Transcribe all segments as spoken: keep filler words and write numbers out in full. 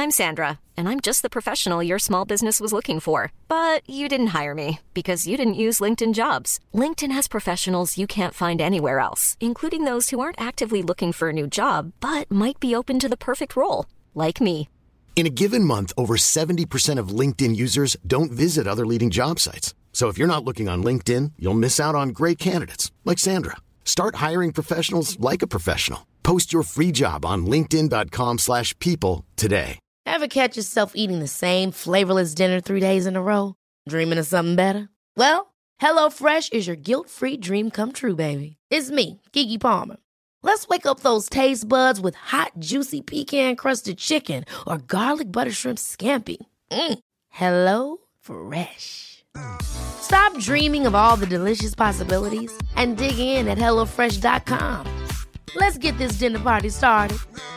I'm Sandra, and I'm just the professional your small business was looking for. But you didn't hire me because you didn't use LinkedIn Jobs. LinkedIn has professionals you can't find anywhere else, including those who aren't actively looking for a new job, but might be open to the perfect role, like me. In a given month, over seventy percent of LinkedIn users don't visit other leading job sites. So if you're not looking on LinkedIn, you'll miss out on great candidates, like Sandra. Start hiring professionals like a professional. Post your free job on linkedin.com slash people today. Ever catch yourself eating the same flavorless dinner three days in a row? Dreaming of something better? Well, HelloFresh is your guilt-free dream come true, baby. It's me, Keke Palmer. Let's wake up those taste buds with hot, juicy pecan-crusted chicken or garlic butter shrimp scampi. Mm. Hello Fresh. Stop dreaming of all the delicious possibilities and dig in at hello fresh dot com. Let's get this dinner party started.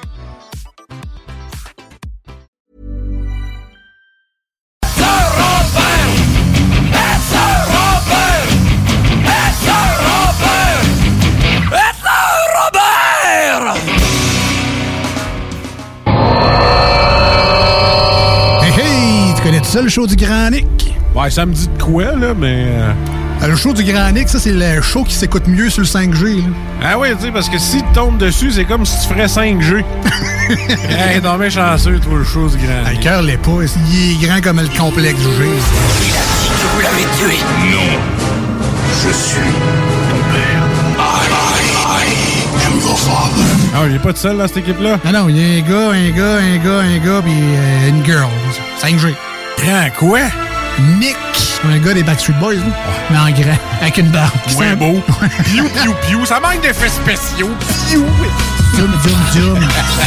Hey hey, tu connais ça le show du Grand Nick? Ouais, ça me dit de quoi, là, mais... Euh... Le show du Grand Nick, ça, c'est le show qui s'écoute mieux sur le cinq G. Là. Ah oui, tu sais, parce que si tu tombes dessus, c'est comme si tu ferais cinq G. Hey, t'es bien chanceux, toi, le show du Grand Nick. Le cœur l'est pas. Il est grand comme le complexe du G. Il a dit que vous l'avez tué. Non. Je suis ton père. I, I, I am your father. Ah, il est pas tout seul, dans cette équipe-là? Non, non, il y a un gars, un gars, un gars, un gars, puis euh, une girl. cinq G. Grand quoi? Nick. Un gars des Backstreet Boys, là. Mais en grand, avec une barbe. C'est beau. Piou, piou, piou. Ça manque d'effets spéciaux. Piou. Zoom, zoom, zoom.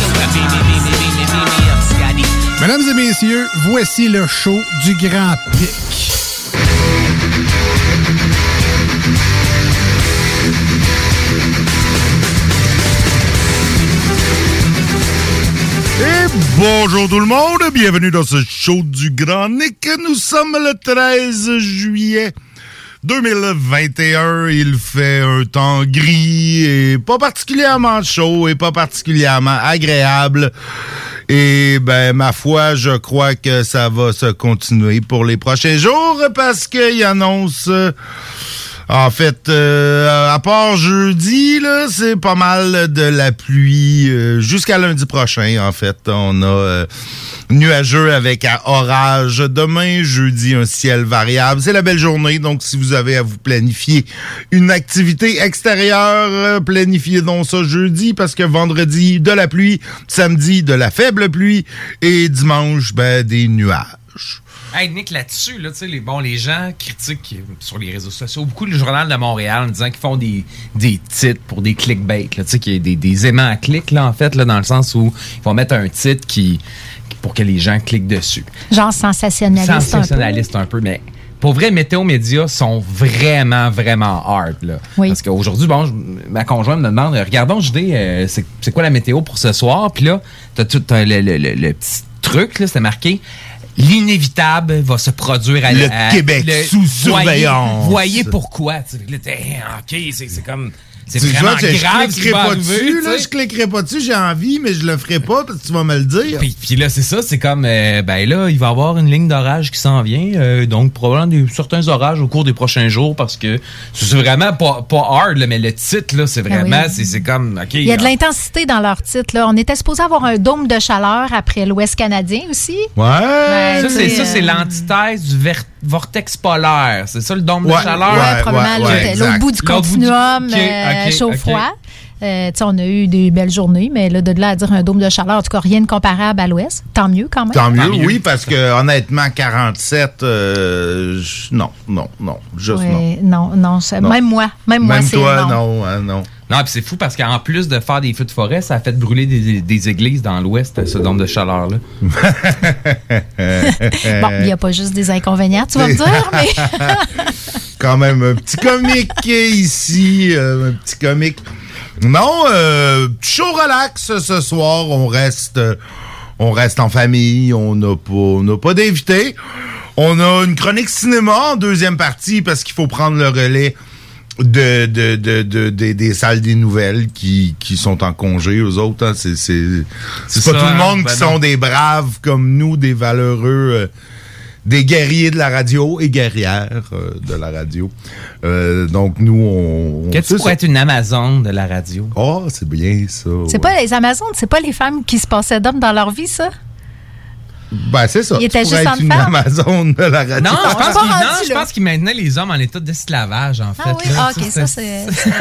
Mesdames et messieurs, voici le show du Grand Pic. Et bonjour tout le monde, bienvenue dans ce show du Grand Nick. Nous sommes le treize juillet deux mille vingt et un. Il fait un temps gris et pas particulièrement chaud et pas particulièrement agréable. Et ben ma foi, je crois que ça va se continuer pour les prochains jours parce qu'il annonce... En fait, euh, à part jeudi, là, c'est pas mal de la pluie euh, jusqu'à lundi prochain. En fait, on a euh, nuageux avec à orage. Demain, jeudi, un ciel variable. C'est la belle journée, donc si vous avez à vous planifier une activité extérieure, euh, planifiez donc ça jeudi parce que vendredi, de la pluie, samedi, de la faible pluie et dimanche, ben, des nuages. Hey Nick, là-dessus, là, les, bon, les gens critiquent sur les réseaux sociaux beaucoup le Journal de Montréal en disant qu'ils font des, des titres pour des clickbait, là, qu'il y a des, des aimants à clics, là, en fait, là, dans le sens où ils vont mettre un titre qui, pour que les gens cliquent dessus. Genre sensationnaliste, sensationnaliste un peu. un peu, mais pour vrai, Météo Média sont vraiment, vraiment hard. Là. Oui. Parce qu'aujourd'hui, bon, je, ma conjointe me demande, regardons, je dis, euh, c'est, c'est quoi la météo pour ce soir? Puis là, t'as tout t'as le, le, le, le petit truc, là, c'est marqué... L'inévitable va se produire à... Le à, Québec le, sous surveillance. Voyez, voyez pourquoi. Là, OK, c'est, c'est comme... C'est tu vraiment vois, grave. Je cliquerai pas arriver, dessus, là, je cliquerai pas dessus, j'ai envie, mais je le ferai pas parce que tu vas me le dire. Puis, puis là, c'est ça, c'est comme, euh, ben là, il va y avoir une ligne d'orage qui s'en vient, euh, donc probablement des, certains orages au cours des prochains jours parce que c'est vraiment pas, pas hard, là, mais le titre, là, c'est vraiment, ah oui. c'est, c'est comme, OK. Il y a de l'intensité dans leur titre, là. On était supposé avoir un dôme de chaleur après l'Ouest canadien aussi. Ouais. Ben, ça, c'est, ça, c'est euh... l'antithèse du ver- vortex polaire. C'est ça, le dôme ouais, de chaleur? Ouais, ouais, probablement ouais, l'autre, l'autre bout du continuum, bout du... Okay, euh, okay, chaud-froid. Okay. Euh, on a eu des belles journées, mais là, de là à dire un dôme de chaleur, en tout cas, rien de comparable à l'Ouest. Tant mieux, quand même. Tant mieux, Tant mieux. oui, parce que honnêtement, quarante-sept, euh, non, non, non, juste ouais, non. Non, non, c'est, non. Même moi, même, même moi, c'est toi, non. non, hein, non. Non, puis c'est fou parce qu'en plus de faire des feux de forêt, ça a fait brûler des, des églises dans l'Ouest, ce dôme de chaleur-là. Bon, il n'y a pas juste des inconvénients, tu vas me dire, mais... Quand même, un petit comique ici, euh, un petit comique... Non, euh, chaud relax ce soir, on reste, on reste en famille, on n'a pas, on n'a pas d'invités. On a une chronique cinéma en deuxième partie parce qu'il faut prendre le relais de, de, de, de, de des salles des nouvelles qui, qui sont en congé, eux autres. Hein, c'est, c'est, c'est, c'est pas ça, tout le monde ben qui non. sont des braves comme nous, des valeureux, euh, des guerriers de la radio et guerrières euh, de la radio. Euh, donc, nous, on... Qu'est-ce que pourrait être une Amazon de la radio? Oh, c'est bien ça. C'est ouais. pas les Amazones, c'est pas les femmes qui se passaient d'hommes dans leur vie, ça? Ben, c'est ça. Il était juste en une Amazon de la radio. Non, je pense, qu'il, non, je pense qu'il maintenait les hommes en état d'esclavage, en fait. Ah oui, là. OK, ça, c'est... c'est... c'est...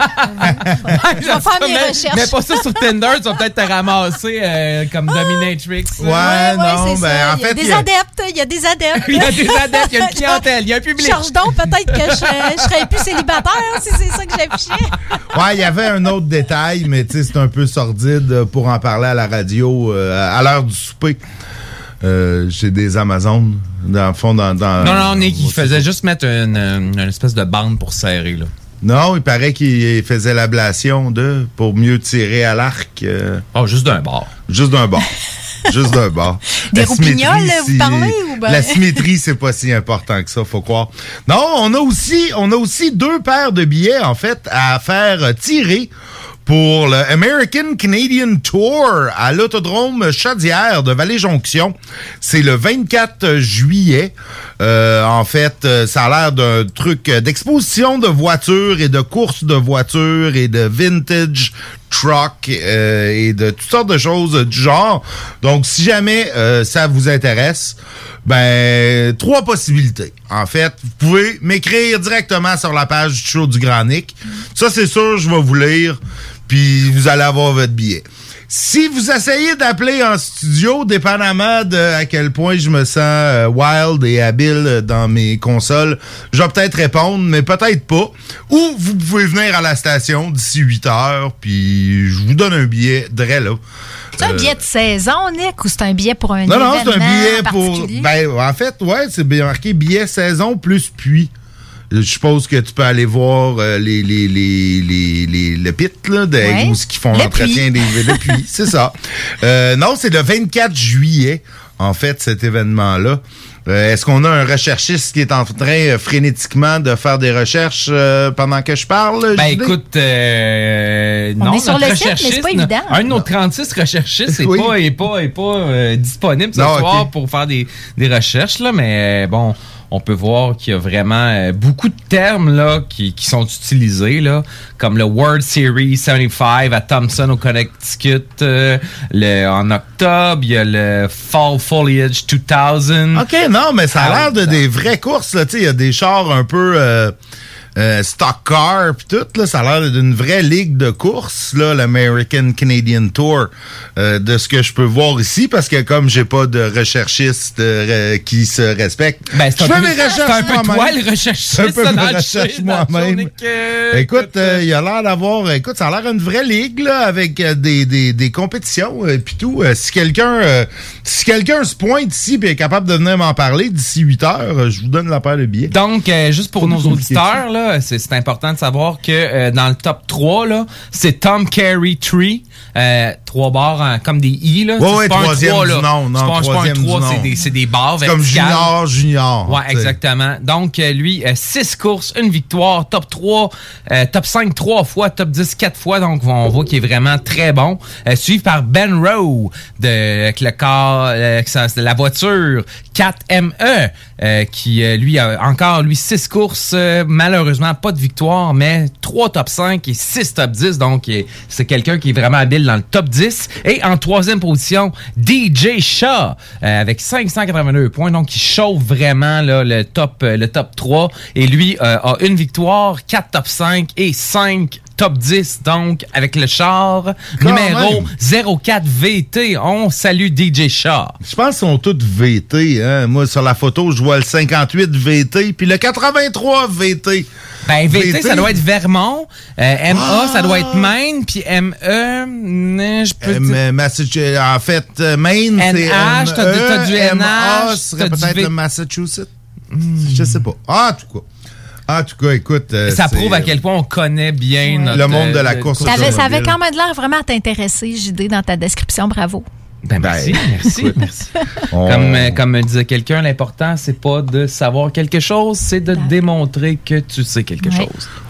je vais faire mes recherches. Mais pas ça sur Tinder, tu vas peut-être te ramasser euh, comme ah. Dominatrix. Ouais, ouais non, ouais, ben ça. en fait... Il y a des adeptes, il y a des adeptes. Il y a des adeptes, il y a une clientèle, il y a un public. Cherche donc, peut-être que je, je serais plus célibataire si c'est ça que j'affichais. Ouais, il y avait un autre détail, mais tu sais, c'est un peu sordide pour en parler à la radio euh, à l'heure du souper. Euh, chez des Amazones, dans le fond, dans... dans non, non, Nick, il faisait juste mettre une, une espèce de bande pour serrer, là. Non, il paraît qu'il faisait l'ablation de... pour mieux tirer à l'arc. Euh, oh, juste d'un bord. Juste d'un bord. Juste d'un bord. Des roupignoles, vous parlez, ou ben... La symétrie, c'est pas si important que ça, faut croire. Non, on a aussi, on a aussi deux paires de billets, en fait, à faire tirer pour le American Canadian Tour à l'Autodrome Chaudière de Vallée-Jonction. C'est le vingt-quatre juillet. Euh, en fait, ça a l'air d'un truc d'exposition de voitures et de courses de voitures et de vintage truck euh, et de toutes sortes de choses du genre. Donc, si jamais euh, ça vous intéresse, ben, trois possibilités. En fait, vous pouvez m'écrire directement sur la page du show du Grand Nick. Ça, c'est sûr, je vais vous lire, puis vous allez avoir votre billet. Si vous essayez d'appeler en studio, dépendamment de à quel point je me sens euh, wild et habile dans mes consoles, je vais peut-être répondre, mais peut-être pas. Ou vous pouvez venir à la station d'ici huit heures, puis je vous donne un billet de là. C'est un billet de saison, Nick, ou c'est un billet pour un non, événement non, c'est un billet pour... Ben, en fait, ouais, c'est bien marqué billet saison plus puits. Je suppose que tu peux aller voir euh, les, les, les, les, les, le pit, là, de, ouais. où ce qu'ils font l'entretien des le puits, c'est ça. Euh, non, c'est le vingt-quatre juillet, en fait, cet événement-là. Euh, est-ce qu'on a un recherchiste qui est en train euh, frénétiquement de faire des recherches euh, pendant que je parle? Ben écoute, euh, on non, est sur le site, mais c'est pas évident. Un de nos trente-six recherchistes n'est oui. pas, est pas, est pas euh, disponible ce non, soir okay. pour faire des, des recherches, là, mais euh, bon... On peut voir qu'il y a vraiment euh, beaucoup de termes là qui, qui sont utilisés là, comme le World Series soixante-quinze à Thompson au Connecticut euh, le, en octobre. Il y a le Fall Foliage deux mille. OK, non, mais ça a l'air de des vraies courses. Il y a des chars un peu... Euh Euh, stock car pis tout, là, ça a l'air d'une vraie ligue de course, là, l'American Canadian Tour, euh, de ce que je peux voir ici, parce que comme j'ai pas de recherchiste euh, qui se respecte, ben, c'est je un fais mes recherches c'est un peu moi-même. toi le recherchiste. C'est un peu mes recherches moi-même. Que... Écoute, il euh, y a l'air d'avoir, écoute, ça a l'air d'une vraie ligue, là, avec euh, des, des, des compétitions, et euh, puis tout. Euh, si quelqu'un euh, si quelqu'un se pointe ici et est capable de venir m'en parler d'ici huit heures, euh, je vous donne la paire de billets. Donc, euh, juste pour nos auditeurs, là, C'est, c'est important de savoir que euh, dans le top trois, là, c'est Tom Carey Tree. Euh, trois barres hein, comme des I. Là. Ouais, c'est ouais, pas troisième un trois, du là. nom. Non, c'est pas, troisième c'est pas un trois, du c'est des, c'est des barres verticales. Comme junior, junior. Ouais, t'sais. Exactement. Donc, euh, lui, euh, six courses, une victoire, top trois, euh, top cinq trois fois, top dix quatre fois. Donc, on voit qu'il est vraiment très bon. Euh, suivi par Ben Rowe de, avec le car, euh, de la voiture quatre M E, euh, qui, euh, lui, a encore, lui, six courses. Euh, malheureusement, pas de victoire, mais trois top cinq et six top dix. Donc, il, c'est quelqu'un qui est vraiment habile dans le top dix. Et en troisième position, D J Shaw, euh, avec cinq cent quatre-vingt-deux points. Donc, il chauffe vraiment là, le, top, euh, le top trois. Et lui euh, a une victoire, quatre top cinq et cinq top dix, donc, avec le char Quand numéro même. zéro quatre V T. On salue D J Shaw. Je pense qu'ils sont tous V T. Hein? Moi, sur la photo, je vois le cinquante-huit V T puis le quatre-vingt-trois V T. Ben, V T, V T, ça doit être Vermont. Euh, M A, ah! ça doit être Maine. Puis M E, je peux M- dire... Massachusetts. En fait, Maine, N H, c'est M E. T'as, t'as du N H. M A, ce serait peut-être v... le Massachusetts. Hmm. Je sais pas. Ah, en tout cas. En tout cas, écoute... Euh, ça prouve à quel point on connaît bien ouais. notre... Le monde de la course automobile. Ça avait quand même l'air vraiment à t'intéresser, J D, dans ta description. Bravo. Ben, merci, merci, merci. On... Comme, euh, comme disait quelqu'un, l'important, c'est pas de savoir quelque chose, c'est de démontrer que tu sais quelque ouais. chose.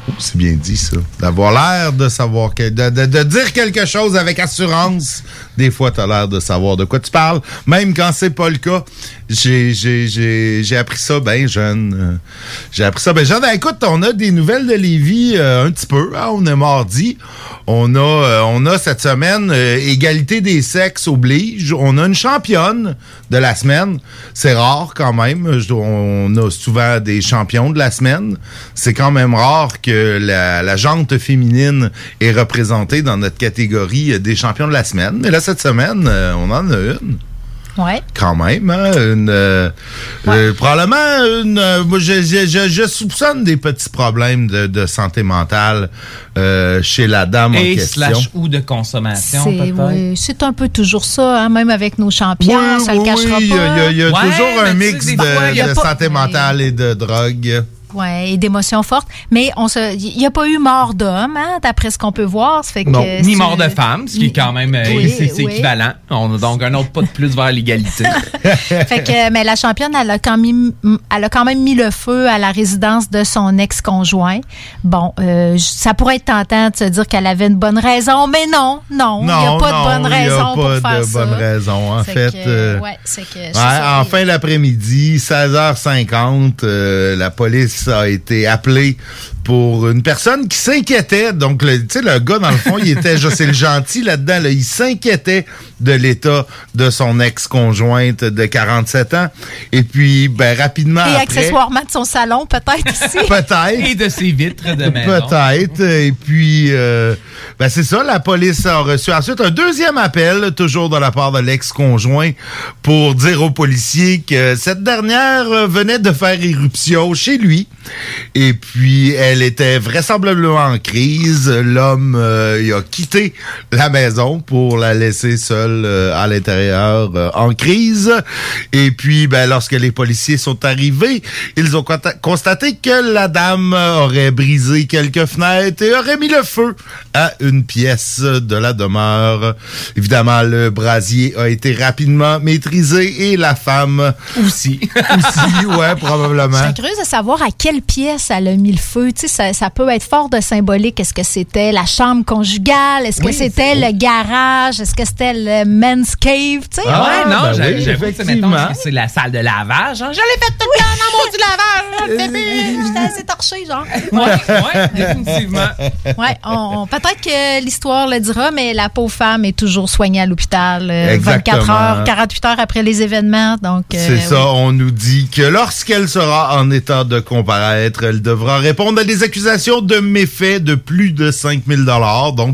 C'est bien dit, ça. D'avoir l'air de savoir, que, de, de, de dire quelque chose avec assurance. Des fois, t'as l'air de savoir de quoi tu parles, même quand c'est pas le cas. J'ai, j'ai, j'ai, j'ai appris ça bien jeune. Euh, j'ai appris ça bien jeune. Ben, écoute, on a des nouvelles de Lévis euh, un petit peu. Hein, on est mardi. On a, euh, on a cette semaine, euh, égalité des sexes oblige. On a une championne de la semaine. C'est rare quand même. On a souvent des champions de la semaine. C'est quand même rare que la, la jante féminine est représentée dans notre catégorie des champions de la semaine. Mais là, cette semaine, euh, on en a une. Ouais. Quand même, hein? Une, euh, ouais. euh, probablement, une, euh, je, je, je, je soupçonne des petits problèmes de, de santé mentale euh, chez la dame Et en question. Slash ou de consommation, c'est, peut-être. Oui, c'est un peu toujours ça, hein, même avec nos champions, oui, ça oui, le cachera oui, pas. Il y a, il y a ouais, toujours un mix de, fois, de pas, santé mentale ouais. et de drogue. Oui, et d'émotions fortes. Mais on se, il n'y a pas eu mort d'homme, hein, d'après ce qu'on peut voir. Ça fait non, que ni mort de femme, ce qui est quand même oui, c'est, c'est oui. équivalent. On a donc un autre pas de plus vers l'égalité. Fait que, mais la championne, elle a, quand même, elle a quand même mis le feu à la résidence de son ex-conjoint. Bon, euh, ça pourrait être tentant de se dire qu'elle avait une bonne raison, mais non, non, il n'y a pas non, de bonne raison pour faire ça. Il n'y a pas de bonne raison, en c'est fait. Que, euh, ouais, c'est que, ouais, en fin d'après-midi, seize heures cinquante, euh, la police a été appelé pour une personne qui s'inquiétait. Donc, tu sais, le gars, dans le fond, il était, je sais, le gentil là-dedans, là, il s'inquiétait de l'état de son ex-conjointe de quarante-sept ans. Et puis, ben, rapidement Et après... accessoirement de son salon, peut-être aussi. Peut-être. Et de ses vitres de maison. Peut-être. Et puis, euh, ben, c'est ça, la police a reçu ensuite un deuxième appel, toujours de la part de l'ex-conjoint, pour dire aux policiers que cette dernière venait de faire éruption chez lui. Et puis, elle était vraisemblablement en crise. L'homme, euh, il a quitté la maison pour la laisser seule euh, à l'intérieur euh, en crise. Et puis, ben, lorsque les policiers sont arrivés, ils ont constaté que la dame aurait brisé quelques fenêtres et aurait mis le feu à une pièce de la demeure. Évidemment, le brasier a été rapidement maîtrisé et la femme... Aussi. Aussi, ouais, probablement. Je suis curieuse de savoir à quelle pièce elle a mis le feu. Tu sais, ça, ça peut être fort de symbolique. Est-ce que c'était la chambre conjugale? Est-ce que oui, c'était c'est... le garage? Est-ce que c'était le men's cave? Tu sais? Ah, ouais, non, ben j'avoue, oui, j'avoue que c'est, mettons, que c'est la salle de lavage. Hein? Je l'ai fait tout le temps dans mon du lavage. J'étais assez torchée, genre. Ouais, ouais, définitivement. Ouais, on, on, peut-être que l'histoire le dira, mais la pauvre femme est toujours soignée à l'hôpital euh, vingt-quatre heures, quarante-huit heures après les événements. Donc, euh, c'est ça, oui. On nous dit que lorsqu'elle sera en état de comparaître, elle devra répondre à des accusations de méfaits de plus de cinq mille dollars. Donc,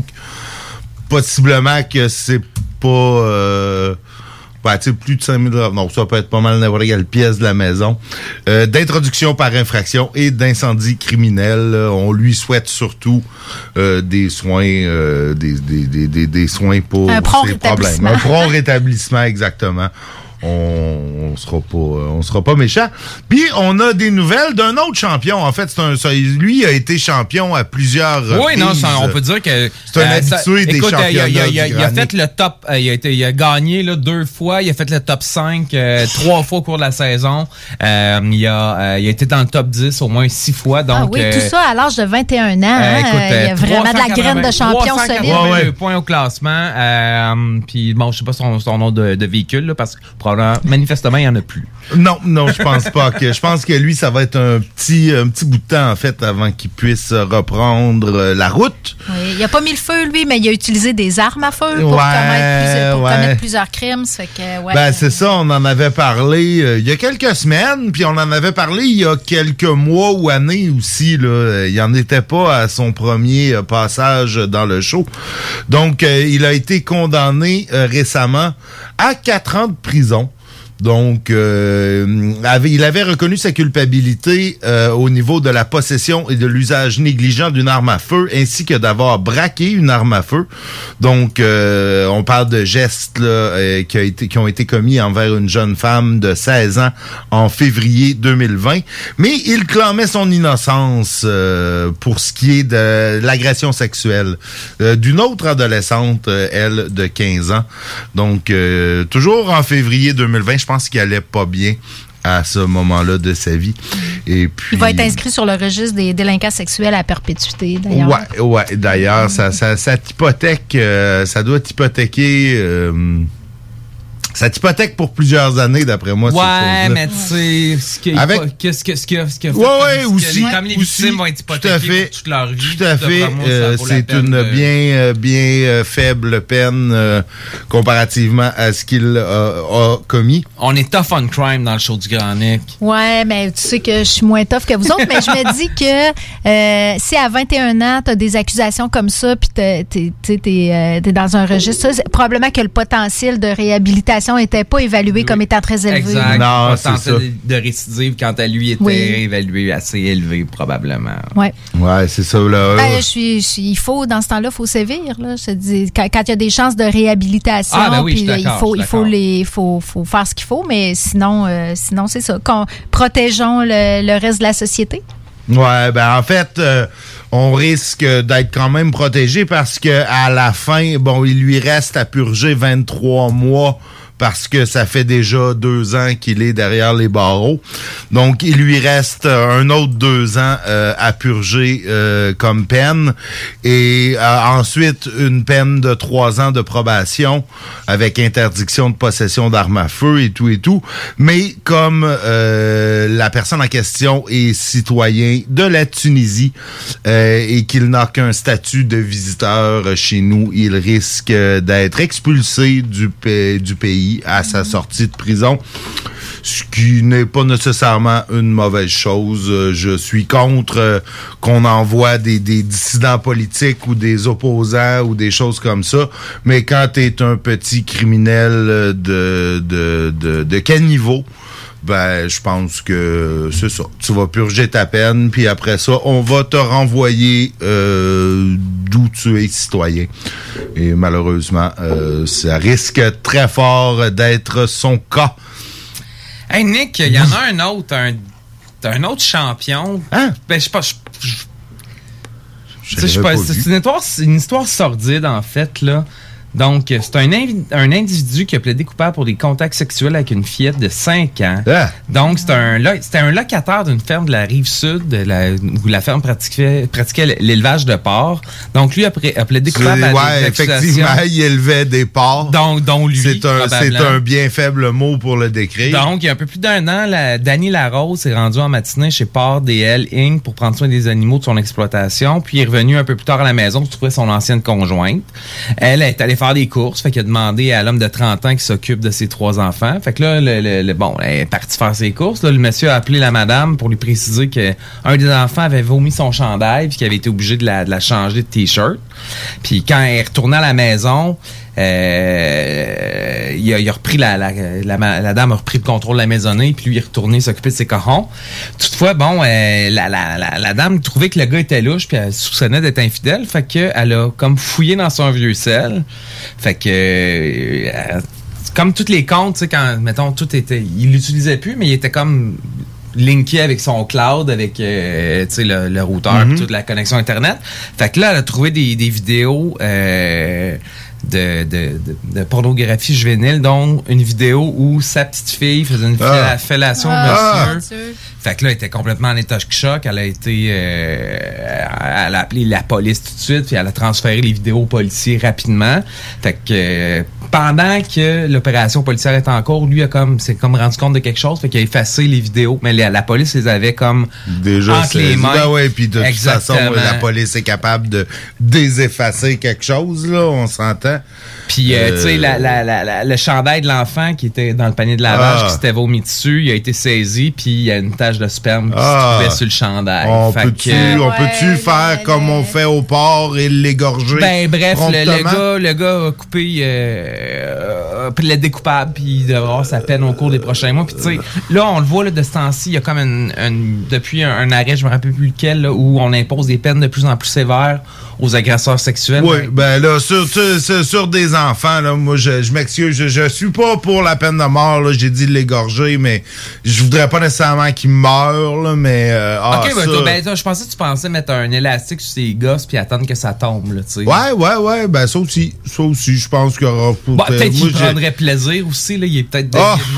possiblement que c'est pas... Euh, ben, tu sais, plus de cinq mille dollars. Non, ça peut être pas mal n'importe quelle pièce de la maison. Euh, d'introduction par infraction et d'incendie criminel. On lui souhaite surtout euh, des soins euh, des, des, des, des soins pour Un prompt ses problèmes. Un prompt rétablissement, exactement. On, on sera pas on sera pas méchant. Puis on a des nouvelles d'un autre champion. En fait, c'est un ça, lui a été champion à plusieurs reprises. Oui, non, ça, on peut dire que c'est un euh, habitué ça, des écoute, championnats. Il a, il a, du il a fait le top. Euh, il a été, il a gagné là deux fois. Il a fait le top cinq euh, trois fois au cours de la saison. Euh, il a euh, il a été dans le top dix au moins six fois. Donc, ah oui, euh, tout ça à l'âge de vingt et un ans. Hein, écoute, il y a vraiment de la graine de champion solide. Ouais, ouais. Points au classement. Euh, puis bon, je sais pas son, son nom de, de véhicule là, parce que probablement manifestement il n'y en a plus. Non, non, je pense pas que. Je pense que lui, ça va être un petit, un petit bout de temps, en fait, avant qu'il puisse reprendre la route. Oui, il a pas mis le feu, lui, mais il a utilisé des armes à feu pour, ouais, commettre, plusieurs, pour ouais. commettre plusieurs crimes. Ça fait que, ouais. Ben, c'est ça, on en avait parlé euh, il y a quelques semaines, puis on en avait parlé il y a quelques mois ou années aussi, là. Il en était pas à son premier euh, passage dans le show. Donc, euh, il a été condamné euh, récemment à quatre ans de prison. Donc, euh, avait, il avait reconnu sa culpabilité euh, au niveau de la possession et de l'usage négligent d'une arme à feu, ainsi que d'avoir braqué une arme à feu. Donc, euh, on parle de gestes là, euh, qui, a été, qui ont été commis envers une jeune femme de seize ans en février deux mille vingt. Mais il clamait son innocence euh, pour ce qui est de l'agression sexuelle euh, d'une autre adolescente, euh, elle, de quinze ans. Donc, euh, toujours en février deux mille vingt, je pense qu'il allait pas bien à ce moment-là de sa vie. Et puis, il va être inscrit sur le registre des délinquants sexuels à perpétuité, d'ailleurs. Ouais, ouais. D'ailleurs, ça, ça, ça t'hypothèque, euh, ça doit t'hypothéquer... Euh, Ça t'hypothèque pour plusieurs années, d'après moi. Ouais, mais tu sais, ce qu'il Avec... qu ce que ce que ce que ouais, ouais, aussi, comme les aussi, victimes vont être hypothéquées pour toute leur vie. Tout à fait. Euh, c'est une de... bien, euh, bien euh, faible peine euh, comparativement à ce qu'il euh, a commis. On est tough on crime dans le show du Grand Nick. Ouais, mais tu sais que je suis moins tough que vous autres, mais je me dis que euh, si à vingt et un ans, tu as des accusations comme ça, puis tu es euh, dans un registre, ça, probablement que le potentiel de réhabilitation n'était pas évalué oui. comme étant très élevé. Exact. Non, le potentiel de récidive, quant à lui, était oui. évalué assez élevé, probablement. Ouais. Ouais, c'est ça. Là. Ben, je suis, je suis, il faut, dans ce temps-là, il faut sévir. Là. Je te dis, quand, quand il y a des chances de réhabilitation, ah, ben oui, puis il faut, il faut, les, faut, faut faire ce qu'il faut, mais sinon, euh, sinon c'est ça. Qu'on, protégeons le, le reste de la société. Ouais, ben en fait, euh, on risque d'être quand même protégé parce que à la fin, bon, il lui reste à purger vingt-trois mois parce que ça fait déjà deux ans qu'il est derrière les barreaux. Donc, il lui reste un autre deux ans euh, à purger euh, comme peine. Et euh, ensuite, une peine de trois ans de probation avec interdiction de possession d'armes à feu et tout et tout. Mais comme euh, la personne en question est citoyen de la Tunisie euh, et qu'il n'a qu'un statut de visiteur chez nous, il risque d'être expulsé du, pa- du pays à sa sortie de prison, ce qui n'est pas nécessairement une mauvaise chose. Je suis contre euh, qu'on envoie des, des dissidents politiques ou des opposants ou des choses comme ça, mais quand tu es un petit criminel de, de, de, de caniveau, ben, je pense que c'est ça. Tu vas purger ta peine, puis après ça, on va te renvoyer euh, d'où tu es citoyen. Et malheureusement, euh, ça risque très fort d'être son cas. Hey Nick, il y en a un autre, un, un autre champion. Hein? Ben, je sais pas. Je, je, je je sais pas. C'est une histoire, une histoire sordide, en fait, là. Donc, c'est un, invi- un individu qui a plaidé coupable pour des contacts sexuels avec une fillette de cinq ans. Ah. Donc, c'était un, lo- c'était un locataire d'une ferme de la Rive-Sud, de la, où la ferme pratiquait, pratiquait l'élevage de porcs. Donc, lui a, pré- a plaidé coupable à ouais, des effectivement, il élevait des porcs. Donc, dont lui, c'est un, c'est un bien faible mot pour le décrire. Donc, il y a un peu plus d'un an, la, Danny Larose s'est rendu en matinée chez Port D L Incorporated pour prendre soin des animaux de son exploitation. Puis, il est revenu un peu plus tard à la maison pour trouver son ancienne conjointe. Elle est allée faire des courses, fait qu'il a demandé à l'homme de trente ans qui s'occupe de ses trois enfants. Fait que là, le, le, le, bon, elle est partie faire ses courses. Là, le monsieur a appelé la madame pour lui préciser que un des enfants avait vomi son chandail puis qu'il avait été obligé de la, de la changer de t-shirt. Puis quand elle est retournée à la maison, Euh, il, a, il a repris la, la, la, la dame a repris le contrôle de la maisonnée, puis lui il est retourné s'occuper de ses corons. Toutefois, bon, euh, la, la, la, la dame trouvait que le gars était louche, puis elle soupçonnait d'être infidèle, fait que elle a comme fouillé dans son vieux sel. Fait que euh, comme tous les comptes, tu sais, quand mettons tout était, il l'utilisait plus, mais il était comme linké avec son cloud, avec euh, tu sais le, le routeur, mm-hmm. toute la connexion internet. Fait que là, elle a trouvé des, des vidéos. Euh, De, de, de, de pornographie juvénile, dont une vidéo où sa petite fille faisait une ah. fellation ah. de monsieur. Fait que là, elle était complètement en état de choc. Elle a été... Euh, elle a appelé la police tout de suite, puis elle a transféré les vidéos aux policiers rapidement. Fait que euh, pendant que l'opération policière est en cours, lui a comme s'est comme rendu compte de quelque chose, fait qu'il a effacé les vidéos. Mais la, la police les avait comme déjà entre les mains. Ben ouais, puis de Exactement. toute façon, la police est capable de déseffacer quelque chose, là, on s'entend. Puis, euh, euh, tu sais, la, la, la, la, le chandail de l'enfant qui était dans le panier de lavage, ah. qui s'était vomi dessus, il a été saisi, puis il y a une tache de sperme qui ah. se trouvait sur le chandail. On fait peut-tu, que, on peut-tu ouais, faire comme on fait au port et l'égorger? Ben, bref, le, le, gars, le gars a coupé, euh, a le découpable, puis il devra avoir sa peine au cours des prochains mois. Puis, tu sais, là, on le voit, là, de ce temps-ci, il y a comme une, une, depuis un, un arrêt, je me rappelle plus lequel, là, où on impose des peines de plus en plus sévères aux agresseurs sexuels. Oui, ben là, sur, sur, sur des enfants, là, moi, je, je m'excuse, je, je suis pas pour la peine de mort, là, j'ai dit de l'égorger, mais je voudrais pas nécessairement qu'il meure, là, mais... Euh, ah, OK, ça... ben, ben toi, je pensais que tu pensais mettre un élastique sur ses gosses puis attendre que ça tombe, là, tu sais. Ouais, ouais, ouais, ben ça aussi, ça aussi, je pense qu'il y aura... Bon, peut-être qu'il prendrait plaisir aussi, là, il est peut-être déguisé oh. de même.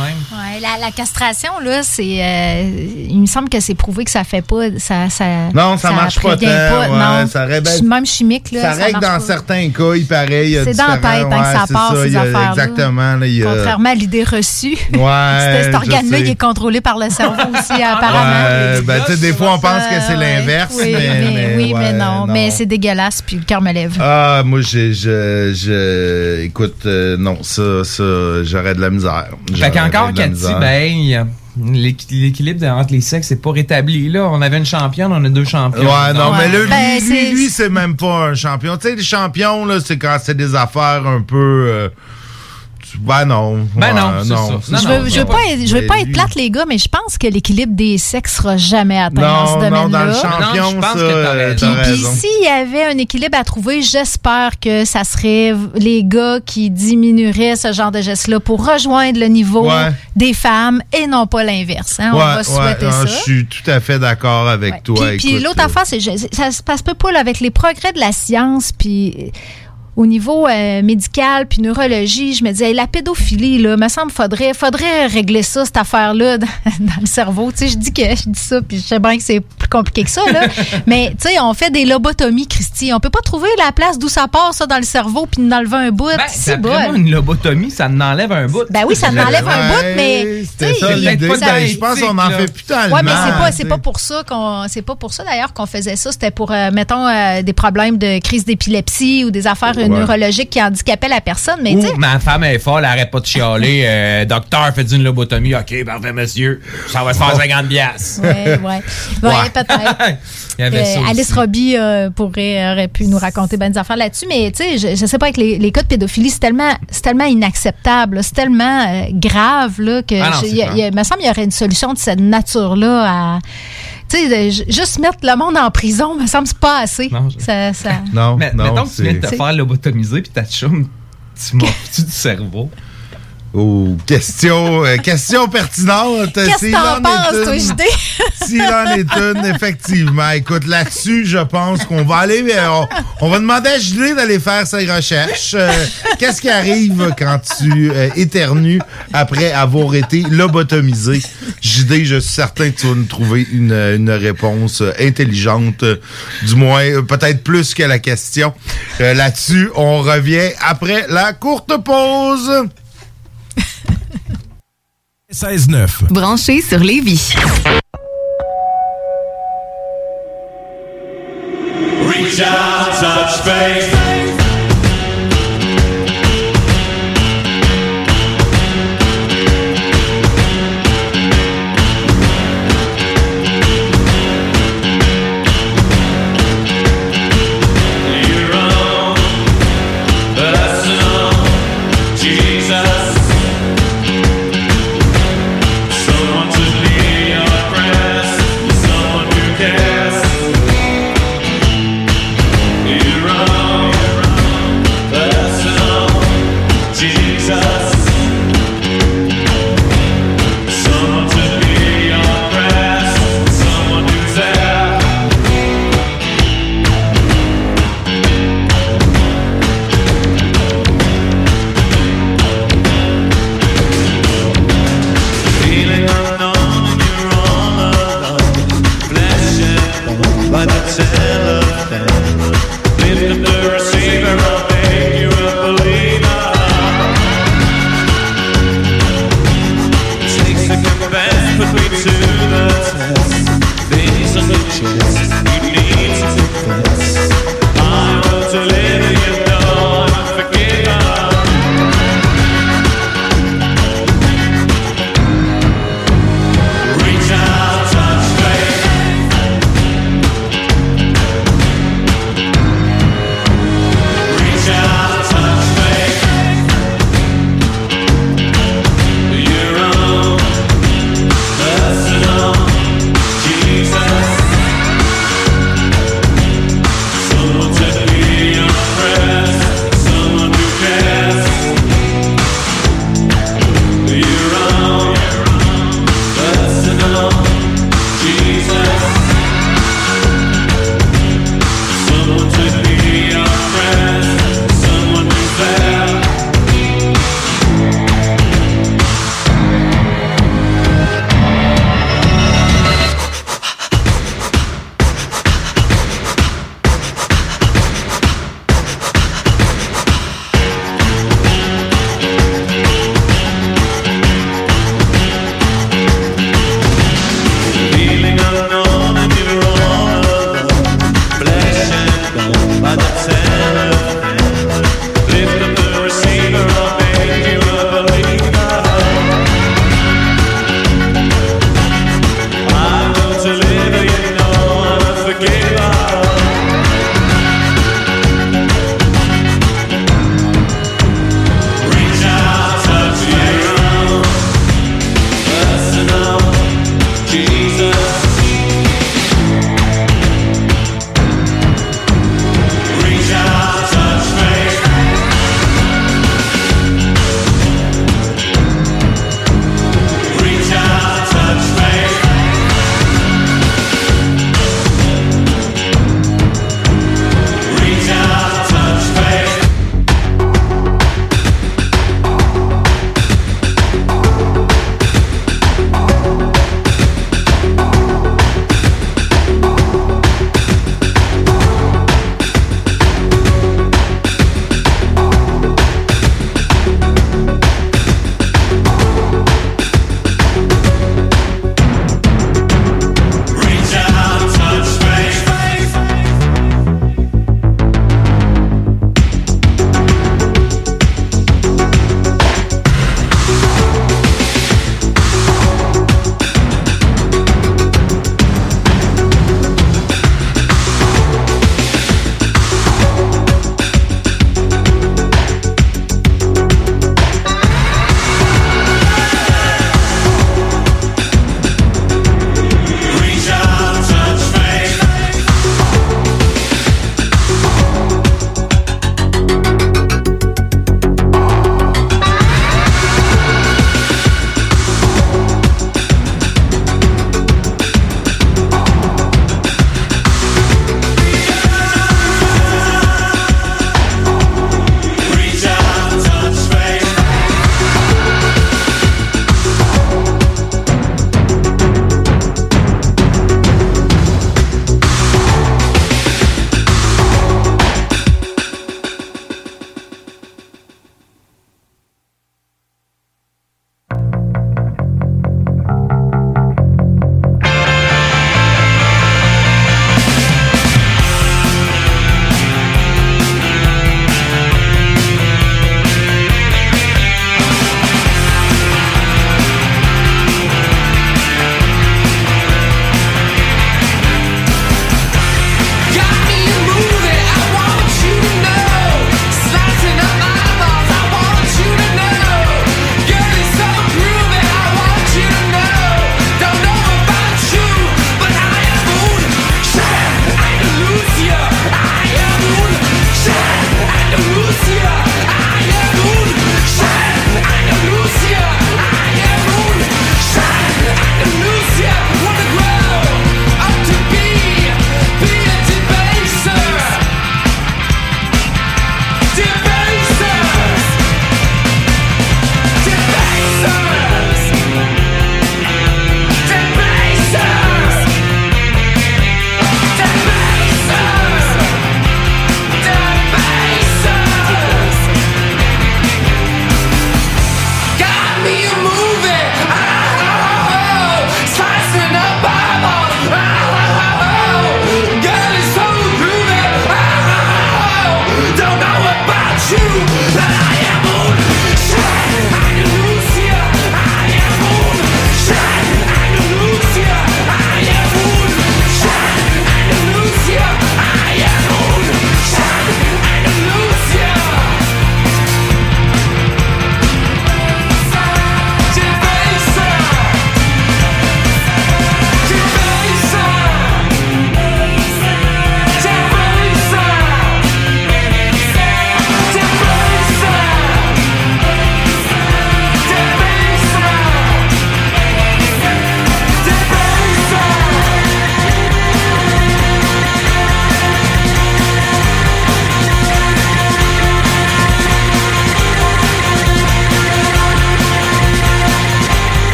Ouais, la, la castration, là, c'est. Euh, il me semble que c'est prouvé que ça fait pas. Ça, ça, non, ça, ça marche pas tant. Pas, ouais, non, ça rébelle, même chimique, là. Ça, ça règle dans pas. Certains cas, il paraît. Il c'est dans la tête ouais, hein, que ça passe, ça, ces affaires-là. Exactement. Là, il, contrairement à l'idée reçue. Ouais. Cet organe-là, il est contrôlé par le cerveau aussi, apparemment. Ouais, ben, tu sais, des fois, on pense que c'est l'inverse. Oui, mais, mais, mais, oui, ouais, mais non. non. Mais c'est dégueulasse, puis le cœur me lève. Ah, moi, j'ai, je, je, écoute, euh, non, ça, ça, j'aurais de la misère. Fait qu'encore, Cathy, ben, l'équilibre entre les sexes n'est pas rétabli. Là, on avait une championne, on a deux champions. Ouais, non, ouais. mais là, lui, ben, lui, lui, c'est même pas un champion. Tu sais, les champions, là, c'est quand c'est des affaires un peu... Euh, Ben non. Ben non, ouais, c'est non. ça. Non, je non, veux, je veux pas, être, je veux pas être plate, les gars, mais je pense que l'équilibre des sexes sera jamais atteint non, dans ce domaine-là. Non, dans le champion, non, je pense ça, que t'as raison. Puis, puis s'il y avait un équilibre à trouver, j'espère que ça serait les gars qui diminueraient ce genre de geste-là pour rejoindre le niveau ouais. des femmes et non pas l'inverse. Hein? Ouais, On va souhaiter ouais, ça. Je suis tout à fait d'accord avec ouais. toi. Puis, puis l'autre euh... affaire, c'est ça se passe pas là, avec les progrès de la science, puis... Au niveau euh, médical puis neurologie, je me disais, hey, la pédophilie, là, me semble, faudrait, faudrait régler ça, cette affaire-là, dans, dans le cerveau. Tu sais, je dis que je dis ça, puis je sais bien que c'est plus compliqué que ça, là. Mais, tu sais, on fait des lobotomies, Christy. On peut pas trouver la place d'où ça part, ça, dans le cerveau, puis d'enlever un bout. Ben, c'est vraiment une lobotomie, ça en enlève un bout. Ben oui, ça en enlève ouais, un bout, mais. C'était ça l'idée. Je pense qu'on en fait plus tellement. Ouais, mais c'est pas, c'est pas pour ça qu'on. C'est pas pour ça, d'ailleurs, qu'on faisait ça. C'était pour, euh, mettons, euh, des problèmes de crise d'épilepsie ou des affaires ouais. neurologiques qui handicappait la personne, mais tu sais... Ma femme est folle, elle arrête pas de chialer. euh, docteur, fait une lobotomie. OK, parfait, monsieur. Ça va se faire cinquante piastres. Oui, oui. Ouais, ouais. peut-être. Il y avait ça euh, Alice aussi. Robbie euh, pourrait, aurait pu nous raconter bien des affaires là-dessus, mais tu sais, je, je sais pas, avec les, les cas de pédophilie, c'est tellement, c'est tellement inacceptable, là, c'est tellement euh, grave là, que ah non, je, y a, y a, il me semble qu'il y aurait une solution de cette nature-là à... Tu sais, juste mettre le monde en prison, me semble, c'est pas assez. Non, je... ça, ça... non, mais, non. Mettons que tu viens de te faire lobotomiser puis ta chum, tu mords-tu du cerveau? Oh, question, euh, question pertinente. Qu'est-ce que t'en penses, toi, J D? S'il en est une, effectivement. Écoute, là-dessus, je pense qu'on va aller... On, on va demander à J D d'aller faire ses recherches. Euh, qu'est-ce qui arrive quand tu euh, éternues après avoir été lobotomisé? J D, je suis certain que tu vas nous trouver une, une réponse intelligente, du moins, peut-être plus que la question. Euh, là-dessus, on revient après la courte pause. seize neuf. Branché sur Lévis. Reach out, touch faith. You're wrong.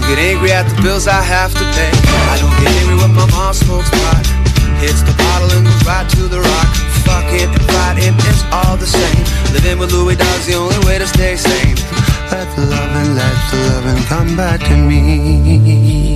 get angry at the bills I have to pay. I don't get angry when my mom smokes pot. Hits the bottle and goes right to the rock. Fucking and fighting, it's all the same. Living with Louis Dog's the only way to stay sane. Let the loving, let the loving come back to me.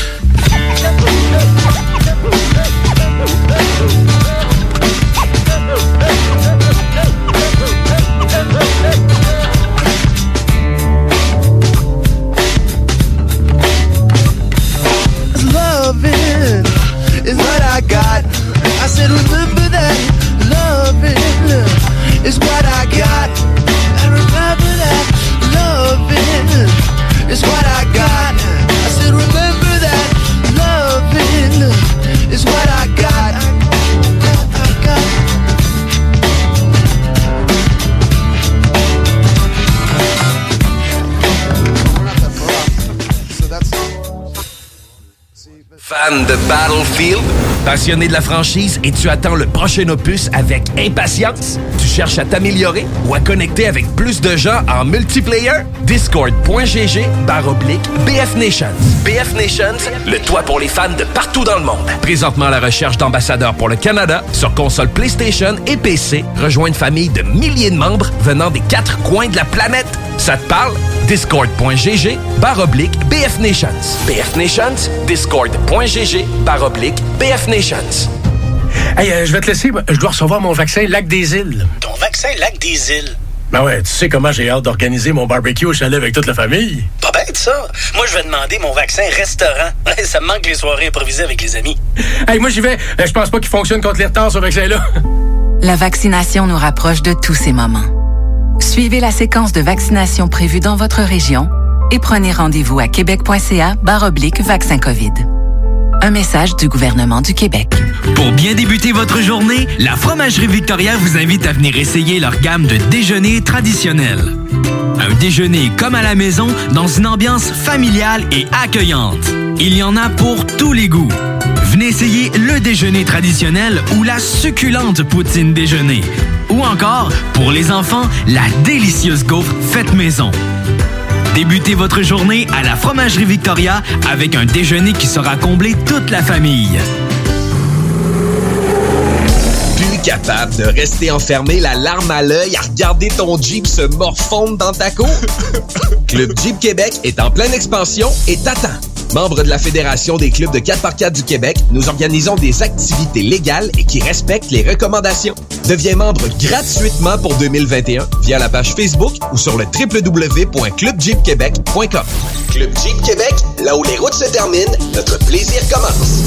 Loving is what I got. I said remember that. Loving is what I got. I remember that. Loving is what I got. I said remember that. Loving is what I got. I got. Fan de Battlefield? Passionné de la franchise et tu attends le prochain opus avec impatience? Tu cherches à t'améliorer ou à connecter avec plus de gens en multiplayer? Discord.gg barre oblique BFNations. BFNations, le toit pour les fans de partout dans le monde. Présentement à la recherche d'ambassadeurs pour le Canada sur console PlayStation et P C. Rejoins une famille de milliers de membres venant des quatre coins de la planète. Ça te parle? Discord.gg barre oblique BFNations. BFNations, Discord.gg barre oblique BFNations. Hey, euh, je vais te laisser. Je dois recevoir mon vaccin Lac des Îles. Ton vaccin Lac des Îles? Ben ouais, tu sais comment j'ai hâte d'organiser mon barbecue au chalet avec toute la famille. Pas bête, ça. Moi, je vais demander mon vaccin restaurant. Ça me manque les soirées improvisées avec les amis. Hey, moi, j'y vais. Je pense pas qu'il fonctionne contre les retards, ce vaccin-là. La vaccination nous rapproche de tous ces moments. Suivez la séquence de vaccination prévue dans votre région et prenez rendez-vous à québec.ca barre oblique vaccin COVID. Un message du gouvernement du Québec. Pour bien débuter votre journée, la Fromagerie Victoria vous invite à venir essayer leur gamme de déjeuners traditionnels. Un déjeuner comme à la maison dans une ambiance familiale et accueillante. Il y en a pour tous les goûts. Venez essayer le déjeuner traditionnel ou la succulente poutine déjeuner. Ou encore, pour les enfants, la délicieuse gaufre faite maison. Débutez votre journée à la Fromagerie Victoria avec un déjeuner qui saura combler toute la famille. Plus capable de rester enfermé la larme à l'œil à regarder ton Jeep se morfondre dans ta cour? Club Jeep Québec est en pleine expansion et t'attend. Membre de la Fédération des clubs de quatre par quatre du Québec, nous organisons des activités légales et qui respectent les recommandations. Deviens membre gratuitement pour deux mille vingt et un via la page Facebook ou sur le w w w point club jeep québec point com. Club Jeep Québec, là où les routes se terminent, notre plaisir commence.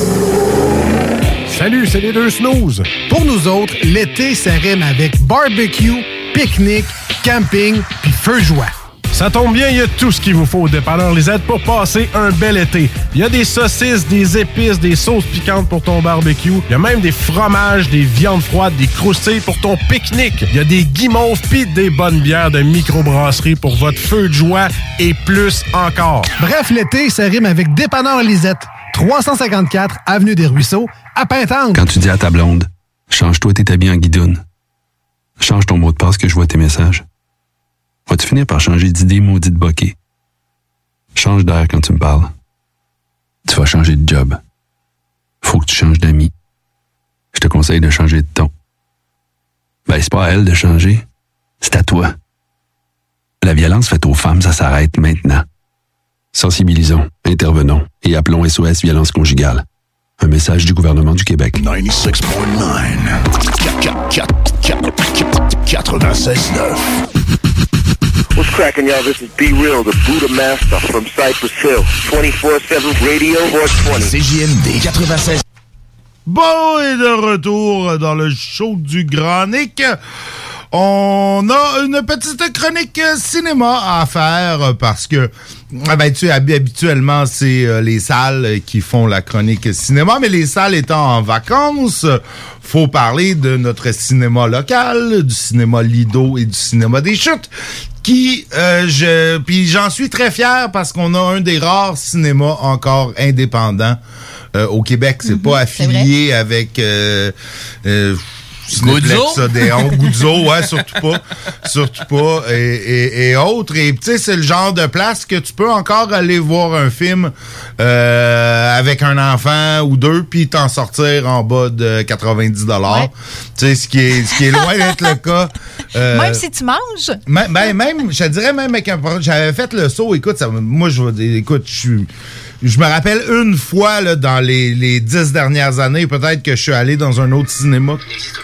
Salut, c'est les deux snooze. Pour nous autres, l'été, ça rime avec barbecue, pique-nique, camping puis feu joie. Ça tombe bien, il y a tout ce qu'il vous faut au dépanneur Lisette pour passer un bel été. Il y a des saucisses, des épices, des sauces piquantes pour ton barbecue. Il y a même des fromages, des viandes froides, des croustilles pour ton pique-nique. Il y a des guimauves pis des bonnes bières de microbrasserie pour votre feu de joie et plus encore. Bref, l'été, ça rime avec dépanneur Lisette. trois cent cinquante-quatre Avenue des Ruisseaux, à Pintante. Quand tu dis à ta blonde, change-toi tes habits en guidoune. Change ton mot de passe que je vois tes messages. Vas-tu finir par changer d'idée maudite bokeh? Change d'air quand tu me parles. Tu vas changer de job. Faut que tu changes d'amis. Je te conseille de changer de ton. Ben, c'est pas à elle de changer. C'est à toi. La violence faite aux femmes, ça s'arrête maintenant. Sensibilisons, intervenons et appelons S O S Violence Conjugale. Un message du gouvernement du Québec. quatre-vingt-seize neuf What's cracking, y'all? This is Be Real, the Buddha Master from Cypress Hill. twenty-four seven Radio four twenty. C J M D quatre-vingt-seize. Bon, et de retour dans le show du Grand Nick. On a une petite chronique cinéma à faire parce que, ben, tu sais, habituellement, c'est euh, les salles qui font la chronique cinéma, mais les salles étant en vacances, faut parler de notre cinéma local, du cinéma Lido et du cinéma des Chutes, qui, euh, je, puis j'en suis très fier parce qu'on a un des rares cinémas encore indépendants euh, au Québec. C'est mm-hmm, pas affilié c'est avec... Euh, euh, Cinéplex Odéon, Guzzo, ouais, surtout pas. Surtout pas, et, et, et autres. Et tu sais, c'est le genre de place que tu peux encore aller voir un film euh, avec un enfant ou deux, puis t'en sortir en bas de quatre-vingt-dix dollars. Ouais. Tu sais, ce qui est, ce qui est loin d'être le cas. Euh, même si tu manges? Ben, ben, même, je te dirais même avec un... J'avais fait le saut, écoute, ça, moi, je écoute, je suis... Je me rappelle une fois, là, dans les, les dix dernières années, peut-être que je suis allé dans un autre cinéma.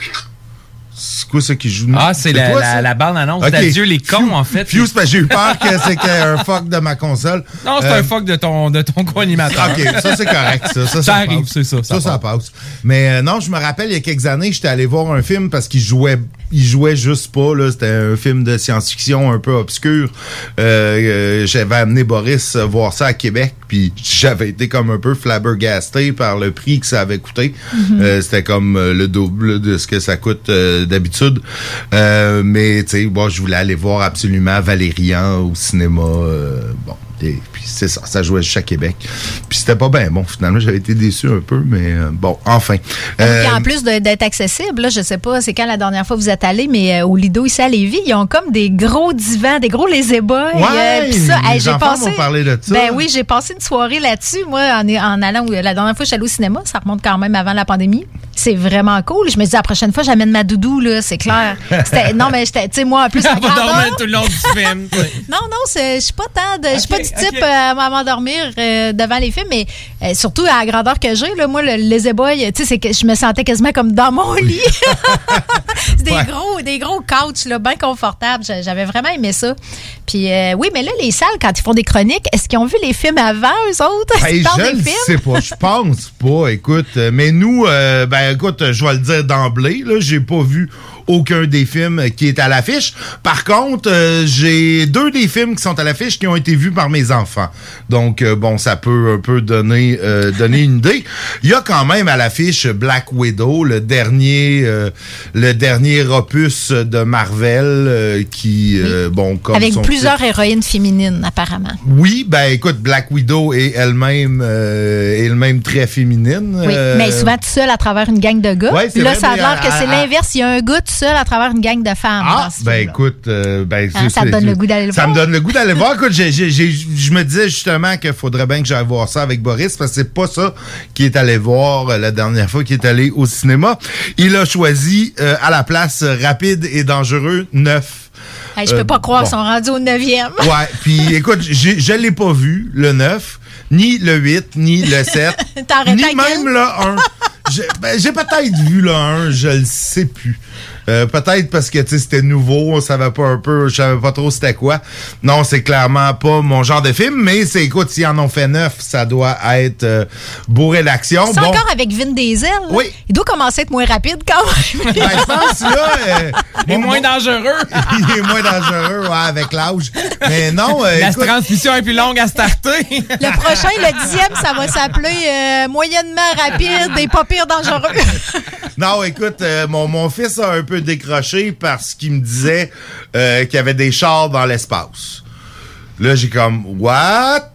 C'est quoi ça qui joue? Ah, c'est, c'est la, toi, la, la bande-annonce. Okay. D'adieu les cons, Few, en fait. Fuse, parce que j'ai eu peur que c'était un fuck de ma console. Non, c'est euh, un fuck de ton, de ton co-animateur. OK, ça, c'est correct. Ça, ça, ça, ça arrive, passe. C'est ça. Ça, ça, ça passe. Mais euh, non, je me rappelle, il y a quelques années, j'étais allé voir un film parce qu'il jouait... Il jouait juste pas, là. C'était un film de science-fiction un peu obscur. Euh, euh, j'avais amené Boris voir ça à Québec, puis j'avais été comme un peu flabbergasté par le prix que ça avait coûté. Mm-hmm. Euh, c'était comme euh, le double de ce que ça coûte euh, d'habitude. Euh, mais, tu sais, bon, je voulais aller voir absolument Valérian au cinéma. Euh, bon. Et puis c'est ça, ça jouait juste à Québec. Puis c'était pas bien bon, finalement, j'avais été déçu un peu, mais euh, bon, enfin. Euh, en plus de, d'être accessible, là, je sais pas, c'est quand la dernière fois vous êtes allé, mais euh, au Lido ici à Lévis, ils ont comme des gros divans, des gros lazy-boys. Ouais, euh, pis ça, les hey, j'ai enfants passé, vont parler de ça. Ben oui, j'ai passé une soirée là-dessus, moi, en, en allant, la dernière fois je suis allée au cinéma, ça remonte quand même avant la pandémie. C'est vraiment cool. Je me dis, la prochaine fois, j'amène ma doudou, là, c'est clair. C'était, non, mais j'étais, tu sais, moi, en plus, à grandeur. dormir tout le long du film. non, non, je suis pas tant de, je suis okay, pas du type okay. euh, à m'endormir euh, devant les films, mais euh, surtout à la grandeur que j'ai, là, moi, le lazy boy, tu sais, c'est que je me sentais quasiment comme dans mon lit. c'est des ouais. gros, des gros couches, là, bien confortables. J'avais vraiment aimé ça. Puis, euh, oui, mais là, les salles, quand ils font des chroniques, est-ce qu'ils ont vu les films avant, eux autres? Hey, je ne sais pas. Je pense pas. Écoute, mais nous, euh, ben, écoute, je vais le dire d'emblée, là, j'ai pas vu aucun des films qui est à l'affiche. Par contre, euh, j'ai deux des films qui sont à l'affiche qui ont été vus par mes enfants. Donc, euh, bon, ça peut un peu donner euh, donner une idée. Il y a quand même à l'affiche Black Widow, le dernier euh, le dernier opus de Marvel euh, qui, euh, bon, comme avec son plusieurs titre, héroïnes féminines, apparemment. Oui, ben écoute, Black Widow est elle-même euh, est elle-même très féminine. Oui, euh, mais souvent tout seul à travers une gang de gars. Ouais, là, vrai, ça a l'air que c'est à, l'inverse. Il y a un gars tout seul à travers une gang de femmes. Ah, ben écoute, euh, ben hein, ça te donne le goût d'aller le ça voir. Ça me donne le goût d'aller voir. Écoute, j'ai, j'ai, j'ai, je me disais justement qu'il faudrait bien que j'aille voir ça avec Boris, parce que c'est pas ça qu'il est allé voir euh, la dernière fois qu'il est allé au cinéma. Il a choisi euh, à la place euh, Rapide et Dangereux neuf. Hey, je peux euh, pas croire bon. qu'ils sont rendus au neuvième. Ouais, puis écoute, j'ai, je l'ai pas vu, le neuf, ni le huit, ni le sept, ni même le un. J'ai, ben, j'ai peut-être vu le un, je le sais plus. Euh, peut-être parce que tu sais c'était nouveau, on savait pas un peu, je savais pas trop c'était quoi. Non, c'est clairement pas mon genre de film, mais c'est écoute, s'ils en ont fait neuf, ça doit être euh, bourré d'action. C'est bon. encore avec Vin Diesel. Oui. Il doit commencer à être moins rapide quand même. Ben, je pense là, euh, il est moins bon, dangereux. Il est moins dangereux, ouais, avec l'âge. Mais non. Euh, La écoute, transmission est plus longue à starter. Le prochain, le dixième, ça va s'appeler euh, moyennement rapide et pas pire dangereux. Non, écoute, euh, mon mon fils a un peu décroché parce qu'il me disait euh, qu'il y avait des chars dans l'espace. Là, j'ai comme, what?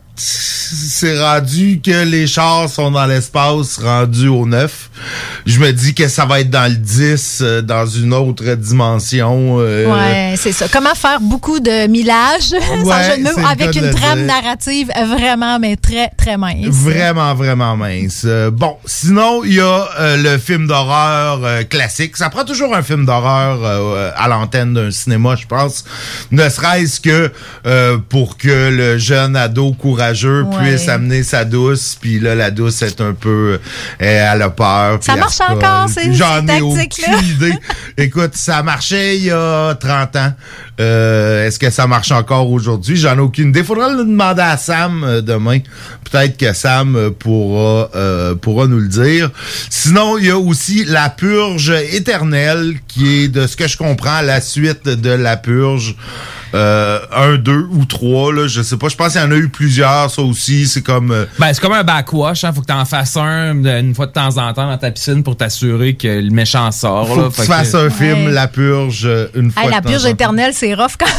C'est rendu que les chars sont dans l'espace, rendu au neuf. Je me dis que ça va être dans le dix, euh, dans une autre dimension. Euh, ouais, c'est ça. Comment faire beaucoup de millage, ouais, sans jeu de mots, avec une trame narrative vraiment, mais très, très mince. Vraiment, vraiment mince. Euh, bon, sinon, il y a euh, le film d'horreur euh, classique. Ça prend toujours un film d'horreur euh, à l'antenne d'un cinéma, je pense. Ne serait-ce que euh, pour que le jeune ado courageux Ouais. puisse amener sa douce, puis là, la douce est un peu... Euh, elle a peur. Ça marche encore, c'est J'en ai aucune là. idée. Écoute, ça marchait il y a trente ans. Euh, est-ce que ça marche encore aujourd'hui? J'en ai aucune idée. Faudra le demander à Sam euh, demain. Peut-être que Sam pourra, euh, pourra nous le dire. Sinon, il y a aussi La Purge éternelle, qui est, de ce que je comprends, la suite de La Purge. Euh, un, deux ou trois, là, je sais pas. Je pense qu'il y en a eu plusieurs, ça aussi. C'est comme... Euh... Ben, c'est comme un backwash, hein. Faut que t'en fasses un une fois de temps en temps dans ta piscine pour t'assurer que le méchant sort. Faut là. que tu fasses que... un film, ouais. La Purge, une fois hey, de La temps Purge en éternelle, c'est c'est rough quand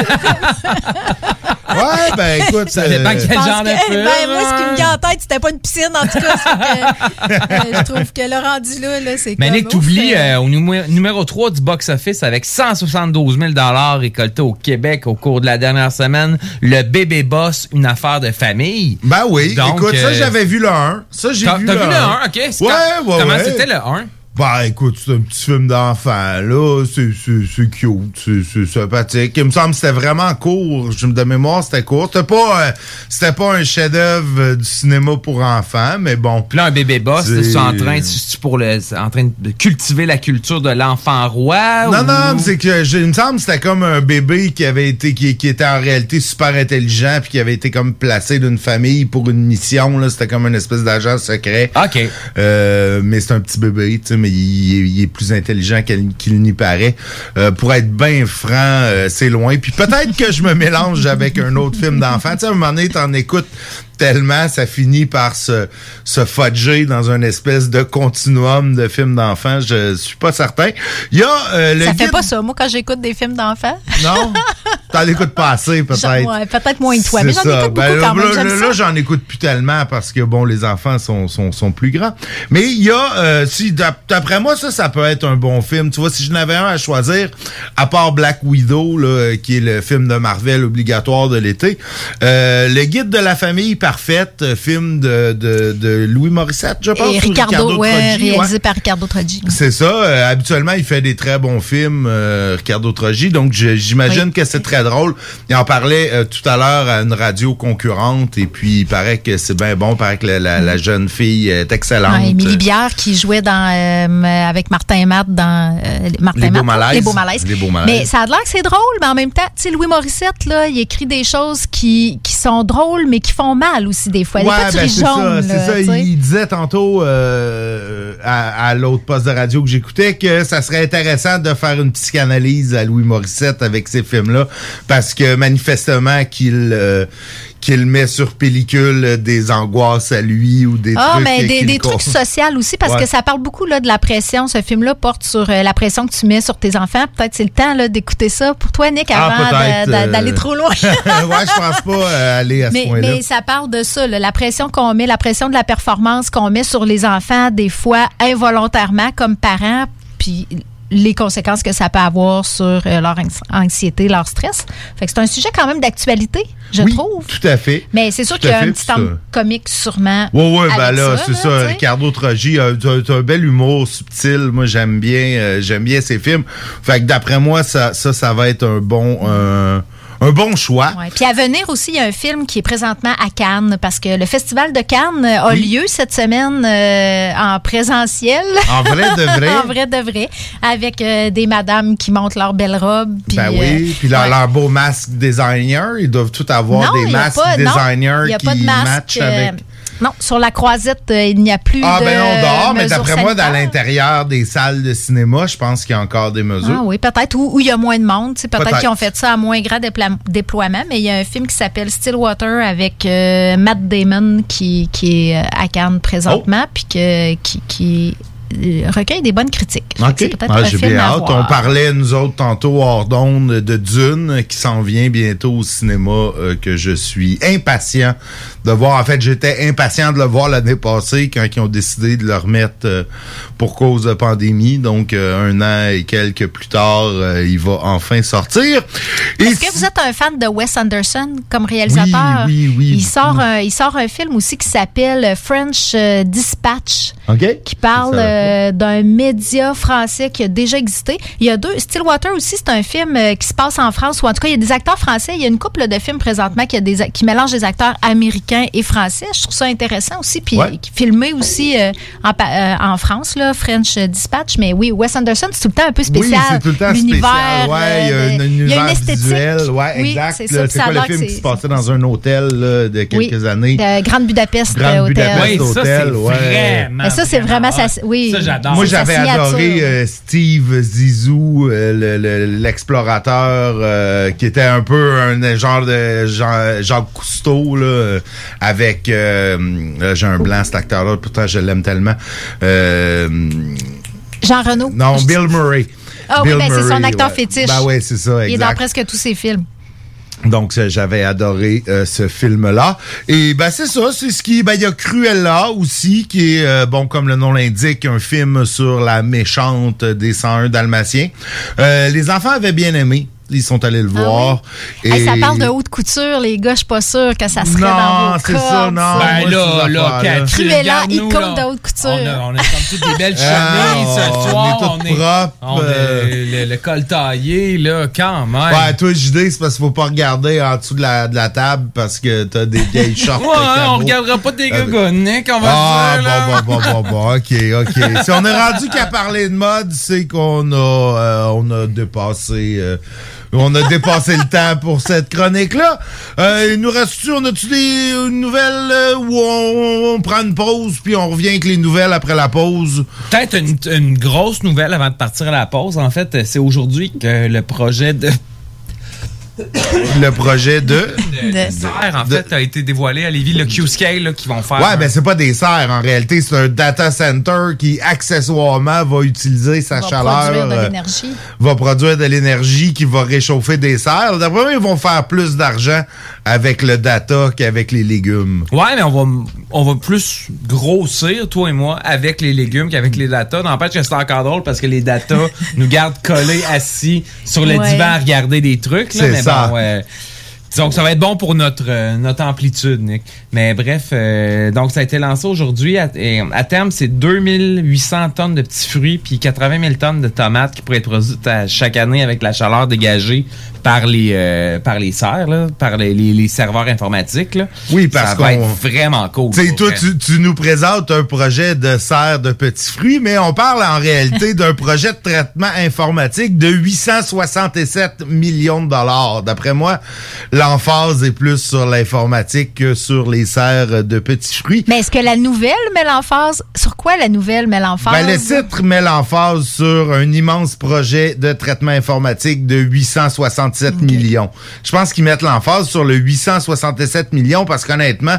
Ouais, ben écoute, ça dépend quel genre que, de film. Ben, moi, ce qui me vient en tête, c'était pas une piscine, en tout cas. Que, euh, je trouve que le rendu là, là c'est Mais comme... Nick, t'oublies euh, au numé- numéro trois du box-office avec cent soixante-douze mille récoltés au Québec au cours de la dernière semaine, le Bébé Boss, une affaire de famille. Ben oui, Donc, écoute, ça, euh, j'avais vu le un. Ça, j'ai T'as, vu t'as le vu un. le un, OK. C'est Ouais, quand- ouais, Comment ouais. c'était le un? Ben, écoute, c'est un petit film d'enfant, là. C'est, c'est, c'est cute, c'est, c'est sympathique. Il me semble que c'était vraiment court. Je me de mémoire, c'était court. C'était pas, euh, c'était pas un chef-d'œuvre euh, du cinéma pour enfants, mais bon. Puis là, un Bébé Boss, c'est... c'est en train, c'est pour le, c'est en train de cultiver la culture de l'enfant roi? Non, ou... non, mais c'est que, je- il me semble que c'était comme un bébé qui avait été, qui, qui était en réalité super intelligent puis qui avait été comme placé d'une famille pour une mission, là. C'était comme une espèce d'agent secret. OK. Euh, mais c'est un petit bébé, tu sais, mais il, est- il est plus intelligent qu'il, qu'il n'y paraît. Euh, pour être bien franc, euh, c'est loin. Puis peut-être que je me mélange avec un autre film d'enfant. Tu sais, à un moment donné, t'en écoutes tellement, ça finit par se, se fudger dans une espèce de continuum de films d'enfants. Je suis pas certain. Il y a euh, le Ça guide... fait pas ça, moi, quand j'écoute des films d'enfants. Non? T'en écoutes pas assez, peut-être. Genre, ouais, peut-être moins que toi, mais j'en C'est ça. écoute beaucoup Ben, quand là, même. J'aime là, ça. là, j'en écoute plus tellement parce que, bon, les enfants sont, sont, sont plus grands. Mais il y a, euh, si, d'ap- d'après moi, ça, ça peut être un bon film. Tu vois, si je n'avais un à choisir, à part Black Widow, là, qui est le film de Marvel obligatoire de l'été, euh, Le Guide de la famille parfaite, film de, de, de Louis Morissette, je pense. Et ou Ricardo, ouais, Troggi, réalisé ouais. par Ricardo Troggi. C'est ça. Euh, habituellement, il fait des très bons films, euh, Ricardo Troggi. Donc, je- j'imagine Oui. que c'est très drôle. Il en parlait euh, tout à l'heure à une radio concurrente. Et puis, il paraît que c'est bien bon. Il paraît que la, la, la jeune fille est excellente. Ouais, Émilie Bière qui jouait dans, euh, avec Martin et Matt dans euh, Martin Les et Beaux Matt, Malaises. Les Beaux Malaises. Les Beaux Malaises. Mais ça a l'air que c'est drôle, mais en même temps, tu sais, Louis Morissette, là, il écrit des choses qui, qui sont drôles, mais qui font mal aussi des fois. Des Ouais, fois, tu ben ris c'est jaune, ça, c'est là, ça. tu sais. Il disait tantôt euh, à, à l'autre poste de radio que j'écoutais que ça serait intéressant de faire une psychanalyse à Louis Morissette avec ces films-là, parce que manifestement qu'il euh, qu'il met sur pellicule des angoisses à lui ou des Ah, trucs. mais des, qu'il des co- trucs sociaux aussi, parce Ouais. que ça parle beaucoup là, de la pression. Ce film-là porte sur euh, la pression que tu mets sur tes enfants. Peut-être c'est le temps là, d'écouter ça pour toi, Nick, Ah, avant peut-être, de- de- euh, d'aller trop loin. ouais, je pense pas euh, aller à ce mais, point-là. mais ça parle de ça, là, la pression qu'on met, la pression de la performance qu'on met sur les enfants, des fois involontairement comme parents, puis les conséquences que ça peut avoir sur euh, leur anx- anxiété, leur stress. Fait que c'est un sujet quand même d'actualité, je Oui, trouve. tout à fait. Mais c'est sûr Tout qu'il y à a fait, un petit puis temps ça- comique sûrement. Ouais, ouais, ben avec là, ça, c'est là, ça. tu sais. Ricardo Troggi a, a- a un bel humour subtil. Moi, j'aime bien, euh, j'aime bien ses films. Fait que d'après moi, ça, ça, ça va être un bon, euh, un bon choix. Ouais. Puis à venir aussi, il y a un film qui est présentement à Cannes, parce que le Festival de Cannes a Oui. lieu cette semaine euh, en présentiel. En vrai de vrai. en vrai de vrai. Avec euh, des madames qui montent leurs belles robes. Puis, Ben oui, euh, puis leur, ouais. leur beau masque designer, ils doivent tous avoir Non, des il y a masques pas- non, designers il y a qui pas de masque, matchent euh, avec... Non, sur la croisette, euh, il n'y a plus Ah de ben non, dehors, mais mesures d'après moi, dans sanitaires. l'intérieur des salles de cinéma, je pense qu'il y a encore des mesures. Ah oui, peut-être. Ou où il y a moins de monde. tu sais, Peut-être Peut-être. qu'ils ont fait ça à moins grand dépla- déploiement. Mais il y a un film qui s'appelle Stillwater avec euh, Matt Damon qui, qui est euh, à Cannes présentement puis que, qui, qui euh, recueille des bonnes critiques. Fait que OK. c'est peut-être Ah, un j'ai film bien à hâte. voir. On parlait, nous autres, tantôt hors d'onde de Dune qui s'en vient bientôt au cinéma, euh, que je suis impatient de voir. En fait, j'étais impatient de le voir l'année passée quand ils ont décidé de le remettre euh, pour cause de pandémie. Donc, euh, un an et quelques plus tard, euh, il va enfin sortir. Et Est-ce que vous êtes un fan de Wes Anderson comme réalisateur? Oui, oui, oui. Il sort, un, il sort un film aussi qui s'appelle French euh, Dispatch. OK. Qui parle Ça, euh, d'un média français qui a déjà existé. Il y a deux. Stillwater aussi, c'est un film euh, qui se passe en France, ou en tout cas, il y a des acteurs français. Il y a une couple de films présentement qui, a des, qui mélangent des acteurs américains et français. Je trouve ça intéressant aussi. Puis Ouais. filmé aussi euh, en, pa- euh, en France, là, French Dispatch. Mais oui, Wes Anderson, c'est tout le temps un peu spécial. Oui, c'est tout le temps L'univers, spécial. Ouais, il y a euh, un de- univers il y a une esthétique. visuel. Ouais, Oui, exact. c'est Là, ça. C'est Ça a quoi le l'air film que qui se c'est- passait dans un hôtel là, de quelques oui, années? de Grande Budapest Grande euh, Hôtel. Budapest Oui, ça, Hôtel, c'est ouais. vraiment, Mais ça, c'est vraiment sa, oui, Ça, j'adore. Moi, c'est sa j'avais signature. adoré euh, Steve Zissou, euh, le- le- l'explorateur, euh, qui était un peu un genre de Jean, Jacques Cousteau, là, euh, avec... euh, là, j'ai un blanc, cet acteur-là, pourtant je l'aime tellement. Euh, Jean Renaud. non, Bill Murray. Ah Bill oui, ben, c'est son Murray, acteur ouais. fétiche. Ben oui, c'est ça, exact. Il est dans presque tous ses films. Donc, j'avais adoré euh, ce film-là. Et ben c'est ça, c'est ce qui... Ben, il y a Cruella aussi, qui est, euh, bon, comme le nom l'indique, un film sur la méchante des cent un Dalmatiens. Euh, les enfants avaient bien aimé. Ils sont allés le voir. Ah oui? Hey, ça parle de haute couture, les gars. Je suis pas sûre que ça serait non, dans vos c'est cordes. ça, non. Ben là, là, Cathy, Cruella, regarde-nous, icône là. de haute couture. On a, on a comme toutes des belles chemises Ah, ce soir. on est toutes propres. On a le, le col taillé, là, quand même. Ouais, toi, J D, c'est parce qu'il faut pas regarder en dessous de la, de la table parce que t'as des vieilles shorts. Ouais, on regardera pas tes gagons, Nick, on va ah, se dire, là. bon, bon, bon, bon, bon, ok, ok. Si on est rendu qu'à parler de mode, c'est qu'on a, euh, on a dépassé, euh, on a dépassé le temps pour cette chronique-là. Euh, il nous reste-tu, on a-tu des nouvelles euh, où on, on prend une pause puis on revient avec les nouvelles après la pause? Peut-être une, une grosse nouvelle avant de partir à la pause. En fait, c'est aujourd'hui que le projet de... Le projet de... de, de serre, en de, fait, a été dévoilé à Lévis, le Q-Scale, là, qui vont faire... Ouais, un... ben c'est pas des serres, en réalité. C'est un data center qui, accessoirement, va utiliser sa va chaleur... produire de euh, l'énergie. va produire de l'énergie qui va réchauffer des serres. D'après moi, ils vont faire plus d'argent avec le data qu'avec les légumes. Ouais, mais on va, on va plus grossir, toi et moi, avec les légumes qu'avec les data. N'empêche que c'est encore drôle parce que les data nous gardent collés assis sur le Ouais. divan à regarder des trucs. Là, C'est mais ça. bon, ouais. Donc, ça va être bon pour notre, euh, notre amplitude, Nick. Mais bref, euh, donc ça a été lancé aujourd'hui. À, et à terme, c'est deux mille huit cents tonnes de petits fruits puis quatre-vingt mille tonnes de tomates qui pourraient être produites à chaque année avec la chaleur dégagée par les euh, par les serres, là, par les, les, les serveurs informatiques. Là. Oui, parce ça qu'on... va être vraiment cool. Tu sais, pour toi, vrai. tu, tu nous présentes un projet de serre de petits fruits, mais on parle en réalité d'un projet de traitement informatique de huit cent soixante-sept millions de dollars. D'après moi, l'emphase est plus sur l'informatique que sur les serres de petits fruits. Mais est-ce que la nouvelle met l'emphase? Sur quoi la nouvelle met l'emphase? Ben, le titre met l'emphase sur un immense projet de traitement informatique de huit cent soixante-sept okay. millions. Je pense qu'ils mettent l'emphase sur le huit cent soixante-sept millions parce qu'honnêtement,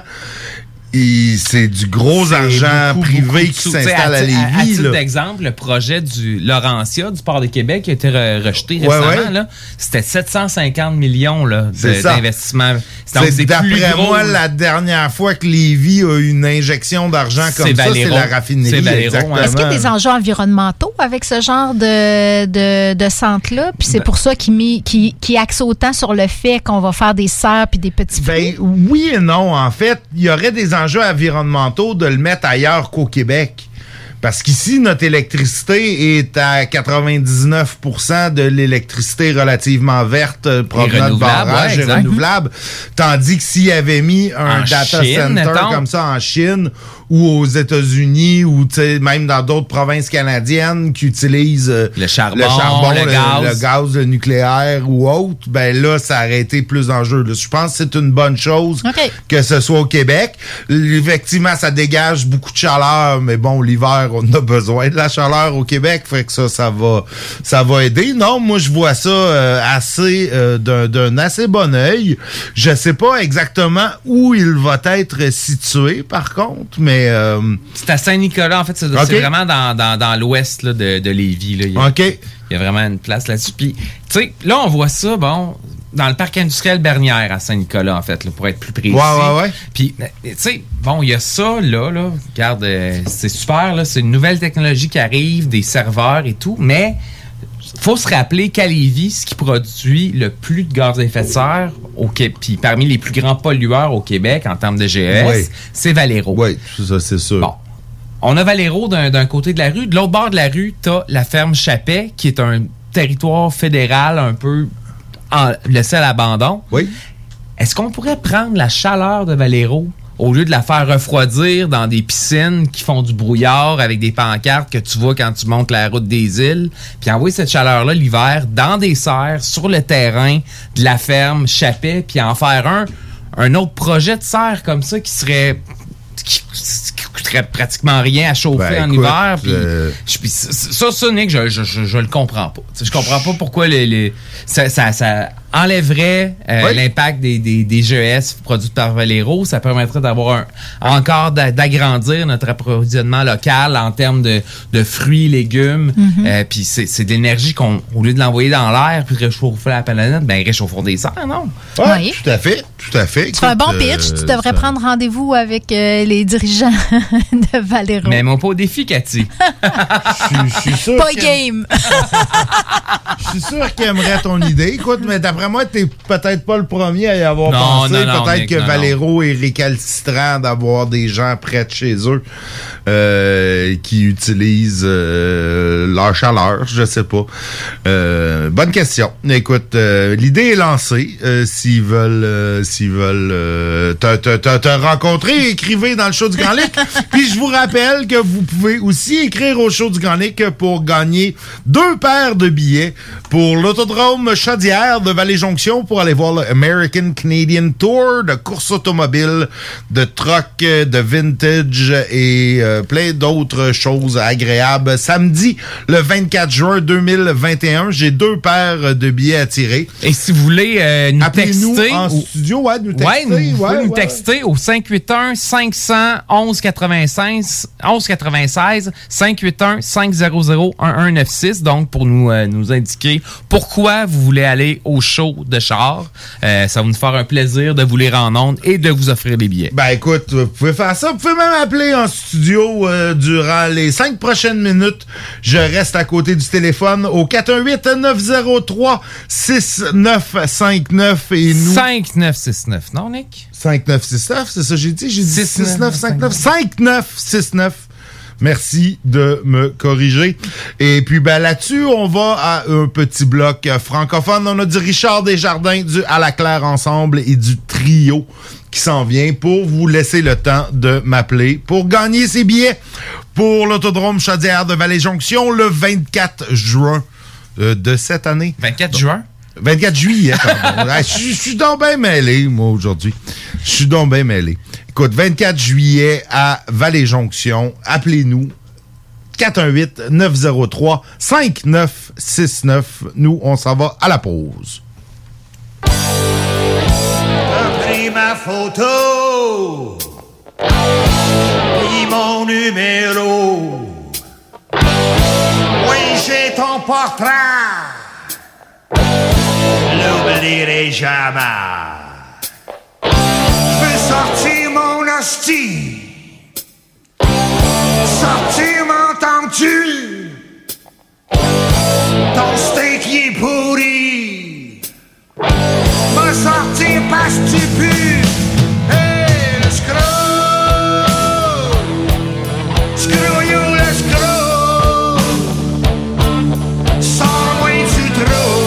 Et c'est du gros c'est argent beaucoup, privé beaucoup qui s'installe à, à Lévis. À, à titre d'exemple, le projet du Laurentia, du port de Québec, qui a été re- rejeté ouais, récemment, ouais. Là, c'était sept cent cinquante millions là, de, d'investissement. C'est, c'est d'après moi la dernière fois que Lévis a eu une injection d'argent comme c'est ça, Valero. C'est la raffinerie. C'est Valero, Est-ce qu'il y a des enjeux environnementaux avec ce genre de, de, de centre-là? Puis c'est ben, pour ça qu'il, mis, qu'il, qu'il axe autant sur le fait qu'on va faire des serres puis des petits fruits? Ben, oui et non. En fait, il y aurait des enjeux environnementaux de le mettre ailleurs qu'au Québec. Parce qu'ici, notre électricité est à quatre-vingt-dix-neuf pour cent de l'électricité relativement verte euh, provenant de barrages ouais, et renouvelable. Tandis que s'il avait mis un en data Chine, center mettons. Comme ça en Chine ou aux États-Unis ou même dans d'autres provinces canadiennes qui utilisent euh, le charbon, le, charbon, le, le, gaz. le gaz, le nucléaire ou autre, ben là, ça aurait été plus d'enjeux. Je pense que c'est une bonne chose okay. que ce soit au Québec. Effectivement, ça dégage beaucoup de chaleur, mais bon, l'hiver, on a besoin de la chaleur au Québec, fait que ça, ça va, ça va aider. Non, moi, je vois ça euh, assez euh, d'un, d'un assez bon œil. Je sais pas exactement où il va être situé, par contre, mais euh... c'est à Saint-Nicolas, en fait, c'est, okay. c'est vraiment dans, dans, dans l'ouest là, de, de Lévis. Là. Il y a, OK. Il y a vraiment une place là-dessus. Puis, tu sais, là, on voit ça, bon, dans le parc industriel Bernière à Saint-Nicolas, en fait, là, pour être plus précis. Ouais, ouais, ouais. Puis, tu sais, bon, il y a ça, là, là. Regarde, euh, c'est super, là. C'est une nouvelle technologie qui arrive, des serveurs et tout, mais faut se rappeler qu'à Lévis, ce qui produit le plus de gaz à effet de serre, au Québec, puis parmi les plus grands pollueurs au Québec en termes de G E S, oui. c'est Valero. Oui, ça, c'est sûr. Bon. On a Valero d'un, d'un côté de la rue. De l'autre bord de la rue, t'as la ferme Chappet, qui est un territoire fédéral un peu en, laissé à l'abandon. Oui. Est-ce qu'on pourrait prendre la chaleur de Valero au lieu de la faire refroidir dans des piscines qui font du brouillard avec des pancartes que tu vois quand tu montes la route des îles, puis envoyer cette chaleur-là l'hiver dans des serres, sur le terrain de la ferme Chappet, puis en faire un, un autre projet de serre comme ça qui serait... qui qui coûterait pratiquement rien à chauffer Ben, en écoute, hiver. Puis, euh, je- puis ça, ça, Nick, je, je, je, je le comprends pas. T'sais, je comprends pas pourquoi les, les, ça, ça, ça enlèverait euh, Oui. l'impact des, des, des G E S produits par Valero. Ça permettrait d'avoir un, encore d'a- d'agrandir notre approvisionnement local en termes de, de fruits, légumes. Mhm. Euh, puis c'est, c'est de l'énergie qu'on, au lieu de l'envoyer dans l'air puis de réchauffer la planète, ben réchauffons des serres, non? Ouais, Oui. tout à fait, tout à fait. Tu fais un bon Écoute, pitch. euh, Tu devrais ça- prendre rendez-vous avec euh, les dirigeants de Valero. Mais mon pas au défi, Cathy. Je je suis sûr. Pas que- game. Je suis sûr qu'il aimerait ton idée. Écoute, mais d'après moi, t'es peut-être pas le premier à y avoir Non, pensé. non, non, peut-être Nick, que non, Valero est récalcitrant d'avoir des gens près de chez eux euh, qui utilisent euh, leur chaleur. Je sais pas. Euh, bonne question. Écoute, euh, l'idée est lancée. Euh, s'ils veulent, euh, s'ils veulent euh, te, te, te, te rencontrer, écrivez dans le show du Grand Lick. Puis je vous rappelle que vous pouvez aussi écrire au show du Grand Lick pour gagner deux paires de billets pour l'autodrome Chaudière de Vallée-Jonction pour aller voir le American Canadian Tour de course automobile, de truck, de vintage et euh, plein d'autres choses agréables. Samedi, le vingt-quatre juin deux mille vingt et un, j'ai deux paires de billets à tirer. Et si vous voulez euh, nous Appelez-nous texter... en ou- studio, ouais, nous texter. Ouais, nous, vous pouvez ouais, nous ouais. texter au cinq huit un cinq cents onze quatre-vingt-seize onze quatre-vingt-seize cinq huit un cinq zéro zéro un un neuf six donc pour nous euh, nous indiquer pourquoi vous voulez aller au show de char. Euh, ça va nous faire un plaisir de vous lire en ondes et de vous offrir des billets. Ben écoute, vous pouvez faire ça. Vous pouvez même appeler en studio euh, durant les cinq prochaines minutes. Je reste à côté du téléphone au quatre un huit neuf zéro trois six neuf cinq neuf et nous... cinq neuf six neuf, non Nick? cinq neuf six neuf, c'est ça que j'ai dit? J'ai dit six six neuf cinq neuf. cinq neuf six neuf. Merci de me corriger. Et puis, ben là-dessus, on va à un petit bloc euh, francophone. On a du Richard Desjardins, du À la Claire Ensemble et du Trio qui s'en vient pour vous laisser le temps de m'appeler pour gagner ces billets pour l'autodrome Chaudière de Vallée-Jonction le vingt-quatre juin euh, de cette année. vingt-quatre juin? vingt-quatre juillet, pardon. Ah, Je je suis donc bien mêlé, moi, aujourd'hui. Je suis donc bien mêlé. Écoute, vingt-quatre juillet à Vallée-Jonction. Appelez-nous. quatre un huit neuf zéro trois cinq neuf six neuf. Nous, on s'en va à la pause. T'as pris ma photo, pris mon numéro. Oui, j'ai ton portrait. L'oublierai jamais. Je veux sortir mon hostie. Sortir, m'entends-tu? Ton steak y est pourri. Va sortir parce que tu pues. Hey, le scroll. Scroll, yo, le scroll. Sors-moi du trou.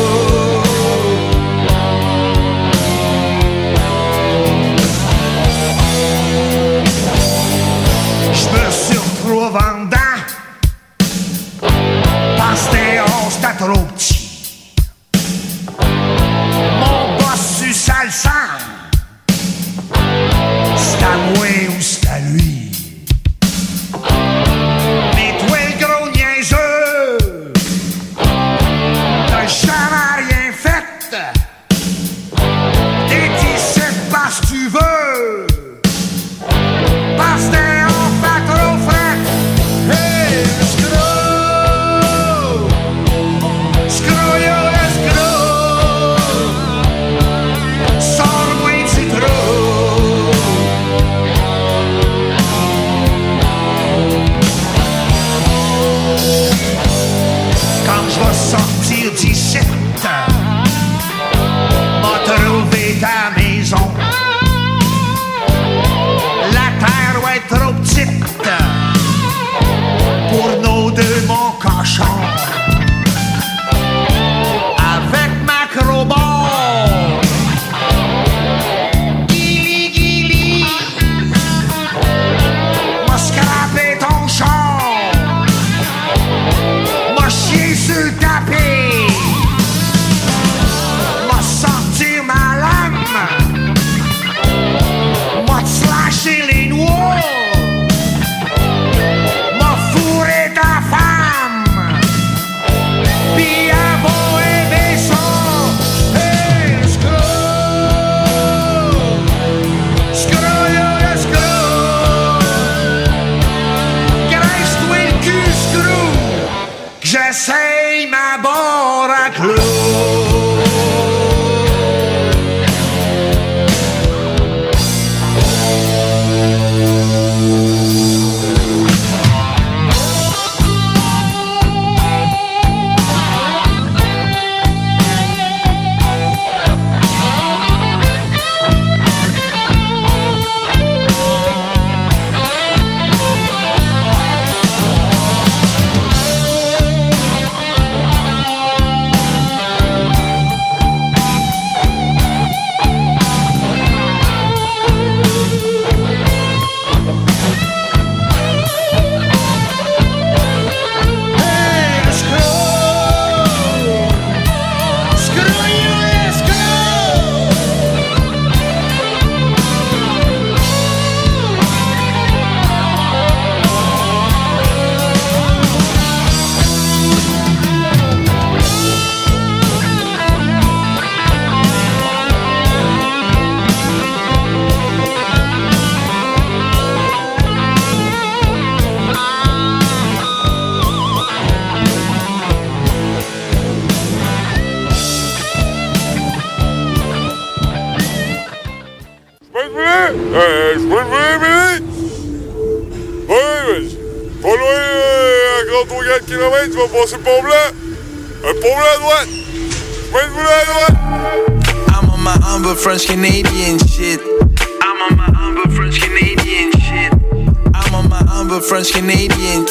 rentres au quatre kilomètres, tu vas passer le pont blanc. Un pont blanc à droite. Chemin de boulot à droite. I'm on my humble French Canadian shit. I'm on my humble French Canadian shit. I'm on my humble French Canadian.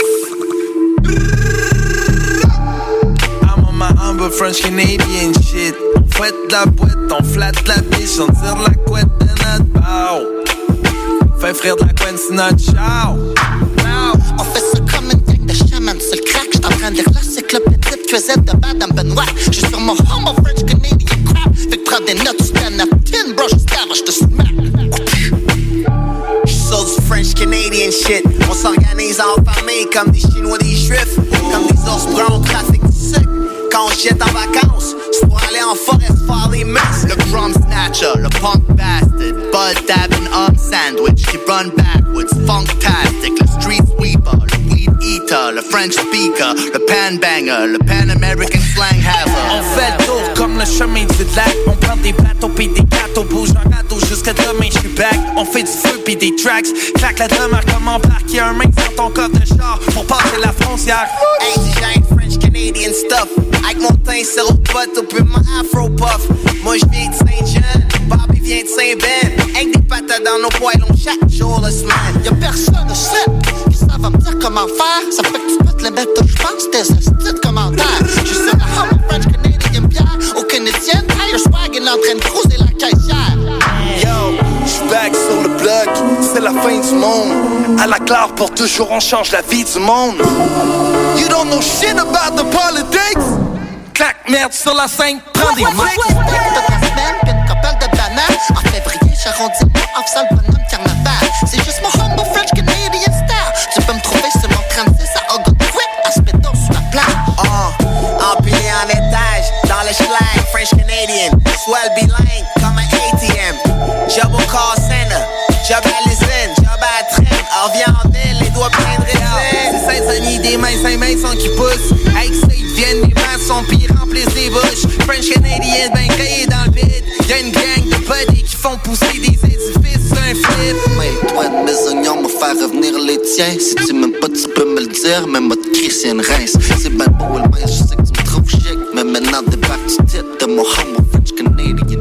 I'm on my humble French Canadian shit. On fouette la boîte, on flatte la biche, on tire la couette de notre barre. Fait frire de la couenne, c'est notre char. On fait ça comme une gang de chamans sur le crack. J'suis en train de lire l'encyclopédie de cuisine de Madame Benoît. J'suis sur mon humble French Canadian crap. Fait que prends des notes, tu t'en tin, bro, j't'avais, j'te smack. J'suis sur du French Canadian shit. On s'organise en famille comme des Chinois, des Juifs. Comme des ours bruns, trafic du sucre. Quand on jette en vacances, c'est pour aller en forêt faire les mess. Le drum snatcher, le punk bastard, bud dabbing um sandwich qui run backwards, funktastic, le street sweeper, le weed eater, le French speaker, le pan banger, le pan American slang haver. On fait le tour comme le chemin du lac. On prend des bateaux pis des gâteaux, bouge en radeau jusqu'à demain, j'suis back. On fait du feu pis des tracks, claque la demeure comme en parc. Y'a un mec dans ton coffre de char pour passer la frontière. Indigène French Canadian stuff. Avec mon teint sirop de pote puis mon afro puff. Moi j'viens de Saint-Jean, Bobby vient de Saint-Ben. Avec des patates dans nos poêlons chaque jour la semaine. Y'a personne au set qui ça va me dire comment faire. Ça fait que tu peux te les mettre où j'pense tes astuces de commentaires. J'suis sur la humble French Canadian bière. Aucune étienne, higher swag est en train de cruiser la caissière. Yo, j'suis back sur le bloc, c'est la fin du monde. À la claire pour toujours, on change la vie du monde. You don't know shit about the politics. Clac, merde sur la scène, prends des mics. Toute la semaine, pis une couple de bananes. En février, j'arrondis le mois, off ça le bonhomme carnaval. C'est juste mon humble French Canadian style. Tu peux me trouver sur mon trente-six à Ogo Quick, à Spédon sur la plage. Oh, empilé en étage, dans le schlag, French Canadian. Swell bilingue, comme un A T M. Job au call center, job à l'usine, job à la traîne. On revient en ville, les doigts pleins de résine. C'est Saint-Denis, des mains, cinq mains sont qui poussent. Avec ça, ils viennent des maçons pis remplissent des bouches. French Canadian, ben créé dans le vide. Y'a une gang de buddies qui font pousser des édifices sur un flip. Mais toi de mes oignons, me faire revenir les tiens. Si tu m'aimes pas, tu peux me le dire, mais moi de Christian Reims. C'est ben beau le mince, je sais que tu me trouves chic. Mais maintenant débarque du titre de mon humble French Canadian dick.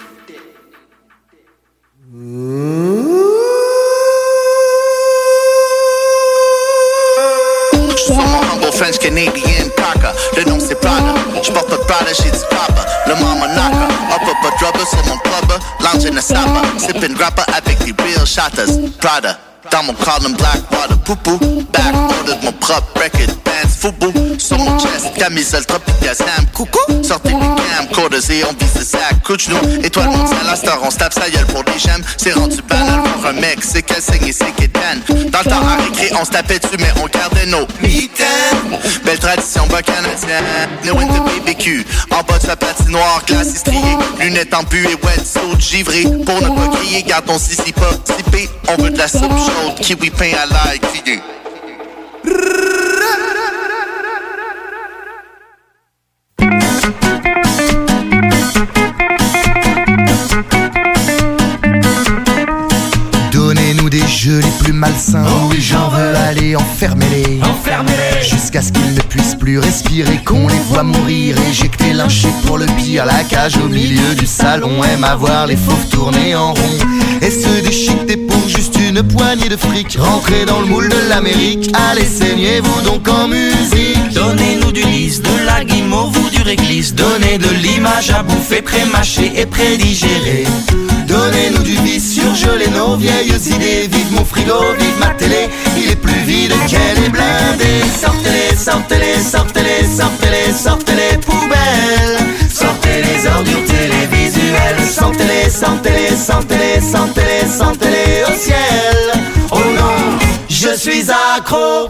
French Canadian Parker, le nom c'est Prada. J'porte pas de Prada, j'ai du papa. Le mama knocker, up up a drubber sur mon clubber. Lounge in the summer, sippin' grappa avec des real shotters. Prada, dans mon column Blackwater, poupou. Back ordered mon propre record, bands foubou. Sur mon chest, camisole tropical Sam, coucou. Sortez les camcorders et on vise le sac, couche-nous. Étoile mondiale, à star, on se tape sa gueule pour des gemmes. C'est rendu banal pour un mec, c'est qu'elle saigne et c'est qu'elle tanne. Dans le temps à récré, on se tapait dessus, mais on gardait nos mitaines. Belle tradition bas canadienne, le win de B B Q. En bas de sa patinoire, glace striée. Lunettes en bu et wetsuit givré. Pour ne pas crier, garde ton sissi pas sippé. On veut de la soupe chaude, kiwi pain à l'ail grillé. Donnez-nous des jeux les plus malsains. Oh oui, j'en veux. Allez, enfermez-les. Enfermez-les. Jusqu'à ce qu'ils ne puissent plus respirer, qu'on les voit mourir, éjectés, lynchés pour le pire. La cage au milieu du salon aime à voir les fauves tourner en rond et se déchiqueter pour juste une poignée de fric. Rentrez dans le moule de l'Amérique. Allez, saignez-vous donc en musique. Donnez-nous du lys, de la guimauve ou du réglisse. Donnez de l'image à bouffer, pré-mâché et pré-digéré. Donnez-nous du vice, surgelez nos vieilles idées. Vive mon frigo, vive ma télé. Il est plus vide qu'elle est blindée. Sortez-les, sortez-les, sortez-les, sortez-les, sortez les poubelles. Sortez les ordures télévisuelles. Sentez-les, sentez-les, sentez-les, sentez-les, sentez-les au ciel. Oh non, je suis accro.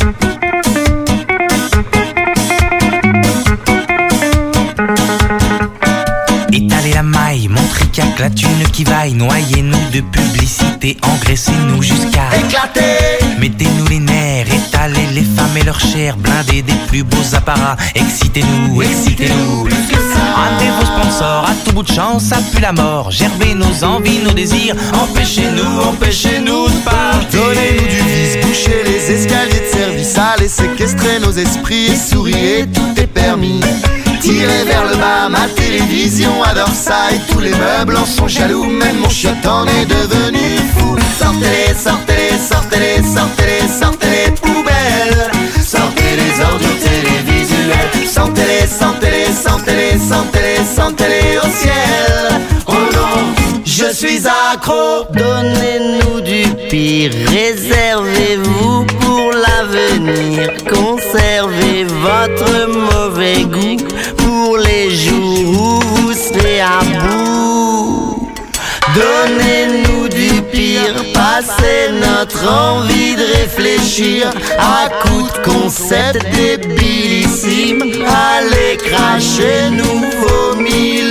Étalez la maille, montrez qu'ac la thune qui vaille. Noyez-nous de publicité, engraissez-nous jusqu'à éclater. Mettez-nous les nerfs, étalez les femmes et leurs chairs. Blindez des plus beaux apparats, excitez-nous, excitez-nous. Ramenez vos sponsors à tout bout de champ, ça pue la mort. Gerbez nos envies, nos désirs, empêchez-nous, empêchez-nous de partir. Donnez-nous du vice, bouchez les escaliers de service. sale et séquestrer nos esprits et sourire, tout est permis. Tirer vers le bas, ma télévision adore ça et tous les meubles en sont jaloux, même mon chiotte en est devenu fou. Sortez-les, sortez-les, sortez-les, sortez-les, sortez-les poubelles. Sortez les ordures télévisuelles. Sentez-les, sentez-les, sentez-les, sentez-les, sentez-les au ciel. Oh non, je suis accro. Donnez-nous du pire, réservez-vous pour l'avenir. Conservez votre mauvais goût pour les jours où vous serez à bout. Donnez-nous du pire, passez notre envie de réfléchir à coups de concepts débilissimes. Allez cracher nouveau millésime.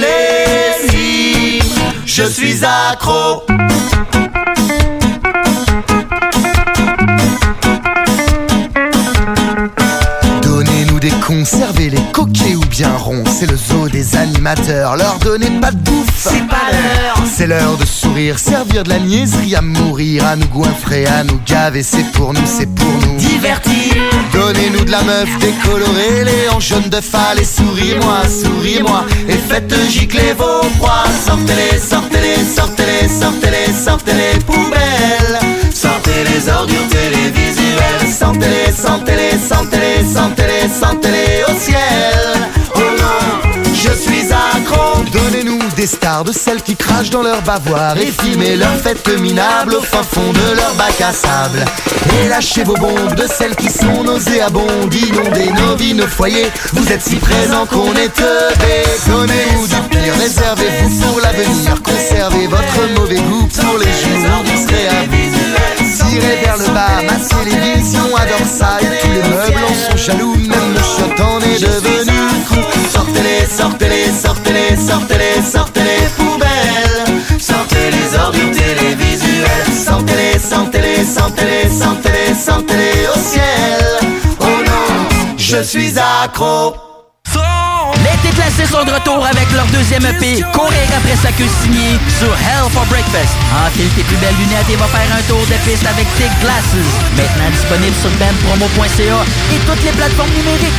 Je suis accro. Donnez-nous des conservez-les coquets ou bien ronds. C'est le zoo des animateurs. Leur donnez pas de bouffe, c'est pas l'heure. C'est l'heure de sourire, servir de la niaiserie à mourir, à nous goinfrer, à nous gaver. C'est pour nous, c'est pour nous divertir. Donnez-nous de la meuf décolorée, les hanches jaunes de phallus. Souris-moi, souris-moi et faites gicler vos proies. Sortez-les, sortez-les, sortez-les, sortez-les, sortez-les poubelles. Sortez les ordures télévisuelles. Sentez-les, sentez-les, sentez-les, sentez-les, sentez-les au ciel. Oh non, je suis accro. Donnez-nous des stars, de celles qui crachent dans leur bavoir et filmez leurs fêtes minables au fin fond de leur bac à sable. Et lâchez vos bombes, de celles qui sont nauséabondes, inondez nos vies, nos foyers. Vous êtes si présents qu'on est teubés. Donnez-nous du pire, réservez-vous pour l'avenir. Conservez votre mauvais goût pour les jours où vous serez à vie. Tirez vers le bas, ma télévision adore ça et tous les meubles en sont jaloux, même le chiotte en est devenu fou. Sortez-les, sortez-les, sortez-les, sortez-les, sortez-les poubelles. Sortez les ordures télévisuelles. Sentez-les, sentez-les, sentez-les, sentez-les, sentez-les au ciel. Oh non, je suis accro. Les Déclassés sont de retour avec leur deuxième E P, Courir après sa queue signée sur Hell for Breakfast. Enfile tes plus belles lunettes et va faire un tour de piste avec Thick Glasses. Maintenant disponible sur ben promo point c a et toutes les plateformes numériques.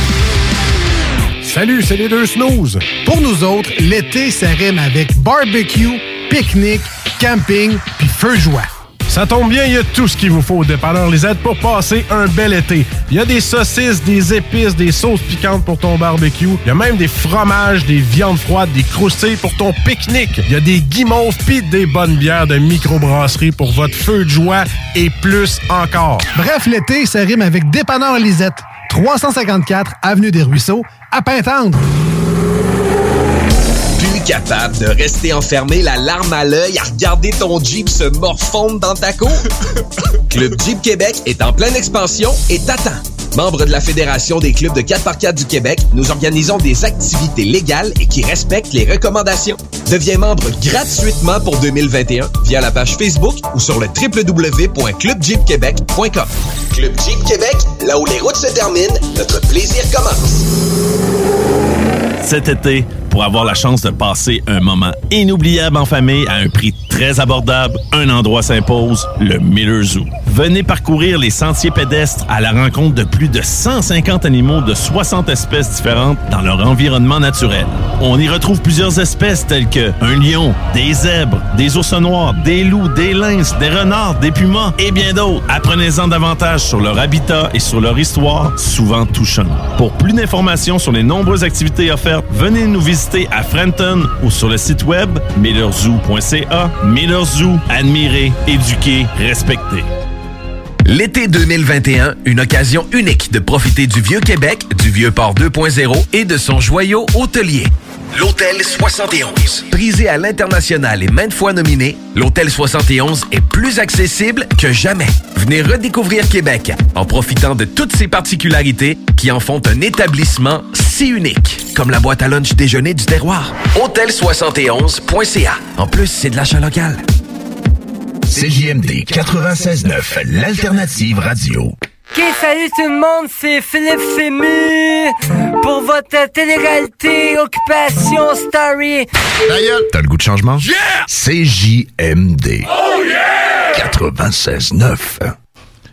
Salut, c'est les deux snooze. Pour nous autres, l'été, ça rime avec barbecue, pique-nique, camping puis feu de joie. Ça tombe bien, il y a tout ce qu'il vous faut au dépanneur Lisette pour passer un bel été. Il y a des saucisses, des épices, des sauces piquantes pour ton barbecue. Il y a même des fromages, des viandes froides, des croustilles pour ton pique-nique. Il y a des guimauves pis des bonnes bières de microbrasserie pour votre feu de joie et plus encore. Bref, l'été, ça rime avec dépanneur Lisette. trois cent cinquante-quatre Avenue des Ruisseaux, à Pintendre. Plus capable de rester enfermé la larme à l'œil à regarder ton Jeep se morfondre dans ta cour? Club Jeep Québec est en pleine expansion et t'attend. Membre de la Fédération des clubs de quatre par quatre du Québec, nous organisons des activités légales et qui respectent les recommandations. Deviens membre gratuitement pour deux mille vingt et un via la page Facebook ou sur le w w w point club jeep québec point com. Club Jeep Québec, là où les routes se terminent, notre plaisir commence. Cet été, pour avoir la chance de passer un moment inoubliable en famille à un prix très abordable, un endroit s'impose, le Miller Zoo. Venez parcourir les sentiers pédestres à la rencontre de plus de cent cinquante animaux de soixante espèces différentes dans leur environnement naturel. On y retrouve plusieurs espèces telles que un lion, des zèbres, des ours noirs, des loups, des lynx, des renards, des pumas et bien d'autres. Apprenez-en davantage sur leur habitat et sur leur histoire, souvent touchante. Pour plus d'informations sur les nombreuses activités offertes, venez nous visiter à Frenton ou sur le site web miller zoo point c a. Miller Zoo, admirer, éduquer, respecter. L'été deux mille vingt et un, une occasion unique de profiter du Vieux-Québec, du Vieux-Port deux point zéro et de son joyau hôtelier. L'Hôtel soixante et onze. Prisé à l'international et maintes fois nominé, l'Hôtel soixante et onze est plus accessible que jamais. Venez redécouvrir Québec en profitant de toutes ses particularités qui en font un établissement si unique, comme la boîte à lunch déjeuner du terroir. hôtel soixante et onze point c a. En plus, c'est de l'achat local. C J M D quatre-vingt-seize neuf, l'alternative radio. Ok, salut tout le monde, c'est Philippe Fému pour votre télé-réalité Occupation Story. D'ailleurs, t'as le goût de changement? Yeah! C J M D. Oh yeah! quatre-vingt-seize neuf.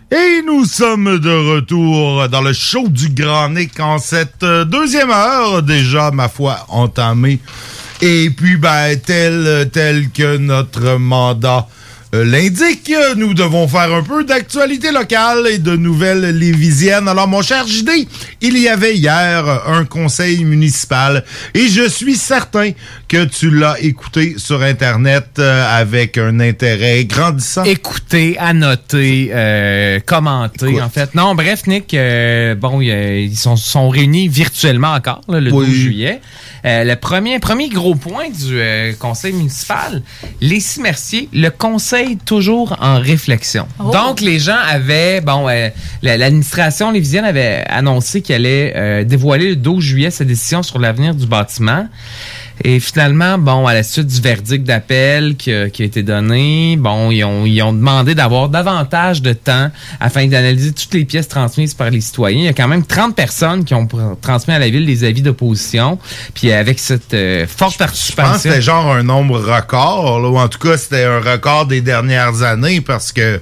Et nous sommes de retour dans le show du Grand Nick en cette deuxième heure, déjà, ma foi, entamée. Et puis, ben, tel, tel que notre mandat euh, l'indique, nous devons faire un peu d'actualité locale et de nouvelles lévisiennes. Alors, mon cher J D, il y avait hier un conseil municipal et je suis certain que tu l'as écouté sur Internet euh, avec un intérêt grandissant. Écouter, annoter, euh, commenter, Écoute. en fait. Non, bref, Nick, euh, bon, ils sont, sont réunis virtuellement encore, là, le oui. douze juillet. Euh, le premier, premier gros point du euh, conseil municipal, les Six-Merciers, le conseil toujours en réflexion. Oh. Donc, les gens avaient, bon, euh, l'administration lévisienne avait annoncé qu'elle allait euh, dévoiler le douze juillet sa décision sur l'avenir du bâtiment. Et finalement, bon, à la suite du verdict d'appel qui a, qui a été donné, bon, ils ont, ils ont demandé d'avoir davantage de temps afin d'analyser toutes les pièces transmises par les citoyens. Il y a quand même trente personnes qui ont transmis à la ville des avis d'opposition. Puis avec cette euh, forte participation... Je pense que c'était genre un nombre record, là, ou en tout cas, c'était un record des dernières années parce que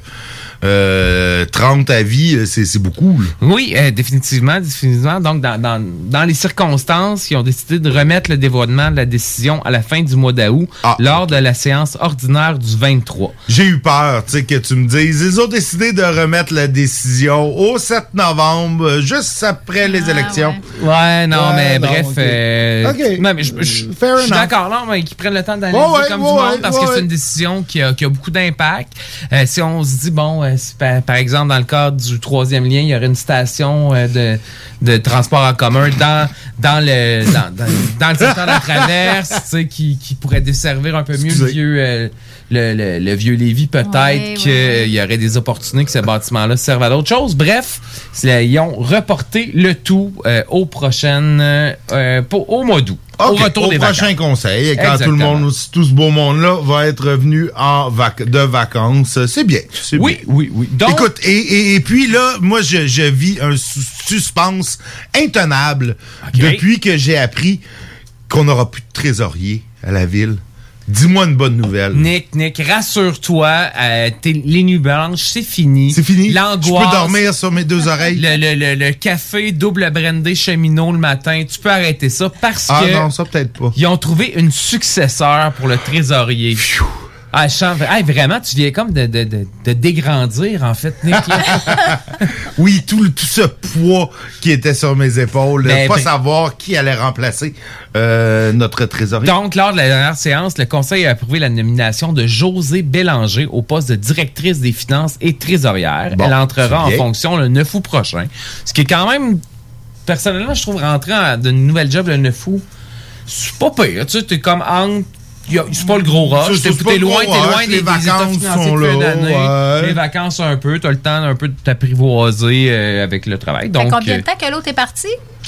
Euh, trente avis, c'est, c'est beaucoup. Là. Oui, euh, définitivement, définitivement. Donc, dans, dans, dans les circonstances, ils ont décidé de remettre le dévoilement de la décision à la fin du mois d'août, ah, lors okay. de la séance ordinaire du vingt-trois. J'ai eu peur, tu sais, que tu me dises. Ils ont décidé de remettre la décision au sept novembre, juste après les ah, élections. Ouais, ouais non, ouais, mais non, bref. Okay. Euh, okay. Non, mais je, je, je, je suis d'accord, là, mais qu'ils prennent le temps d'analyser oh, ouais, comme oh, du monde, ouais, parce oh, que ouais. c'est une décision qui a, qui a beaucoup d'impact. Euh, si on se dit, bon, euh, Par, par exemple, dans le cadre du troisième lien, il y aurait une station euh, de, de transport en commun dans, dans, le, dans, dans, dans le secteur de la Traverse, tu sais, qui, qui pourrait desservir un peu mieux le vieux, euh, le, le, le vieux Lévis. Peut-être ouais, qu'il ouais. y aurait des opportunités que ce bâtiment-là serve à d'autres choses. Bref, ils ont reporté le tout euh, aux prochaines, euh, pour, au mois d'août. Okay, au retour au des prochain vacances. Conseil, et quand Exactement. tout le monde, tout ce beau monde-là va être revenu en vac- de vacances, c'est bien. C'est oui, bien. oui, oui. Donc, écoute, et, et, et puis là, moi, je, je vis un suspense intenable okay. depuis que j'ai appris qu'on n'aura plus de trésorier à la ville. Dis-moi une bonne nouvelle. Nick, Nick, rassure-toi, euh, les nuits blanches, c'est fini. C'est fini? L'angoisse. Je peux dormir sur mes deux oreilles? Le, le, le, le café double brandé cheminot le matin, tu peux arrêter ça parce ah, que... Ah non, ça peut-être pas. Ils ont trouvé une successeur pour le trésorier. Pfiou. Ah, chante, hey, vraiment, tu viens comme de, de, de, de dégrandir, en fait, Nick. Oui, tout, tout ce poids qui était sur mes épaules, ben, pas ben, savoir qui allait remplacer euh, notre trésorier. Donc, lors de la dernière séance, le Conseil a approuvé la nomination de Josée Bélanger au poste de directrice des finances et trésorière. Bon, elle entrera en fonction le neuf août prochain. Ce qui est quand même, personnellement, je trouve, rentrer d'une nouvelle job le neuf août, c'est pas pire. Tu sais, t'es comme entre... C'est pas le gros rush. T'es, t'es loin, t'es loin des, des états financiers de fin d'année. Ouais. Les vacances un peu. T'as le temps un peu de t'apprivoiser euh, avec le travail. Donc, combien de temps que l'autre est parti?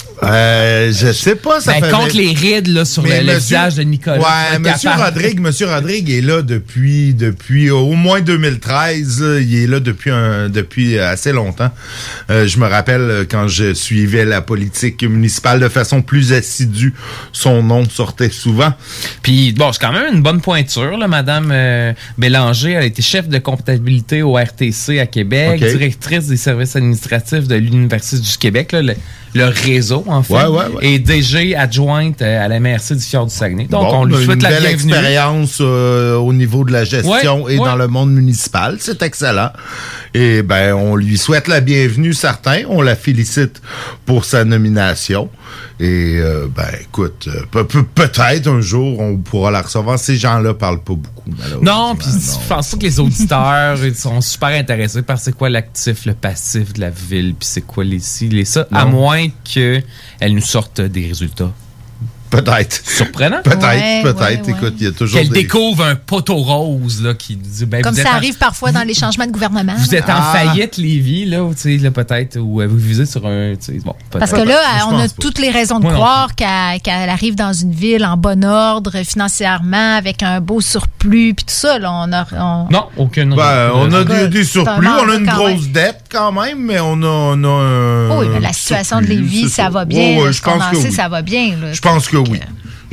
Euh, je sais pas, ça ben, fait... Contre les rides là, sur le, le visage de Nicolas. Ouais, Monsieur Rodrigue, Monsieur Rodrigue est là depuis depuis au moins deux mille treize. Là, il est là depuis un depuis assez longtemps. Euh, je me rappelle quand je suivais la politique municipale de façon plus assidue, son nom sortait souvent. Puis bon, c'est quand même une bonne pointure, là, Madame euh, Bélanger. Elle a été chef de comptabilité au R T C à Québec, okay. directrice des services administratifs de l'Université du Québec, là, le, le réseau, en fait. Ouais, ouais, ouais. Et D G adjointe à la M R C du Fjord du Saguenay. Donc, bon, on lui souhaite une la belle bienvenue. expérience euh, au niveau de la gestion ouais, et ouais. dans le monde municipal. C'est excellent. Et ben, on lui souhaite la bienvenue, certains. On la félicite pour sa nomination. Et euh, ben, écoute, pe- pe- peut-être un jour, on pourra la recevoir. Ces gens-là parlent pas beaucoup, non, puis je pense pas que les auditeurs ils sont super intéressés par c'est quoi l'actif, le passif de la ville, puis c'est quoi les ci, les ça, non. à moins qu'elles nous sortent des résultats. Peut-être. Surprenant. Peut-être, ouais, peut-être. Ouais, Écoute, il ouais. y a toujours Qu'elle des... découvre un poteau rose, là, qui dit... Ben, comme vous ça êtes arrive en... parfois dans les changements de gouvernement. Vous êtes en ah. faillite, Lévis, là, tu sais, là, peut-être, ou vous visez sur un... Bon, parce que là, on a toutes les raisons de Moi croire qu'elle, qu'elle arrive dans une ville en bon ordre, financièrement, avec un beau surplus, puis tout ça, là, on a... On... Non, aucune... Ben, on a des, des surplus, on a une grosse même. dette, quand même, mais on a... On a un oh, oui, mais la situation surplus, de Lévis, ça va bien. Oh, ouais, ce qu'on en sait, oui. ça va bien. Là, je pense que oui. Euh...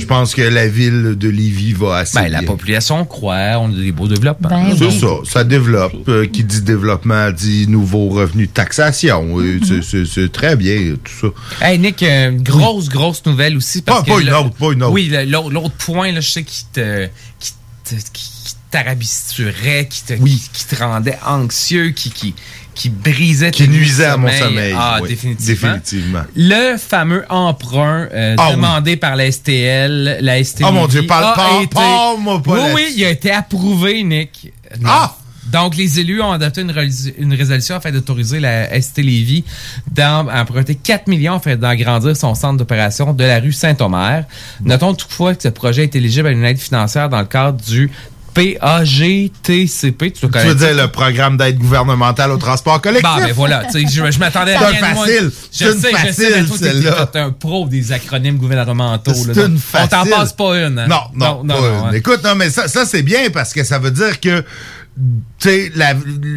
je pense que la ville de Lévis va assez Ben, bien. la population croît, on a des beaux développements. Ben c'est oui. ça, ça développe. Euh, qui dit développement dit nouveaux revenus de taxation. Et Mm-hmm. c'est- c'est, c'est très bien, tout ça. Hey Nick, euh, une grosse, grosse nouvelle aussi. Parce Pas- que pas une le- autre, pas une autre. Oui, le- l'autre, l'autre point, là, je sais qui te, qui te, qui t'arabituerait, qui te, qui, qui te rendait anxieux, qui, qui, qui brisait Qui tes nuits de nuisait à mon sommeil. Ah, oui, définitivement. définitivement. Le fameux emprunt euh, Ah oui. demandé par la S T L, la S T L. Oh mon Dieu, parle a pas, été- parle-moi pas Oui, là-dessus. oui, il a été approuvé, Nick. Ah! Donc, les élus ont adopté une, résolu- une résolution afin d'autoriser la S T Lévis d'en- à emprunter quatre millions afin d'agrandir son centre d'opération de la rue Saint-Omer. Notons toutefois que ce projet est éligible à une aide financière dans le cadre du P A G T C P. Tu, Tu veux dire le programme d'aide gouvernementale au transport collectif? Bah, ben voilà, tu sais, je, je m'attendais à C'est rien de moins. facile. Je C'est une sais, je sais, facile, mais toi, t'es- celle-là. t'es un pro des acronymes gouvernementaux. C'est là, une donc, facile. On t'en passe pas une. hein? Non, non, non, pas non, une. hein. Écoute, non, mais ça, ça c'est bien parce que ça veut dire que, tu sais, la-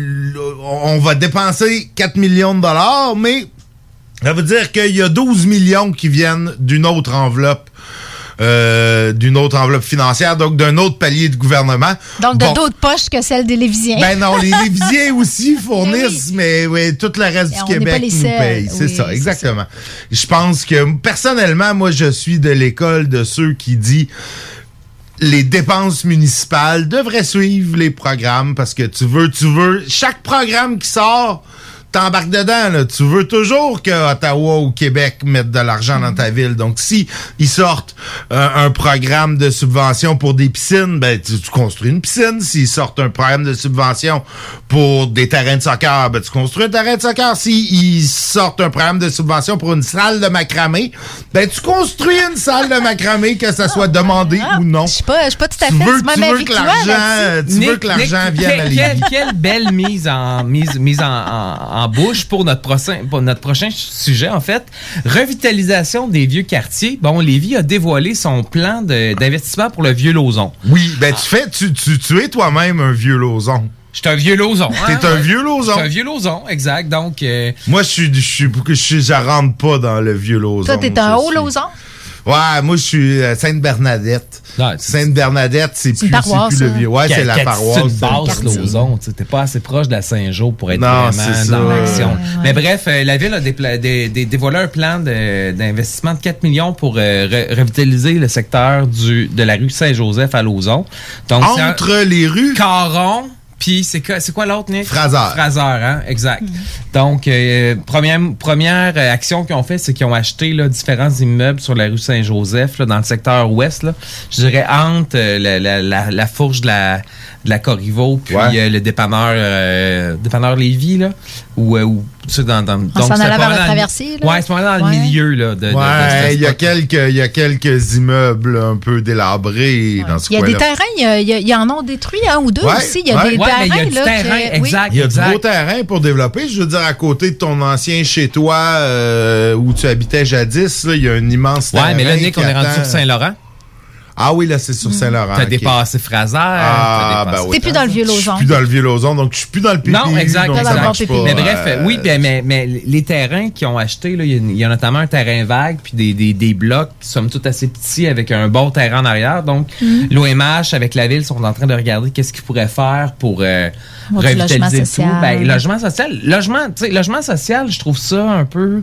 on va dépenser quatre millions de dollars, mais ça veut dire qu'il y a douze millions qui viennent d'une autre enveloppe. Euh, d'une autre enveloppe financière, donc d'un autre palier de gouvernement. Donc, de Bon. d'autres poches que celles des Lévisiens. Ben non, les Lévisiens aussi fournissent, mais oui, tout le reste Et du on n'est pas Québec les nous seuls. paye. C'est Oui, ça, c'est exactement. Je pense que, personnellement, moi, je suis de l'école de ceux qui dit les dépenses municipales devraient suivre les programmes parce que tu veux, tu veux, chaque programme qui sort, t'embarques dedans, là. Tu veux toujours que Ottawa ou Québec mettent de l'argent dans ta ville. Donc, si ils sortent euh, un programme de subvention pour des piscines, ben, tu, tu construis une piscine. S'ils sortent un programme de subvention pour des terrains de soccer, ben, tu construis un terrain de soccer. S'ils sortent un programme de subvention pour une salle de macramé, ben, tu construis une salle de macramé, que ça soit demandé ou non. Je suis pas, je suis pas tout à Tu fait veux, du même tu veux avis que que toi l'argent, là-dessus. tu veux que l'argent vienne à quelle, Lévis. quelle belle mise en mise, mise en, en, en bouche pour notre prochain pour notre prochain sujet en fait. Revitalisation des vieux quartiers. Bon, Lévis a dévoilé son plan de- d'investissement pour le vieux Lauson. Oui, ben tu fais, tu, tu, tu es toi-même un vieux Lauson. Je suis un vieux Lauson. Hein? T'es un Ouais. vieux Lauson. Je suis un vieux Lauson, exact. Donc, euh, Moi, je suis, je suis, je suis, je rentre pas dans le vieux Lauson. Toi, t'es un Je haut suis- Lauson? Ouais, moi, je suis euh, Sainte-Bernadette. Sainte-Bernadette, c'est plus, une paroisse, c'est plus le ça. vieux. Ouais, c'est la paroisse. C'est une base, Quartier. Lauson. Tu n'es pas assez proche de la Saint-Jean pour être Non, vraiment c'est dans ça. l'action. Ouais, Mais bref, euh, la ville a dépla- dé- dé- dévoilé un plan de- d'investissement de quatre millions pour euh, re- revitaliser le secteur du, de la rue Saint-Joseph à Lauson. Donc, c'est un- Entre les rues. Caron. Puis c'est quoi, c'est quoi l'autre, Nick? Fraser. Fraser, hein? Exact. Donc, euh, première, première euh, action qu'ils ont fait, c'est qu'ils ont acheté là, différents immeubles sur la rue Saint-Joseph, là, dans le secteur ouest. Là. Je dirais entre euh, la, la, la, la fourche de la, de la Corriveau puis Ouais. euh, le dépanneur, euh, dépanneur Lévis, là. Ou, euh, ou tu sais, dans, dans, donc, s'en c'est allant pas vers mal la le dans traversier, là? Ouais, c'est pas mal dans Ouais. le milieu, là. De, de- de- de Ouais, ce il y a spot. quelques, il y a quelques immeubles un peu délabrés dans ce Il y a coin-là. des terrains, il y, a- il y a- il y en ont détruit un ou deux Ouais, aussi. Il y a ouais. des Ouais, mais il y a terrains du là. terrain, que- exact. Il y a exact. du beau terrain pour développer. Je veux dire, à côté de ton ancien chez toi, euh, où tu habitais jadis, là, il y a un immense terrain. Ouais, mais là, Nick, on qui est rendu attend- sur Saint-Laurent. Ah oui, là, c'est sur Saint-Laurent. T'as ok. dépassé Fraser. Ah, t'as dépassé- ben oui. T'es plus dans le vieux Je suis Lauson. plus dans le vieux Lauson, donc je suis plus dans le P P U. Non, exact. donc Pas ça dans le marche bon pas. P P U. Mais bref, Euh, oui, ben, mais, mais les terrains qu'ils ont achetés, là, il y a- il y, a notamment un terrain vague, puis des, des, des blocs qui sont tout assez petits avec un bon terrain en arrière. Donc, Mhm. l'O M H avec la ville sont en train de regarder qu'est-ce qu'ils pourraient faire pour euh, Bon, du revitaliser logement le tout. social. Ben, logement social, logement, tu sais, logement social, je trouve ça un peu,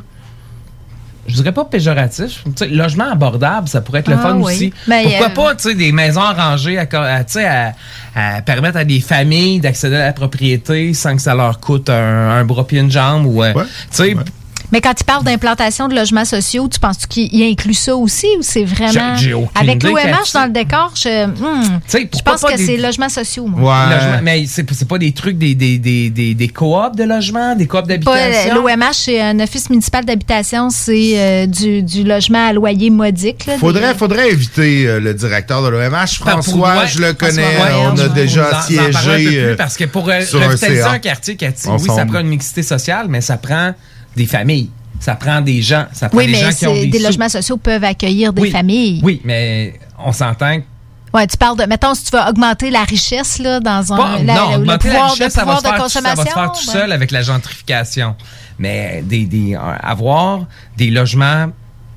je dirais pas péjoratif. Tu sais, logement abordable, ça pourrait être le Ah, fun oui. aussi. Ben, Pourquoi euh, pas, tu sais, des maisons arrangées à, co- à, tu sais, à, à permettre à des familles d'accéder à la propriété sans que ça leur coûte un, un bras puis une jambe ou, euh, tu sais, Mais quand tu parles d'implantation de logements sociaux, tu penses qu'il y inclut ça aussi ou c'est vraiment. J'ai- j'ai aucune Avec idée, l'O M H Cathy. dans le décor, je, hmm, sais, je pourquoi pense pas que des- c'est logements sociaux, moi. logement- mais c'est c'est pas des trucs, des, des, des, des, des coops de logement, des coops Pas, d'habitation. L'O M H, c'est un office municipal d'habitation, c'est euh, du, du logement à loyer modique. Là, Faudrait, des- faudrait éviter euh, le directeur de l'O M H. François, Ouais, je le François connais. Royal, on a je- déjà vous en- vous en parlerez un peu siégé plus, euh, parce que pour euh, sur un revitaliser C A. un quartier, Cathy, oui, ça Ensemble. prend une mixité sociale, mais ça prend des familles. Ça prend des gens. Ça prend Oui, des mais gens qui ont c'est- des, des sous. logements sociaux peuvent accueillir des Oui. familles. Oui, mais on s'entend que Ouais, tu parles de, mettons, si tu veux augmenter la richesse là, dans un. Pas- la- non, le augmenter la pouvoir, richesse, le ça va pouvoir se faire de tout- ça va se consommation. faire tout ben. seul avec la gentrification. Mais des, des, euh, avoir des logements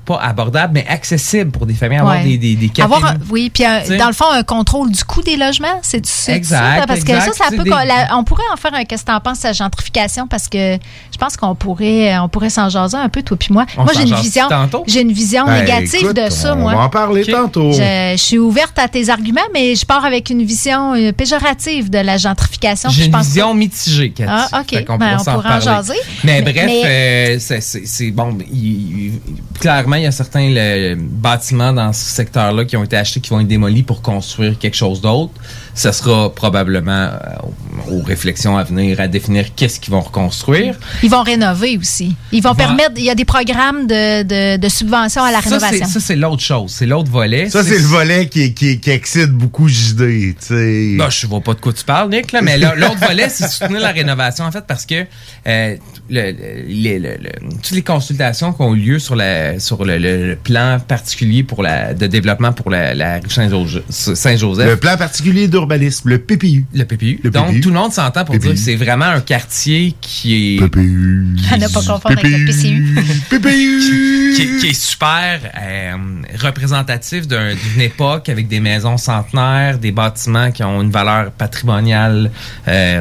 pas abordable, mais accessible pour des familles, avoir Ouais. des, des, des cafés. Avoir un- oui, puis un- T'sais. dans le fond, un contrôle du coût des logements, c'est ça? Exact, Parce que exact, ça, ça c'est peut. des- la- on pourrait en faire un qu'est-ce que t'en penses, la gentrification, parce que je pense qu'on pourrait, on pourrait s'en jaser un peu, toi puis moi. On moi, s'en j'ai une jase vision, tantôt? j'ai une vision Ben, négative écoute, de ça, on moi. va en parler Ok. tantôt. Je, je suis ouverte à tes arguments, mais je pars avec une vision euh, péjorative de la gentrification. puis J'ai je une pense vision pas- mitigée, Cathy. Ah, OK. Fait qu'on Ben, pourra on s'en pourra en reparler. jaser. Mais, Mais- bref, mais- euh, c'est- c'est c'est bon. il- il- clairement, il y a certains le, bâtiments dans ce secteur-là qui ont été achetés, qui vont être démolis pour construire quelque chose d'autre. Ça sera probablement euh, aux, aux réflexions à venir à définir qu'est-ce qu'ils vont reconstruire. Ils vont rénover aussi. Ils vont Va- permettre. Il y a des programmes de, de, de subvention à la Ça, c'est- rénovation. Ça, c'est l'autre chose. C'est l'autre volet. Ça, c'est le volet qui, qui, qui excite beaucoup J D, tu sais. Ben, je vois pas de quoi tu parles, Nick, là, mais là, l'autre volet, c'est soutenir la rénovation, en fait, parce que euh, le, le- les- le- le- toutes les consultations qui ont eu lieu sur, la, sur le, le- le plan particulier pour la, de développement pour la, la rue Saint-Jo- Saint-Joseph. Le plan particulier d'urbanisme, le P P U. Le P P U. Le Donc, P P U. tout le monde s'entend pour P P U. dire que c'est vraiment un quartier qui est... P P U. À ne pas confondre avec le P C U. P P U. qui, qui est super euh, représentatif d'un- d'une époque avec des maisons centenaires, des bâtiments qui ont une valeur patrimoniale euh,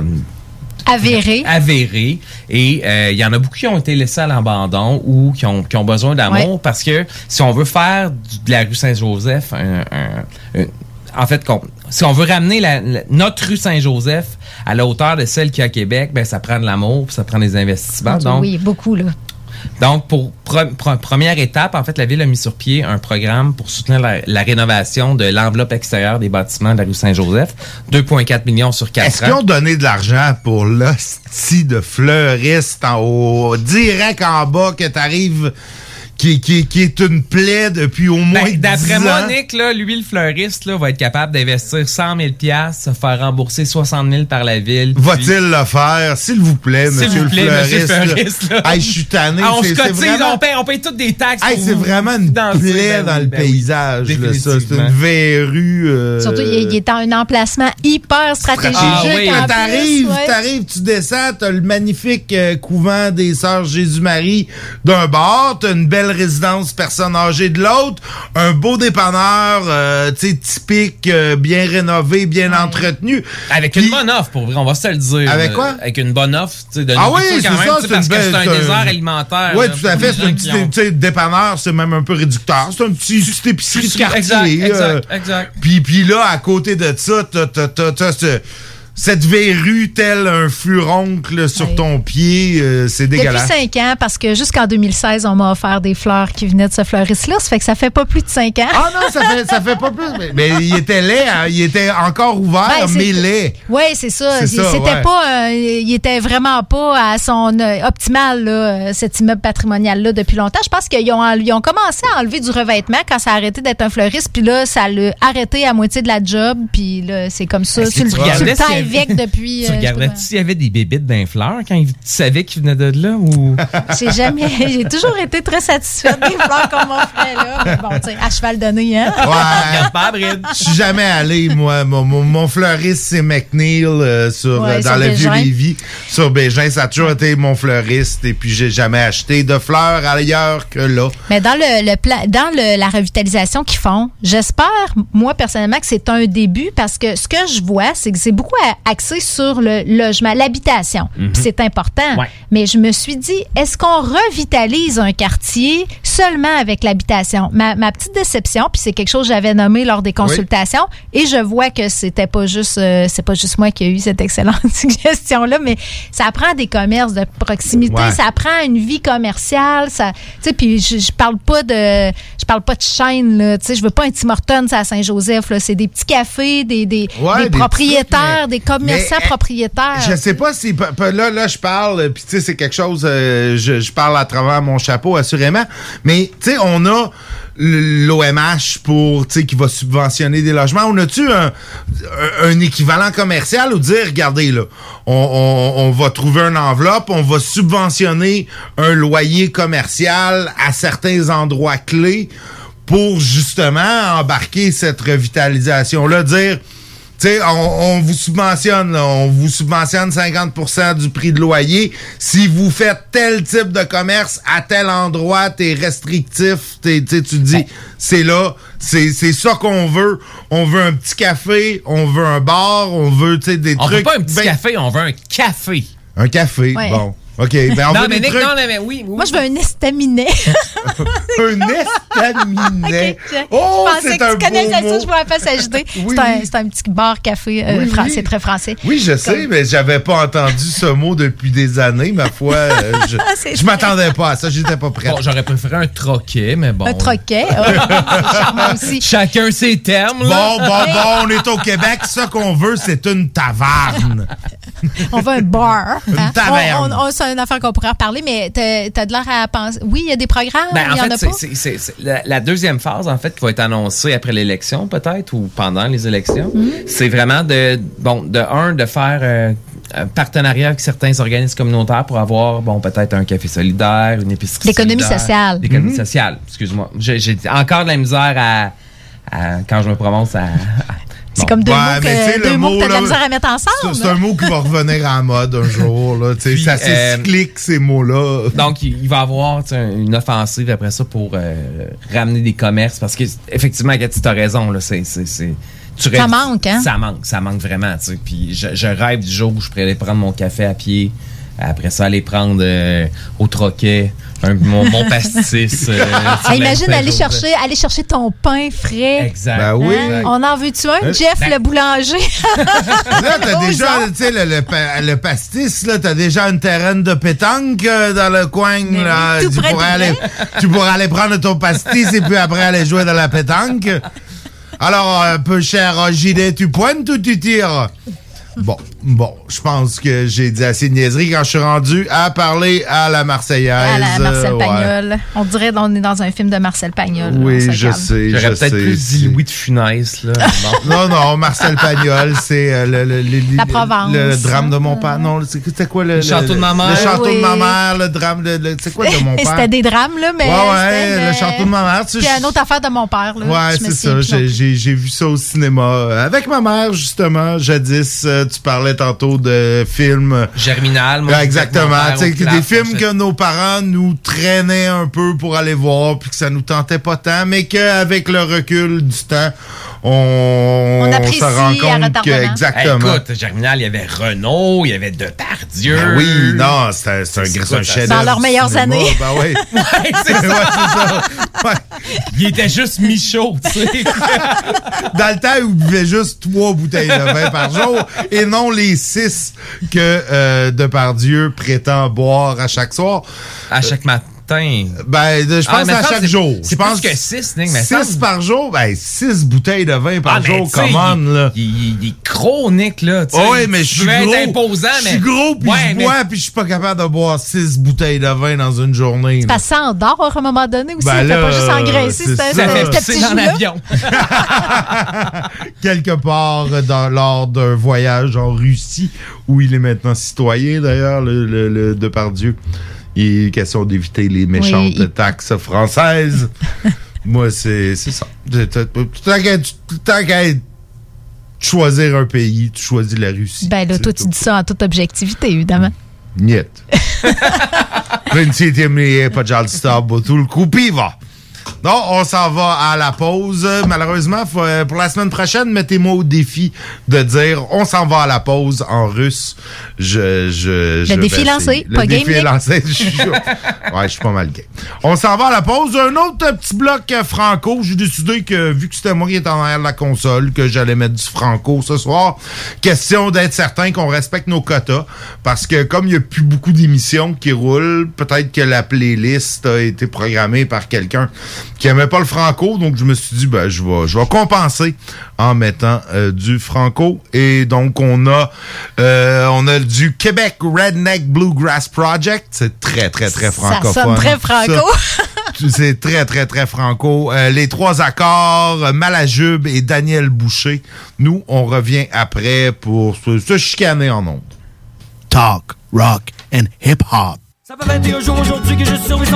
Avéré. avérée. Et euh, il y en a beaucoup qui ont été laissés à l'abandon ou qui ont, qui ont besoin d'amour Ouais. parce que si on veut faire du- de la rue Saint-Joseph un, un- un- en fait, qu'on- si on veut ramener la- la- notre rue Saint-Joseph à la hauteur de celle qu'il y a à Québec, ben ça prend de l'amour, puis ça prend des investissements. Donc, Oui, beaucoup, là. donc, pour pre- pre- première étape, en fait, la Ville a mis sur pied un programme pour soutenir la, la rénovation de l'enveloppe extérieure des bâtiments de la rue Saint-Joseph. deux virgule quatre millions sur quatre Est-ce ans. qu'ils ont donné de l'argent pour l'hostie de fleuriste en haut, direct en bas que t'arrives, qui, qui, qui est une plaie depuis au moins Ben, dix d'après moi, ans? Nick, là, lui, le fleuriste, là, va être capable d'investir cent mille piastres, se faire rembourser soixante mille par la Ville. puis- Va-t-il le faire? S'il vous plaît, S'il monsieur vous le plaît, fleuriste. monsieur le fleuriste, là. Hey, je suis tanné. Ah, on c'est- se c'est cotise, vraiment- on paye, on paye toutes des taxes. Hey, pour c'est vous vraiment une financer. plaie Ben dans oui, le ben oui. paysage, là, ça. C'est Définitivement. une verrue. euh, Surtout, il est, il est en un emplacement hyper stratégique. Ah oui, en quand plus, t'arrives, ouais. t'arrives, tu descends, t'as le magnifique euh, couvent des Sœurs Jésus-Marie d'un bord, t'as une belle résidence personne âgée de l'autre, un beau dépanneur, euh, tu sais, typique, euh, bien rénové, bien entretenu. Avec Puis- une bonne offre, pour vrai, on va se le dire. Avec Euh, quoi? Avec une bonne offre, tu sais, de Ah oui, nourriture c'est quand même, ça, tu sais, c'est parce une que belle- c'est un c'est un- désert alimentaire. Oui, là, tout à pour fait. les C'est gens un qui petit ont- tu sais, dépanneur, c'est même un peu réducteur. C'est un petit petite épicerie de quartier. Exact, exact, euh, exact. Puis, puis là, à côté de ça, t'as, t'as, t'as, t'as ce- cette verrue tel un furoncle sur Ouais. ton pied, euh, c'est dégueulasse. Depuis cinq ans, parce que jusqu'en deux mille seize, on m'a offert des fleurs qui venaient de ce fleuriste-là. Ça fait que ça fait pas plus de cinq ans. Ah non, ça fait, ça fait pas plus. Mais, mais il était laid, hein, il était encore ouvert, Ben, c'est- mais laid. Oui, c'est ça. C'est Il- ça, C'était ouais. pas, euh, il était vraiment pas à son euh, optimal, là, euh, cet immeuble patrimonial-là, depuis longtemps. Je pense qu'ils ont, en- ils ont commencé à enlever du revêtement quand ça a arrêté d'être un fleuriste. Puis là, ça l'a arrêté à moitié de la job. Puis là, c'est comme ça. Est-ce que Sur le, tu sur le regardais temps s'il y avait- évêque depuis. Tu euh, regardais je sais s'il y avait des bébites d'un fleur quand il- tu savais qu'il venait de là ou. pas. J'ai jamais. J'ai toujours été très satisfaite des fleurs qu'on m'offrait là. Mais bon, tu sais, à cheval donné, hein? Ouais. Pas bride. Je suis jamais allé, moi. Mon, mon, mon fleuriste, c'est McNeil euh, sur, Ouais, euh, dans sur le Bégin. Vieux-Lévis. Sur Bégin, ça a toujours été mon fleuriste. Et puis, j'ai jamais acheté de fleurs ailleurs que là. Mais dans le, le plan, dans le- la revitalisation qu'ils font, j'espère, moi, personnellement, que c'est un début parce que ce que je vois, c'est que c'est beaucoup a- axé sur le logement, l'habitation. Mhm. Puis c'est important. Ouais. Mais je me suis dit, est-ce qu'on revitalise un quartier seulement avec l'habitation? Ma, ma petite déception, puis c'est quelque chose que j'avais nommé lors des consultations, et je vois que c'était pas juste, euh, c'est pas juste moi qui ai eu cette excellente suggestion-là, mais ça prend des commerces de proximité, Ouais. ça prend une vie commerciale, ça, tu sais, puis je, je parle pas de, je parle pas de chaîne, là, tu sais, je veux pas un Tim Hortons à Saint-Joseph, là, c'est des petits cafés, des, des, Ouais, des des propriétaires, petits trucs, des commerçants mais, euh, propriétaires. Je sais pas si p- p- là là je parle puis tu sais c'est quelque chose euh, je, je parle à travers mon chapeau assurément mais tu sais on a l'O M H pour tu sais qui va subventionner des logements on a-tu un, un, un équivalent commercial ou dire regardez là on, on, on va trouver une enveloppe on va subventionner un loyer commercial à certains endroits clés pour justement embarquer cette revitalisation là dire Tu sais, on, on vous subventionne, là, on vous subventionne cinquante pour cent du prix de loyer. Si vous faites tel type de commerce à tel endroit, t'es restrictif, t'es, tu te dis, c'est là, c'est, c'est ça qu'on veut. On veut un petit café, on veut un bar, on veut, tu sais, des on trucs... On veut pas un petit ben, café, on veut un café. Un café, ouais. Bon. OK, ben on non, veut mais des Nick, trucs... non, mais oui, oui. Moi, je veux un estaminet. un estaminet. Okay, oh, je c'est que un tu connaissais beau ça, mot. je vois pas s'ajouter. Oui. C'est un, c'est un petit bar-café euh, oui, français, oui. très français. Oui, je sais, Comme... mais j'avais pas entendu ce mot depuis des années, ma foi. Euh, je je m'attendais pas à ça, j'étais pas prêt. Bon, j'aurais préféré un troquet, mais bon. Un troquet, oh, c'est charmant aussi. Chacun ses termes, là. Bon, bon, bon, on est au Québec, ça qu'on veut, c'est une taverne. On veut un bar. Une hein? taverne. On, on, on, c'est une affaire qu'on pourrait reparler, mais t'as, t'as de l'air à penser. Oui, il y a des programmes, ben, il y en, en fait, a c'est, pas. C'est, c'est, c'est la, la deuxième phase, en fait, qui va être annoncée après l'élection, peut-être, ou pendant les élections, mm-hmm. c'est vraiment de, bon, de un, de faire euh, un partenariat avec certains organismes communautaires pour avoir, bon, peut-être un café solidaire, une épicerie L'économie solidaire. sociale. L'économie Mm-hmm. sociale, excuse-moi. J'ai, j'ai encore de la misère à, à quand je me prononce à... à C'est bon. Comme deux ouais, mots que, deux mots que t'as de la misère à mettre ensemble. C'est, c'est un mot qui va revenir en mode un jour. Là, Puis, c'est assez euh, cyclique, ces mots-là. Donc, il, il va y avoir une offensive après ça pour euh, ramener des commerces. Parce que effectivement, Cathy, tu as raison. Là, c'est, c'est, c'est, tu ça rêves, manque, hein? Ça manque, ça manque vraiment. T'sais. Puis je, je rêve du jour où je pourrais aller prendre mon café à pied. Après ça, aller prendre euh, au troquet un, mon, mon pastis. Euh, imagine aller chercher, aller chercher ton pain frais. Exact. Ben oui. Hein? On en veut-tu un, Jeff, ben, le boulanger? Là, t'as déjà, tu sais, le, le, le pastis, là, t'as déjà une terrain de pétanque euh, dans le coin. Mais là. Oui, tu, pourrais aller, tu pourrais aller prendre ton pastis et puis après aller jouer dans la pétanque. Alors, un peu cher J D, tu pointes ou tu tires? Bon, bon, je pense que j'ai dit assez de niaiseries quand je suis rendu à parler à la Marseillaise. À la Marcel euh, Pagnol. Ouais. On dirait qu'on est dans un film de Marcel Pagnol. Oui, je sais, J'aurais je peut-être sais. plus dit Louis de Funès, là. non, non, Marcel Pagnol, c'est euh, le, le, le, la Provence. Le, le drame de mon père. Non, c'était quoi le... Le, le château de ma mère. Le château oui. de ma mère, le drame de... Le, c'est quoi de mon père? C'était des drames, là, mais... Ouais, ouais, c'était, le château de ma mère. Tu sais, puis une autre affaire de mon père, là. Ouais, c'est ça. J'ai, j'ai, j'ai vu ça au cinéma. Avec ma mère, justement, jadis, euh, tu parlais tantôt de films... Germinal. Moi, exactement. Tu sais, des films que nos parents nous traînaient un peu pour aller voir, puis que ça nous tentait pas tant, mais qu'avec le recul du temps, on, on, apprécie, on se rend compte que... Exactement. Hey, écoute, Germinal, il y avait Renaud, il y avait Depardieu. Ben oui, non, c'était, c'était un gros chef. Dans leurs meilleures cinéma. années. Ben oui. Ouais, c'est ça. Ouais, c'est ça. Ouais. Il était juste mi-chaud, tu sais. Dans le temps où il buvait juste trois bouteilles de vin par jour et non les six que euh, Depardieu prétend boire à chaque soir. À chaque matin. Ben, je pense ah, à chaque c'est, jour. C'est je pense plus que six, Nick. six semble... par jour? Ben, six bouteilles de vin par ah, jour, come on, là. Il, il, il est chronique, là. Oh, oui, mais je suis gros. Être imposant, je suis gros, puis ouais, je mais... bois, puis je suis pas capable de boire six bouteilles de vin dans une journée. C'est parce que ça endort à un moment donné aussi. Ben il là, fait pas juste engraisser. C'est c'est ça. un, ça fait pisser dans l'avion. Quelque part dans, lors d'un voyage en Russie, où il est maintenant citoyen, d'ailleurs, le, le, le Depardieu. Il est question d'éviter les méchantes oui, il... taxes françaises. Moi, c'est, c'est ça. Tant qu'à, tant qu'à choisir un pays, tu choisis la Russie. Ben là, toi, tu dis ça en toute objectivité, évidemment. Niet. Principe mie păjalsta botul cu piva. Non, on s'en va à la pause. Malheureusement, faut, pour la semaine prochaine, mettez-moi au défi de dire on s'en va à la pause en russe. Je, je, le je défi est lancé, le pas défi game. est lancé. Je suis ouais, je suis pas mal gay. On s'en va à la pause. Un autre petit bloc franco. J'ai décidé que, vu que c'était moi qui étais en arrière de la console, que j'allais mettre du franco ce soir. Question d'être certain qu'on respecte nos quotas. Parce que comme il n'y a plus beaucoup d'émissions qui roulent, peut-être que la playlist a été programmée par quelqu'un qui aimait pas le franco, donc je me suis dit ben je vais je vais compenser en mettant euh, du franco. Et donc on a euh, on a du Québec Redneck Bluegrass Project, c'est très très très francophone. Ça sonne très franco. Ça, c'est très très très franco. Euh, les trois accords, Malajube et Daniel Boucher. Nous on revient après pour se, se chicaner en ondes. Talk, rock and hip hop. Ça fait vingt et un jours aujourd'hui que je survis sans la moindre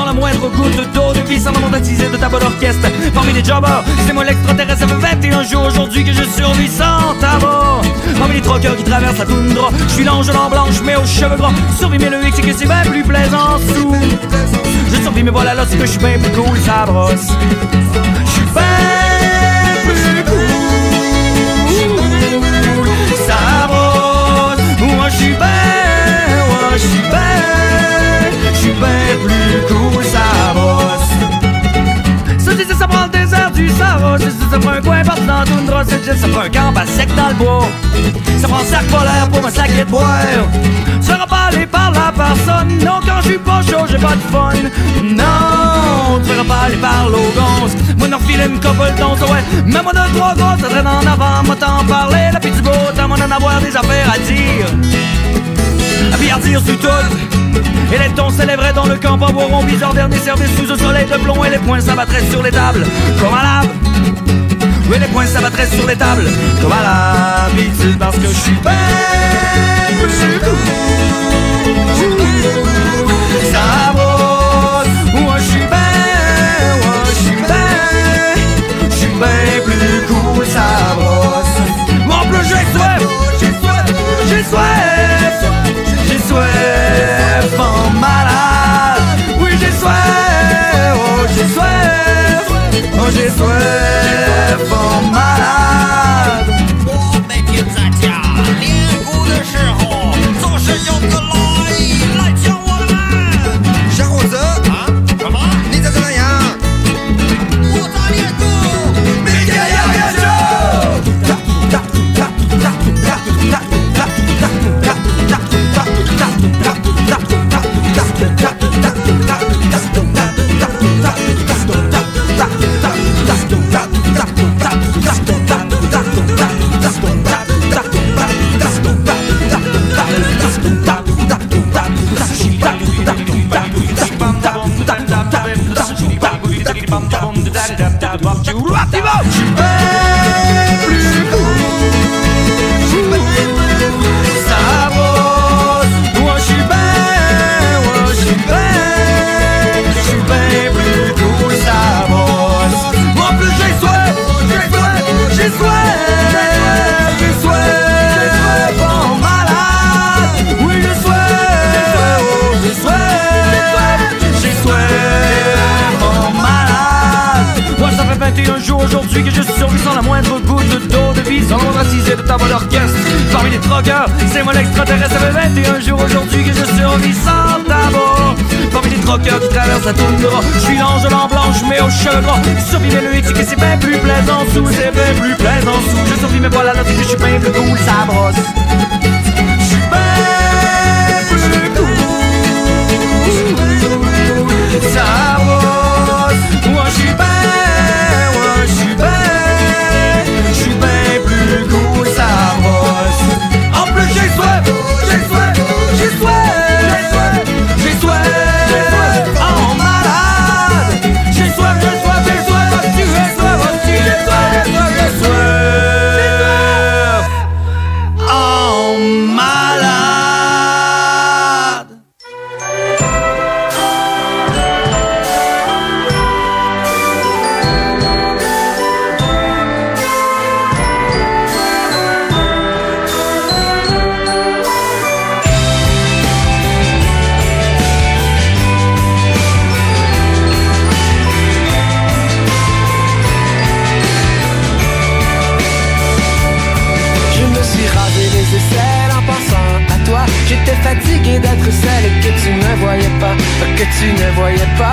moindre goutte d'eau de vie sans la mondatisée de ta bonne orchestre. Parmi les jobbers, c'est moi l'extraterrestre. Ça fait vingt et un jours aujourd'hui que je survis sans tabac. Parmi les troqueurs qui traversent la toundra, je suis l'ange en blanche mais aux cheveux gras. Survie mais le hic c'est que c'est bien plus plaisant sous. Je survis mais voilà là c'est que je suis bien plus cool, ça brosse. Je suis bien plus cool, ça brosse. Moi je suis bien, moi je suis bien, je suis bien plus cool, ça brosse. Ça dit ça prend le désert du Sahara, ça, ça prend un coin partout dans la toundra, ça prend un camp à sec dans le bois. Ça prend un sac polaire pour me saquer de boire. Ça sera pas aller par la personne. Non, quand je suis pas chaud, j'ai pas de fun. Non, tu feras pas aller par l'ogance. Moi, n'en filer une couple d'once, ouais. Mais moi, de trois gosses, ça traîne en avant. Moi, t'en parler, la pis du beau temps, moi, d'en avoir des affaires à dire. À puis à dire sur tout. Et les tons s'élèveraient dans le camp, pas boiront bizarre, dernier service sous un soleil de plomb. Et les poings s'abattraient sur les tables, comme à lave. Oui, les poings s'abattraient sur les tables, comme à l'habitude, parce que je suis bien plus cool. Ça brosse, moi je suis bien, moi je suis bien, je suis bien plus cool, ça brosse. Moi en plus j'ai soif, j'ai soif, j'ai soif, j'ai soif en malade. Oui j'ai soif, oh j'ai soif, oh j'ai soif en malade. Oh mais qu'est-ce que t'as, les goûts de chéron, son chignon de l'œil, la tient au mal. J'arrose, hein? Comment? Ni de rien. Oh t'as les goûts, mais qu'il y a rien de chaud. Aujourd'hui que je suis survie sans la moindre goutte d'eau de vie, sans l'ostracisé de ta bonne orchestre. Parmi les troqueurs, c'est moi l'extraterrestre. Ça fait vingt et un jours aujourd'hui que je survis sans tabac. Parmi les troqueurs qui traversent la toundra, je suis l'ange de l'an blanche mais aux cheveux gras. Survie mais le hic c'est que c'est bien plus plaisant sous, c'est bien plus plaisant sous. Je survis mais voilà là c'est que je suis bien plus cool, ça brosse. Je suis bien plus cool, ça brosse. Moi je suis bien. J'ai soif, j'ai soif, j'ai soif, j'ai soif, en malade. J'ai soif, j'ai soif, j'ai soif, tu es soif, tu es soif, j'ai soif, en malade. J'étais fatigué d'être celle que tu ne voyais pas, que tu ne voyais pas.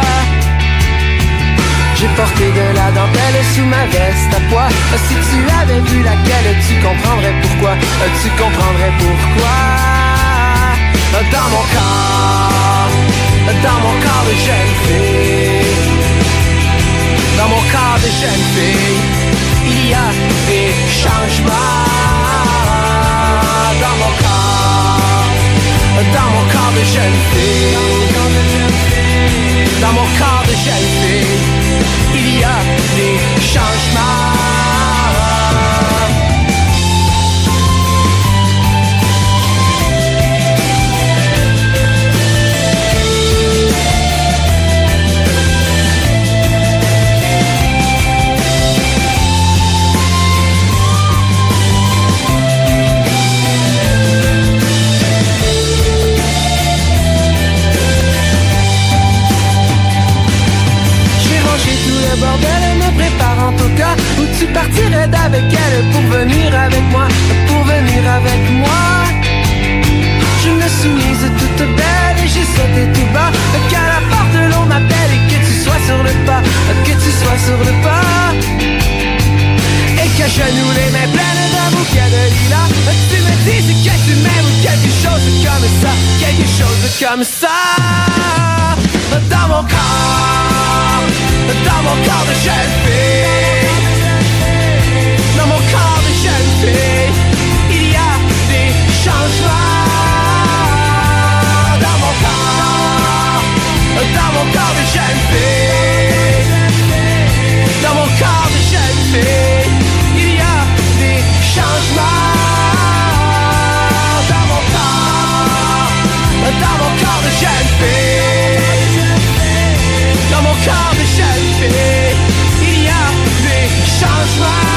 J'ai porté de la dentelle sous ma veste à pois. Si tu avais vu laquelle, tu comprendrais pourquoi, tu comprendrais pourquoi. Dans mon corps, dans mon corps de jeune fille, dans mon corps de jeune fille, il y a des changements. Dans mon corps, dans mon corps de jeune fille, dans mon corps de jeune fille, il y a des changements. partirais d'avec elle pour venir avec moi, pour venir avec moi. Je me suis mise toute belle et j'ai sauté tout bas, qu'à la porte l'on m'appelle et que tu sois sur le pas, que tu sois sur le pas. Et que je nous les mets pleines d'un bouquet de lilas. Tu me dis que tu m'aimes ou quelque chose comme ça, quelque chose comme ça. Dans mon corps, dans mon corps de jeune fille, dans mon corps de jeune fille, il y a des changements. Dans mon corps, dans mon corps de jeune fille, dans mon corps de jeune fille, il y a des changements. Dans mon corps, dans mon corps de jeune fille, dans mon corps de jeune fille, il y a des changements.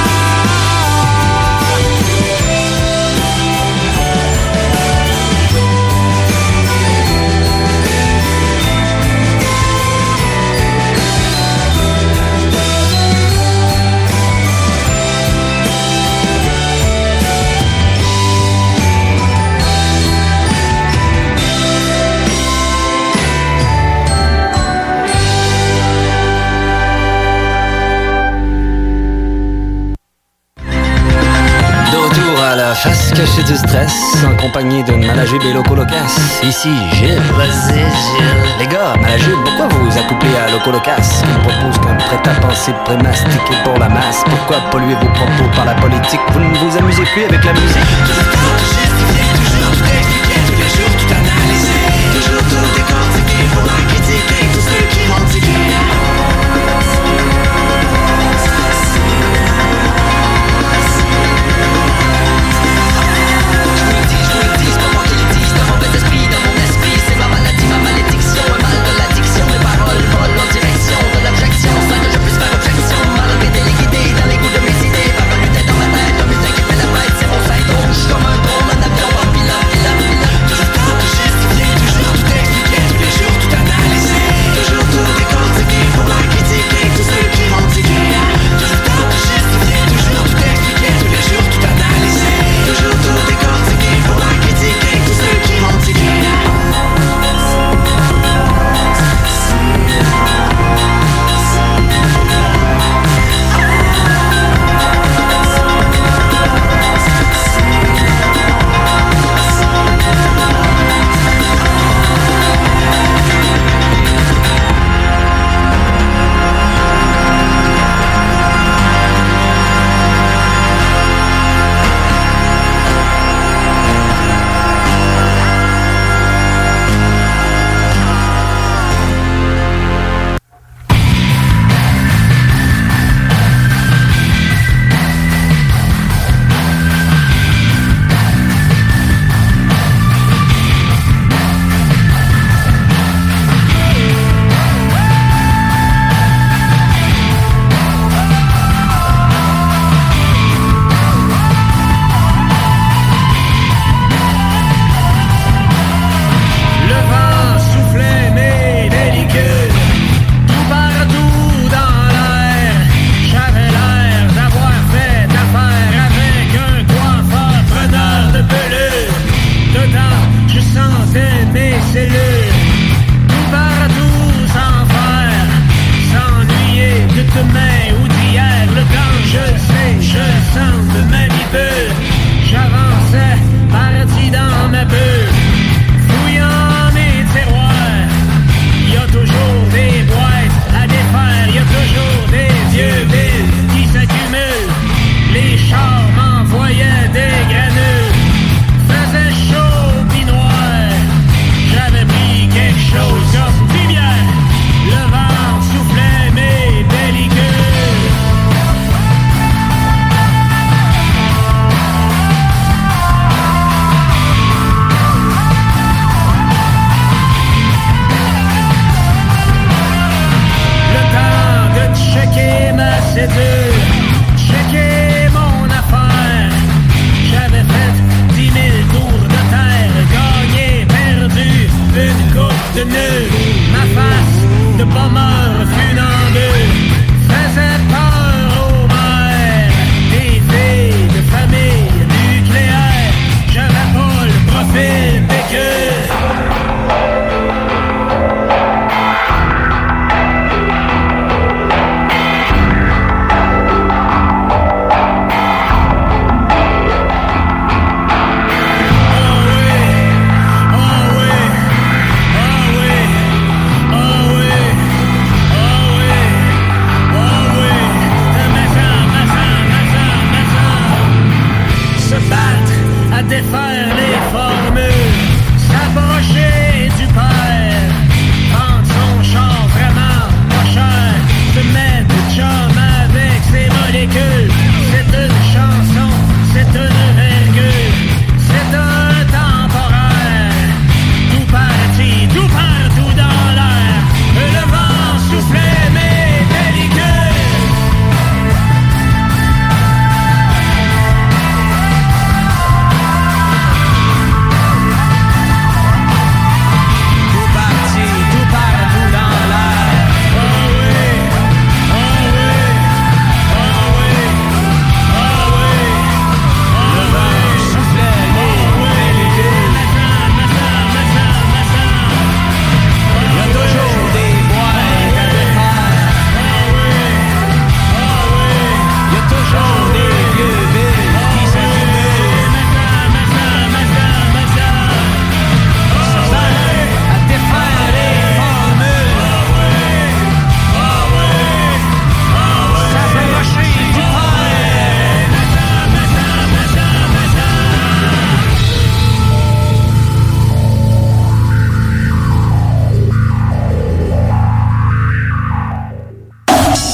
À la face cachée du stress, en compagnie de Malajube et Loco Locas. Ici Gilles. Vas-y Gilles. Les gars, Malajube, pourquoi vous vous accouplez à Loco Locas, qui ne propose qu'un prêt-à-penser pré-mastiqué pour la masse? Pourquoi polluer vos propos par la politique? Vous ne vous amusez plus avec la musique? Toujours tout justifier, toujours tout expliquer, tous les jours tout analyser, toujours tout décortiquer pour la critiquer, tous ceux qui m'ont tiqué. Comme un drôle, un avion en pilote, pilote, pilote. Toujours tout justifier, toujours tout expliquer, tous les jours tout analyser, toujours tout décortiquer pour la critiquer, tous ceux qui m'ont tiqué. Toujours tout justifier, toujours tout expliquer, tous les jours tout analyser, toujours tout décortiquer pour la critiquer, tous ceux qui m'ont tiqué. de bombeur fut en deux, faisait peur aux mères.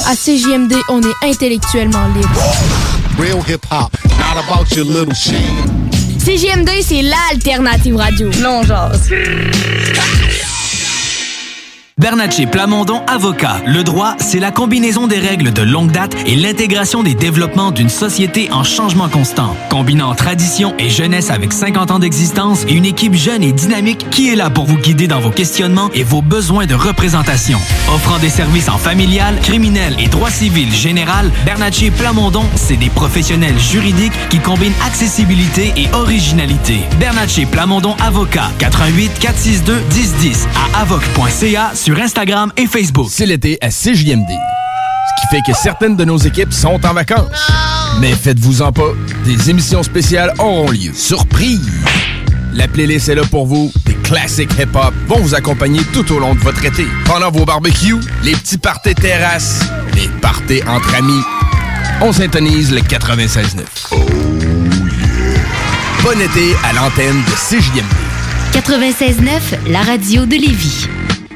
À C J M D, on est intellectuellement libre. Real hip-hop, not about your little shit. C J M D, c'est l'alternative radio. Non, genre. Bernatchez Plamondon Avocat. Le droit, c'est la combinaison des règles de longue date et l'intégration des développements d'une société en changement constant. Combinant tradition et jeunesse avec cinquante ans d'existence et une équipe jeune et dynamique qui est là pour vous guider dans vos questionnements et vos besoins de représentation. Offrant des services en familial, criminel et droit civil général, Bernatchez Plamondon, c'est des professionnels juridiques qui combinent accessibilité et originalité. Bernatchez Plamondon Avocat. quatre un huit, quatre six deux, un zéro un zéro à avoc point c a sur Instagram et Facebook. C'est l'été à C J M D. Ce qui fait que certaines de nos équipes sont en vacances. No! Mais faites-vous-en pas, des émissions spéciales auront lieu. Surprise! La playlist est là pour vous. Des classiques hip-hop vont vous accompagner tout au long de votre été. Pendant vos barbecues, les petits parties terrasses, les parties entre amis. On s'intonise le quatre-vingt-seize neuf. Oh yeah! Bon été à l'antenne de C J M D. quatre-vingt-seize neuf, la radio de Lévis.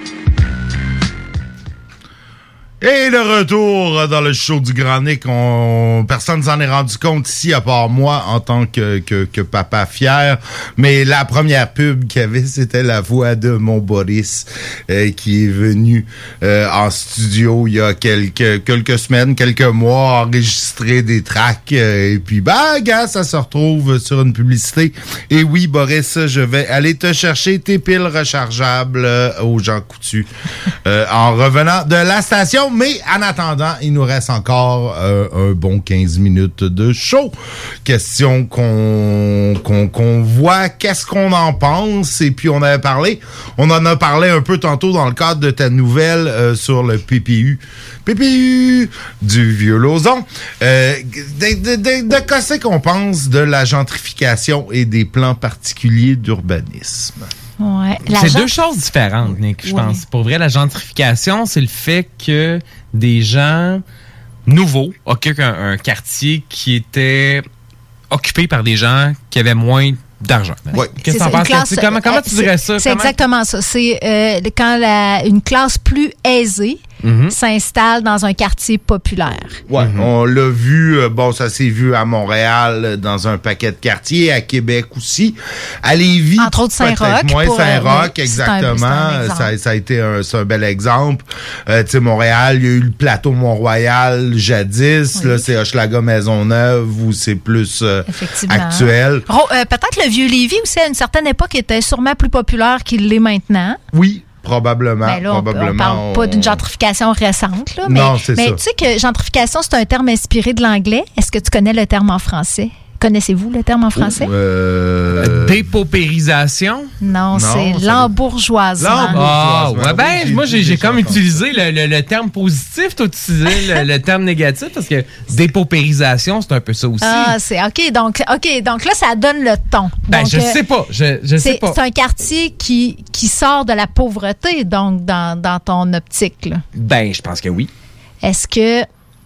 Et le retour dans le show du Grand Nick, on... personne s'en est rendu compte ici, à part moi, en tant que, que, que papa fier. Mais la première pub qu'il y avait, c'était la voix de mon Boris, euh, qui est venu euh, en studio il y a quelques, quelques semaines, quelques mois, enregistrer des tracks. Euh, et puis, bah, gars, ça se retrouve sur une publicité. Et oui, Boris, je vais aller te chercher tes piles rechargeables euh, aux Jean Coutu euh, en revenant de la station. Mais en attendant, il nous reste encore euh, un bon quinze minutes de show. Question qu'on, qu'on, qu'on voit, qu'est-ce qu'on en pense. Et puis, on avait parlé, on en a parlé un peu tantôt dans le cadre de ta nouvelle euh, sur le P P U. P P U du Vieux-Lauzon. Euh, de, de, de, de qu'est-ce qu'on pense de la gentrification et des plans particuliers d'urbanisme? Ouais, c'est deux choses différentes, Nick, je ouais. pense. Pour vrai, la gentrification, c'est le fait que des gens nouveaux occupent un, un quartier qui était occupé par des gens qui avaient moins d'argent. Ouais. Qu'est-ce que tu en penses? Classe, comment, comment tu dirais ça? C'est comment... exactement ça. C'est euh, quand la, une classe plus aisée mm-hmm. s'installe dans un quartier populaire. Ouais, mm-hmm. on l'a vu, euh, bon, ça s'est vu à Montréal, dans un paquet de quartiers, à Québec aussi, à Lévis. Entre autres Saint-Roch. Moins pour, Saint-Roch, euh, exactement. C'est un, c'est un ça, ça a été un, c'est un bel exemple. Euh, tu sais, Montréal, il y a eu le plateau Mont-Royal jadis, oui. Là, c'est Hochelaga Maisonneuve, où c'est plus euh, actuel. Ro- euh, peut-être le Vieux-Lévis aussi, à une certaine époque, était sûrement plus populaire qu'il l'est maintenant. Oui. Probablement. Ben là, probablement on, on parle on... pas d'une gentrification récente. Là, mais, non, c'est mais ça. Mais tu sais que gentrification, c'est un terme inspiré de l'anglais. Est-ce que tu connais le terme en français? Connaissez-vous le terme en français? Euh... Dépaupérisation? Non, non c'est l'embourgeoisement. Ah, ouais, ben, j'ai, moi, j'ai, j'ai comme utilisé le, le, le terme positif, toi, tu utilisais le, le terme négatif, parce que dépaupérisation, c'est un peu ça aussi. Ah, c'est OK. Donc, OK, donc là, ça donne le ton. Ben, donc, je sais pas. Je, je sais pas. C'est un quartier qui, qui sort de la pauvreté, donc, dans, dans ton optique, là. Ben, je pense que oui. Est-ce que...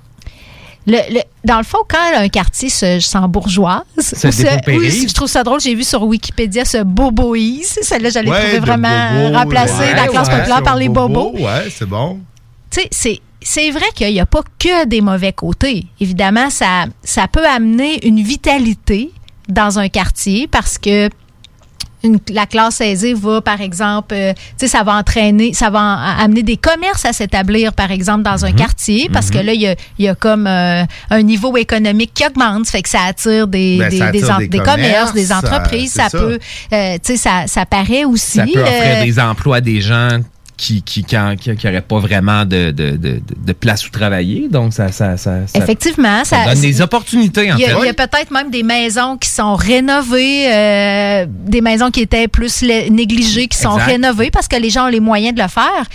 Le, le, dans le fond, quand un quartier se s'embourgeoise, se dépopérise. Oui, je trouve ça drôle. J'ai vu sur Wikipédia ce boboise. Celle-là, j'allais ouais, trouver vraiment bobo, remplacée ouais, dans la classe ouais, populaire par les bobo, bobos. Ouais, c'est bon. Tu sais, c'est, c'est vrai qu'il n'y a pas que des mauvais côtés. Évidemment, ça, ça peut amener une vitalité dans un quartier parce que Une, la classe aisée va, par exemple, euh, tu sais, ça va entraîner, ça va en, amener des commerces à s'établir, par exemple, dans un mmh. quartier, parce mmh. que là, il y a, y a comme euh, un niveau économique qui augmente, ça fait que ça attire des, ben, des, ça attire des, en, des, des commerces, des entreprises, ça, ça peut, euh, tu sais, ça, ça paraît aussi. Ça peut offrir euh, des emplois à des gens qui qui qui n'auraient pas vraiment de, de, de, de place où travailler. Donc, ça, ça, ça, ça effectivement, ça, ça donne des opportunités, en y a, fait. Il y a peut-être même des maisons qui sont rénovées, euh, des maisons qui étaient plus négligées, qui sont exact. rénovées parce que les gens ont les moyens de le faire.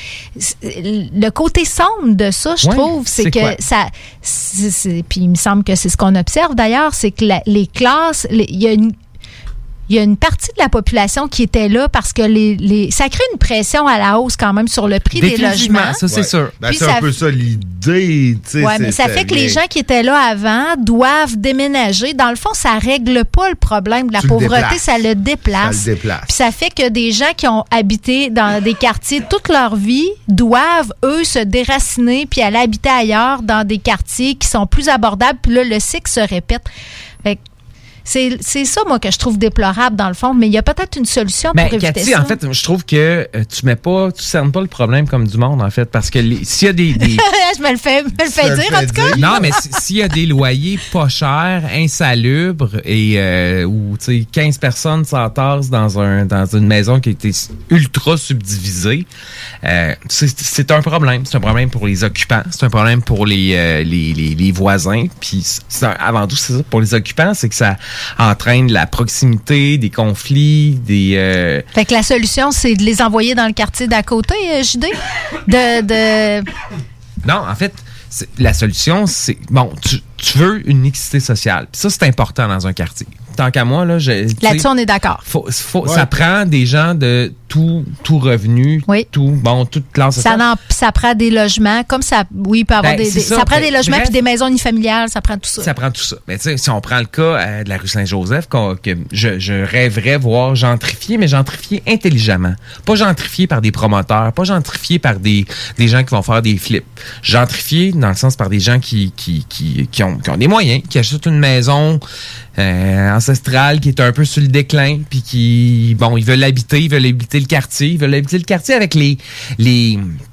Le côté sombre de ça, je ouais, trouve, c'est, c'est que quoi? ça... C'est, c'est, puis il me semble que c'est ce qu'on observe, d'ailleurs, c'est que la, les classes... Il y a une... il y a une partie de la population qui était là parce que les, les ça crée une pression à la hausse quand même sur le prix des logements. Ça, c'est ouais. sûr. Ben, c'est un ça, peu ça l'idée. Oui, mais ça fait que les gens qui étaient là avant doivent déménager. Dans le fond, ça règle pas le problème de la tu pauvreté, ça le déplace. Ça le déplace. Puis ça fait que des gens qui ont habité dans des quartiers toute leur vie doivent, eux, se déraciner puis aller habiter ailleurs dans des quartiers qui sont plus abordables. Puis là, le cycle se répète. Fait que C'est, c'est ça, moi, que je trouve déplorable, dans le fond, mais il y a peut-être une solution ben, pour éviter Cathy, ça. en fait, je trouve que euh, tu mets pas, tu cernes pas le problème comme du monde, en fait, parce que les, s'il y a des... des... je me le fais, me le fais dire, en tout cas. Non, mais s'il y a des loyers pas chers, insalubres, et euh, où, tu sais, quinze personnes s'entassent dans, un, dans une maison qui a été ultra subdivisée, euh, c'est, c'est un problème. C'est un problème pour les occupants, c'est un problème pour les, euh, les, les, les voisins, puis c'est un, avant tout, c'est ça, pour les occupants, c'est que ça entraîne la proximité, des conflits, des... Euh... Fait que la solution, c'est de les envoyer dans le quartier d'à côté, euh, J D? De, de... Non, en fait, c'est, la solution, c'est... Bon, tu, tu veux une mixité sociale. Puis ça, c'est important dans un quartier. Tant qu'à moi, là... Je, Là-dessus, on est d'accord. Faut, faut, ouais. Ça prend des gens de tout, tout revenu, oui. tout, bon, toute classe ça, sociale. ça prend des logements, comme ça... Oui, il peut y avoir ben, des... des ça, ça prend ben, des logements puis des maisons unifamiliales, ça prend tout ça. Ça prend tout ça. Mais tu sais, si on prend le cas euh, de la rue Saint-Joseph, que je, je rêverais voir gentrifier, mais gentrifier intelligemment. Pas gentrifier par des promoteurs, pas gentrifier par des, des gens qui vont faire des flips. Gentrifier dans le sens par des gens qui, qui, qui, qui, ont, qui ont des moyens, qui achètent une maison euh, ancestrale qui est un peu sur le déclin, puis qui, bon, ils veulent l'habiter, ils veulent habiter le quartier, ils veulent habiter le quartier avec les... les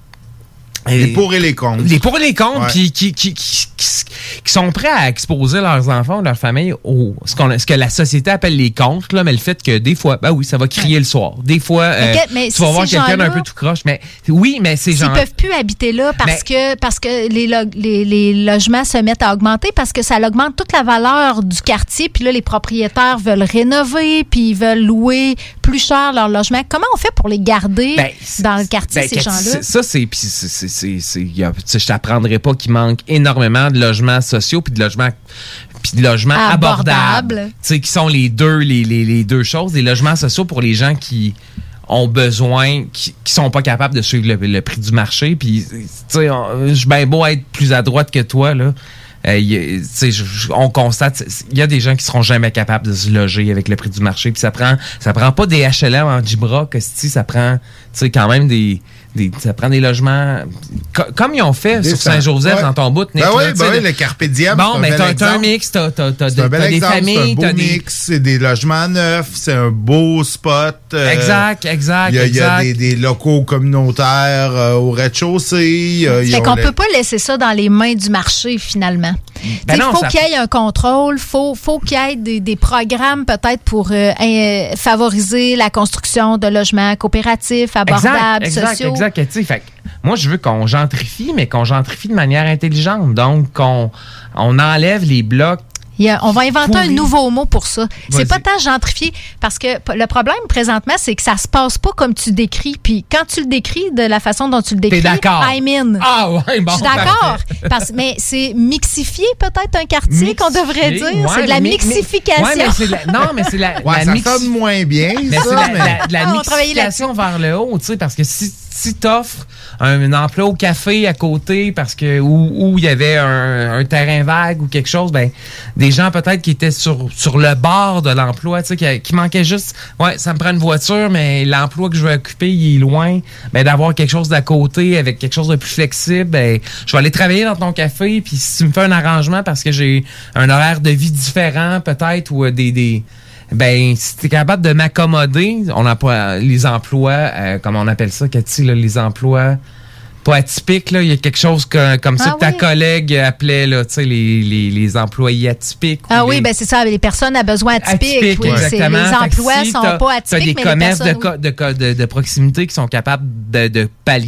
Les pour et les contre. Les pour et les contre, ouais. puis qui, qui, qui, qui, qui sont prêts à exposer leurs enfants, leur famille, au ce, qu'on, ce que la société appelle les contre, là, mais le fait que des fois, ben oui, ça va crier ouais. le soir. Des fois, euh, okay, mais tu si vas voir quelqu'un d'un peu tout croche. Mais oui, mais ces gens. Ils peuvent plus habiter là parce mais, que parce que les, lo- les, les logements se mettent à augmenter, parce que ça augmente toute la valeur du quartier. Puis là, les propriétaires veulent rénover, puis ils veulent louer plus cher leur logement. Comment on fait pour les garder ben, dans le quartier, ben, ces gens-là? Ça, c'est... Pis c'est, c'est, c'est, c'est y a, je t'apprendrai pas qu'il manque énormément de logements sociaux puis de logements puis de logements abordables, abordables. Tu sais, qui sont les deux les, les, les deux choses, des logements sociaux pour les gens qui ont besoin, qui, qui sont pas capables de suivre le, le prix du marché. Puis, tu sais, je suis bien beau être plus à droite que toi, là. Euh, y, on constate, il y a des gens qui seront jamais capables de se loger avec le prix du marché. Puis ça prend, ça prend pas des H L M en Gibra, que si ça prend, tu sais, quand même des, des, ça prend des logements co- comme ils ont fait des sur Saint-Joseph ouais. dans ton bout. Ben oui, ben oui, le Carpe Diem. Bon, mais t'as, t'as un mix, t'as, t'as, t'as, c'est un bel t'as exemple, des familles, c'est un beau t'as mix, c'est des logements neufs, c'est un beau spot. Euh, exact, exact. Il y a, exact. Y a des, des locaux communautaires euh, au rez-de-chaussée. Euh, fait qu'on le... peut pas laisser ça dans les mains du marché finalement. Ben il faut ça... qu'il y ait un contrôle, faut faut qu'il y ait des, des programmes peut-être pour euh, euh, favoriser la construction de logements coopératifs, abordables, exact, sociaux. Exact, exact. Fait moi, je veux qu'on gentrifie, mais qu'on gentrifie de manière intelligente. Donc, qu'on on enlève les blocs. Yeah, on va inventer pourri. un nouveau mot pour ça. Vas-y. C'est pas tant gentrifier, parce que le problème présentement, c'est que ça se passe pas comme tu décris. Puis quand tu le décris de la façon dont tu le décris, t'es d'accord. I'm in. Ah ouais, bon. Je suis d'accord. Parce, mais c'est mixifier peut-être un quartier mixifier, qu'on devrait dire. Ouais, c'est de la mi- mixification. Ouais, mais c'est la, non, mais c'est la, ouais, la ça mix... sonne moins bien. Mais ça, c'est la, mais... la, la ah, mixification vers le haut, tu sais, parce que si si t'offres un, un emploi au café à côté parce que où il y avait un, un terrain vague ou quelque chose, ben des gens peut-être qui étaient sur sur le bord de l'emploi, tu sais, qui, qui manquaient juste, ouais, ça me prend une voiture, mais l'emploi que je vais occuper, il est loin, ben d'avoir quelque chose d'à côté avec quelque chose de plus flexible, ben je vais aller travailler dans ton café, puis si tu me fais un arrangement parce que j'ai un horaire de vie différent peut-être ou des des ben si t'es capable de m'accommoder, on a pas les emplois euh, comme on appelle ça, Cathy, là, les emplois pas atypiques, là, il y a quelque chose que, comme ça ah, que ta oui. collègue appelait là, tu sais, les, les, les employés atypiques. Ah les... oui, ben c'est ça, les personnes à besoins atypiques. Atypiques, oui, exactement. C'est, les emplois si sont pas atypiques, t'as des mais commerces les personnes, de, oui. de, de, de, de proximité qui sont capables de, de pallier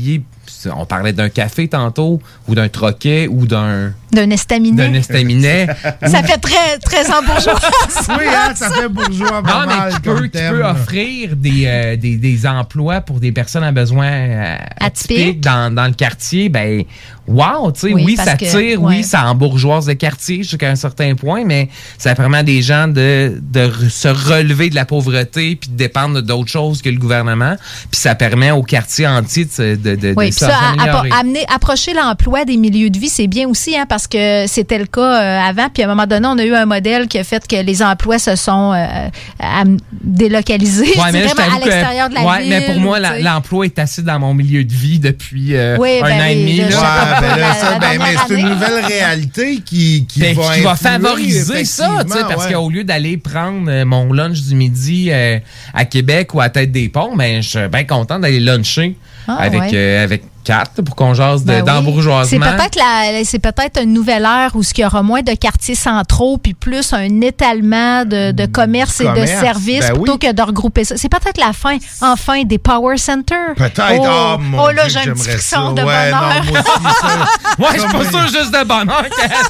on parlait d'un café tantôt, ou d'un troquet, ou d'un... D'un estaminet. D'un estaminet. Ça fait très, très en bourgeois. Oui, hein, ça fait bourgeois. Non, mais qui peut, qui peut offrir des, euh, des, des emplois pour des personnes à besoins euh, atypiques dans, dans le quartier, ben, wow, tu sais, oui, oui ça que, tire, ouais. oui, ça embourgeoise le quartier jusqu'à un certain point, mais ça permet à des gens de, de se relever de la pauvreté puis de dépendre d'autres choses que le gouvernement. Puis ça permet au quartier entier de, de, de, oui, de ça, à, amener, approcher l'emploi des milieux de vie, c'est bien aussi, hein, parce que c'était le cas euh, avant. Puis à un moment donné, on a eu un modèle qui a fait que les emplois se sont euh, délocalisés ouais, mais là, vraiment à l'extérieur de la ouais, ville. Mais pour moi, la, l'emploi est assis dans mon milieu de vie depuis euh, oui, un ben an oui, et demi. Là, ouais, ben là, ça, ben, mais c'est une nouvelle réalité qui, qui ben, va, qui va favoriser ça, parce ouais. qu'au lieu d'aller prendre mon lunch du midi euh, à Québec ou à Tête-des-Ponts, ben, je suis bien content d'aller luncher ah, avec, ouais. euh, avec Kat pour qu'on jase de, ben d'embourgeoisement. Oui. C'est peut-être la, c'est peut-être une nouvelle ère où il y aura moins de quartiers centraux puis plus un étalement de, de commerce, commerce et de services ben plutôt oui. que de regrouper ça. C'est peut-être la fin, enfin, des power centers. Peut-être. Oh, oh, mon oh là, Dieu, j'ai un petit frisson de ouais, bonheur. Non, moi aussi, ça. Ouais, je suis pas sûr juste de bonheur.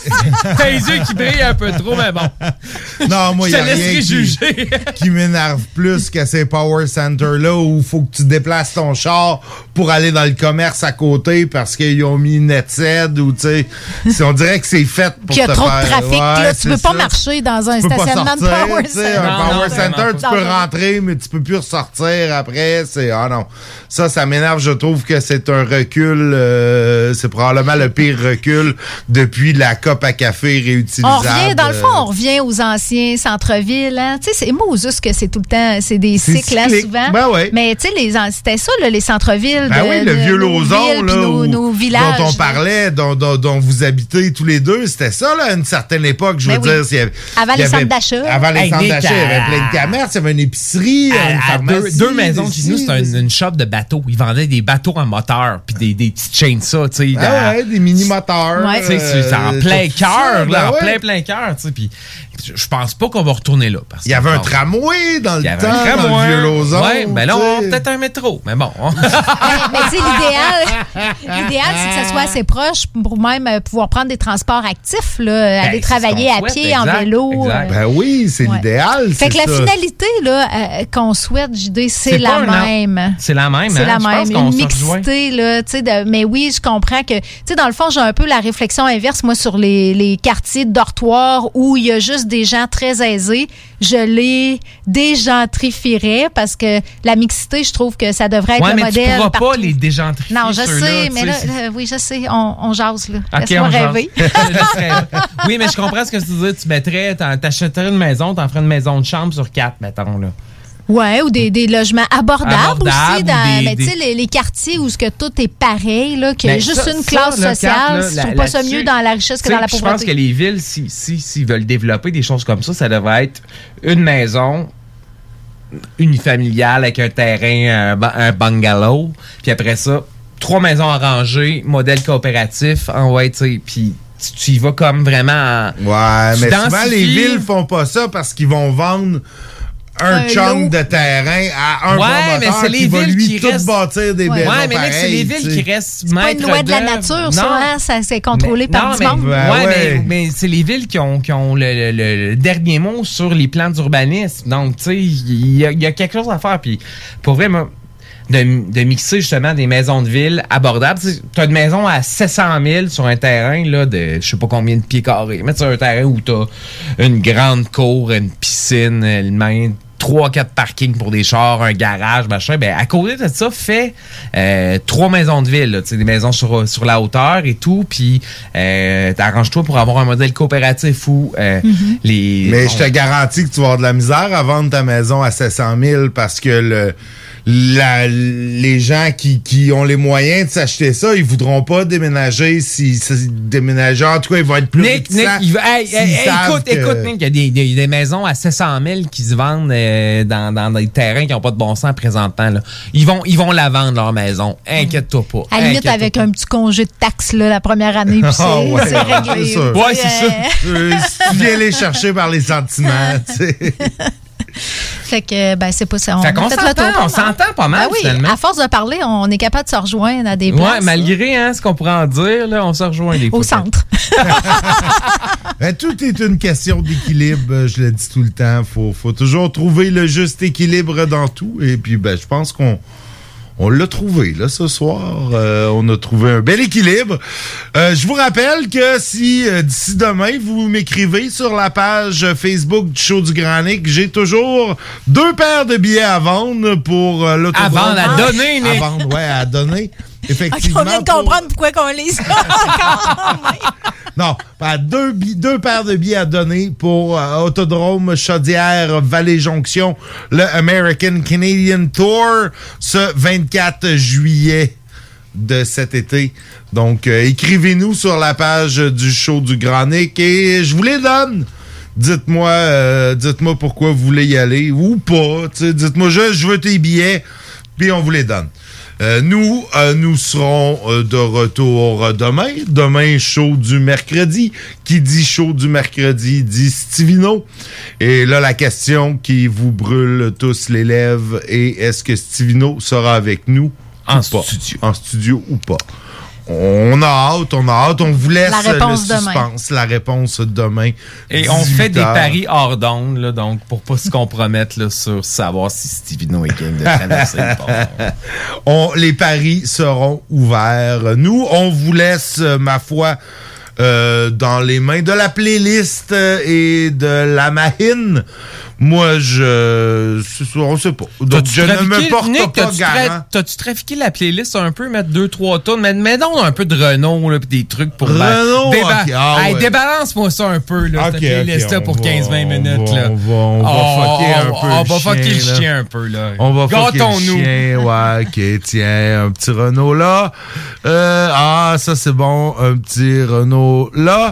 T'as les yeux qui brillent un peu trop, mais bon. Non, moi, il y a rien qui, qui m'énerve plus que ces power centers-là où il faut que tu déplaces ton char pour aller dans le commerce à côté parce qu'ils ont mis NetCed ou tu sais, si on dirait que c'est fait pour qu'il y a te trop faire, de trafic, ouais, là, tu peux ça. pas marcher dans un tu stationnement de Power Center. Un non, Power non, Center, non, tu non, peux non. rentrer, mais tu peux plus ressortir après. C'est ah non, ça, ça m'énerve. Je trouve que c'est un recul. Euh, c'est probablement le pire recul depuis la coupe à café réutilisable. On revient, dans le fond, on revient aux anciens centres-villes. Hein. Tu sais, c'est moi juste que c'est tout le temps, c'est des c'est cycles là, souvent. Ben ouais. Mais tu sais, les c'était ça, là, les centres-villes. Ben de, oui, le de, vieux Lauson, là, nos, où, nos villages, dont on parlait, dont, dont, dont vous habitez tous les deux, c'était ça, là, à une certaine époque, je veux ben dire. Oui. Avait, avant les centres d'achat. Avant les hey, centres Nick, d'achat, il y avait plein de commerces, il y avait une épicerie, à, une à pharmacie. Deux, deux maisons chez nous, c'était une, une shop de bateaux. Ils vendaient des bateaux en moteur, puis des, des petites chainsaws, tu sais. Ah ouais, des mini-moteurs. Ouais. Tu sais, c'est en plein cœur, là, ben en ouais. plein, plein cœur, tu sais. Puis je pense pas qu'on va retourner là. Parce il y avait un tramway dans le temps, dans le vieux Lauson. Oui, ben là, on a peut-être un métro, mais bon. mais mais tu sais, l'idéal, l'idéal, c'est que ça soit assez proche pour même pouvoir prendre des transports actifs, là, aller ben, travailler à pied, exact, en vélo. Exact. Ben oui, c'est ouais. l'idéal. Fait que la ça. finalité là, euh, qu'on souhaite, J D, c'est, c'est la même. C'est la même, C'est hein? la même. Une mixité, là, tu sais, de, mais oui, je comprends que, tu sais, dans le fond, j'ai un peu la réflexion inverse, moi, sur les, les quartiers de dortoirs où il y a juste des gens très aisés. Je les dégentrifierais parce que la mixité, je trouve que ça devrait être ouais, le mais modèle. Tu pourras partout. pas les dégentrifier. Non, je sais, mais là, là, oui, je sais, on, on jase, là. Okay, Laisse-moi rêver. Oui, mais je comprends ce que tu veux dire. Tu mettrais, t'achèterais une maison, t'en ferais une maison de chambre sur quatre, mettons, là. Ouais, ou des, des logements abordables, abordables aussi, dans, des, mais tu sais, les, les quartiers où ce que tout est pareil, là, qu'il y a ben, juste ça, une ça, classe là, sociale, Kat, je là, trouve la, pas ça mieux dans la richesse que dans la pauvreté. Je pense que les villes, s'ils si, si, si veulent développer des choses comme ça, ça devrait être une maison unifamiliale avec un terrain, un, un bungalow, puis après ça, trois maisons arrangées, modèle coopératif, en ouais, tu sais, puis tu, tu y vas comme vraiment en, ouais, mais densifies. Souvent les villes font pas ça parce qu'ils vont vendre un, un chunk de terrain à un ouais, promoteur mais c'est les qui va villes lui qui tout restent... bâtir des ouais. maisons ouais, mais pareilles, c'est les villes t'sais. qui restent c'est pas une loi de la nature, ça, hein? Ça c'est contrôlé mais, par non, du monde. Ouais, ouais. mais, mais c'est les villes qui ont, qui ont le, le, le dernier mot sur les plans d'urbanisme. Donc, tu sais, il y, y a quelque chose à faire. Puis, pour vrai, moi, de, de mixer justement des maisons de ville abordables. Tu as une maison à sept cent mille sur un terrain là, de je sais pas combien de pieds carrés. Mais c'est un terrain où tu as une grande cour, une piscine, une main, trois quatre parkings pour des chars, un garage, machin. Ben, à côté de ça, fait euh, trois maisons de ville. Là, des maisons sur, sur la hauteur et tout. Puis, euh, t'arranges-toi pour avoir un modèle coopératif où euh, mm-hmm. les... Mais bon, je te garantis que tu vas avoir de la misère à vendre ta maison à sept cent mille parce que le... La, les gens qui, qui ont les moyens de s'acheter ça, ils voudront pas déménager si, si déménager. En tout cas, ils vont être plus Nick, Nick, il va, hey, hey, hey, écoute, que... écoute, Nick, il y a des, des, des maisons à sept cent mille qui se vendent euh, dans, dans des terrains qui n'ont pas de bon sens présentement. Là. Ils vont, ils vont la vendre, leur maison. Inquiète-toi pas. À la limite, avec pas. un petit congé de taxes là, la première année, puis c'est, oh, ouais, c'est réglé. C'est sûr. Ouais, c'est ça. Tu viens les chercher par les sentiments, tu sais. Fait que, ben, c'est pas ça. On fait a qu'on fait s'entend, le tour. on s'entend pas mal, Ben oui, finalement. à force de parler, on est capable de se rejoindre à des places. Ouais, malgré hein, ce qu'on pourrait en dire, là, on se rejoint des fois. Au centre. Ben, tout est une question d'équilibre, je le dis tout le temps. Faut, faut toujours trouver le juste équilibre dans tout. Et puis, ben, je pense qu'on on l'a trouvé, là, ce soir. Euh, on a trouvé un bel équilibre. Euh, je vous rappelle que si, euh, d'ici demain, vous m'écrivez sur la page Facebook du show du Grand Nick, j'ai toujours deux paires de billets à vendre pour euh, l'autodrome. À vendre, à donner, Nick. À vendre, ouais, à donner. Effectivement. Okay, on vient de pour... comprendre pourquoi qu'on les a encore. Non, ben, deux, bi- deux paires de billets à donner pour euh, Autodrome Chaudière Vallée Jonction, le American Canadian Tour, ce vingt-quatre juillet de cet été. Donc, euh, écrivez-nous sur la page du show du Grand Nick et je vous les donne. Dites-moi, euh, dites-moi pourquoi vous voulez y aller ou pas. T'sais, dites-moi juste, je veux tes billets, puis on vous les donne. Euh, nous, euh, nous serons euh, de retour demain. Demain, show du mercredi. Qui dit show du mercredi dit Stivino. Et là, la question qui vous brûle tous les lèvres est est-ce que Stivino sera avec nous en ou studio. pas? En studio ou pas? On a hâte, on a hâte. On vous laisse La réponse le suspense. demain. La réponse demain. Et on fait des dix-huit heures. paris hors d'onde, là, donc pour pas se compromettre là, sur savoir si Stivino est game de traverser le port. On, les paris seront ouverts. Nous, on vous laisse, euh, ma foi, euh, dans les mains de la playlist euh, et de la mahine. Moi, je... On sait pas. Donc, T'as-tu je ne trafiqué- me porte Nick, pas t'as-tu garant. tra- T'as-tu trafiqué la playlist un peu, mettre deux, trois tonnes, mais mets donc un peu de Renault, là, pis des trucs pour... Renault, Déba- ok, ah Hey, ouais. débalance-moi ça un peu, là, Ok, cette playlist-là, ok, pour on quinze vingt va- minutes, on va- là. on va- on va Oh, fucker un on- peu On le va fucker chien, le là. chien un peu, là. On va fucker le Gâtons-nous. chien, ouais, ok, tiens, un petit Renault là. Euh, ah, ça c'est bon, un petit Renault là.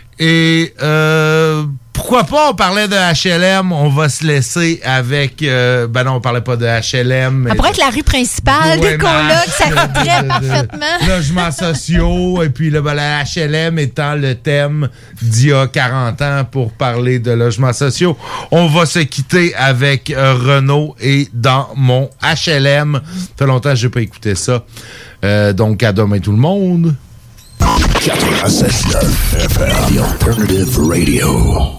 Et euh, pourquoi pas, on parlait de H L M, on va se laisser avec... Euh, ben non, on parlait pas de H L M. Ça pourrait être la rue principale Ouais, des colocs, ça de- fitterait de- parfaitement. Logements sociaux, et puis le, ben, la H L M étant le thème d'il y a quarante ans pour parler de logements sociaux. On va se quitter avec euh, Renault et dans mon H L M. Ça fait longtemps que j'ai pas écouté ça. Euh, donc, à demain tout le monde. quatre-vingt-seize neuf F M, The Alternative Radio.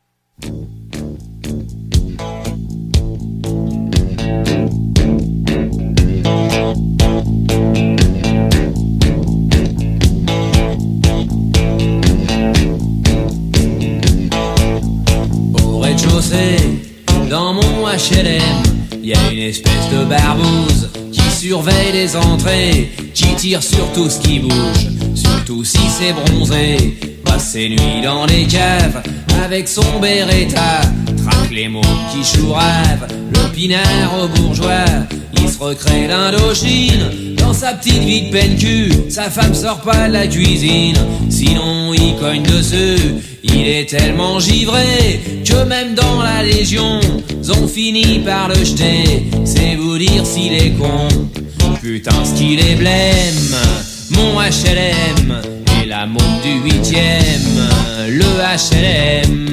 Au rez-de-chaussée, dans mon H L M, y a une espèce de barbouze qui surveille les entrées, qui tire sur tout ce qui bouge, surtout si c'est bronzé. Passe ses nuits dans les caves avec son Beretta, traque les mots qui chouravent, le pinard au bourgeois. Il se recrée l'Indochine dans sa petite vie de peine cul. Sa femme sort pas de la cuisine, sinon il cogne dessus. Il est tellement givré que même dans la Légion, ils ont fini par le jeter. C'est vous dire s'il est con. Putain, ce qu'il est blême. Mon H L M et la môme du huitième, le H L M.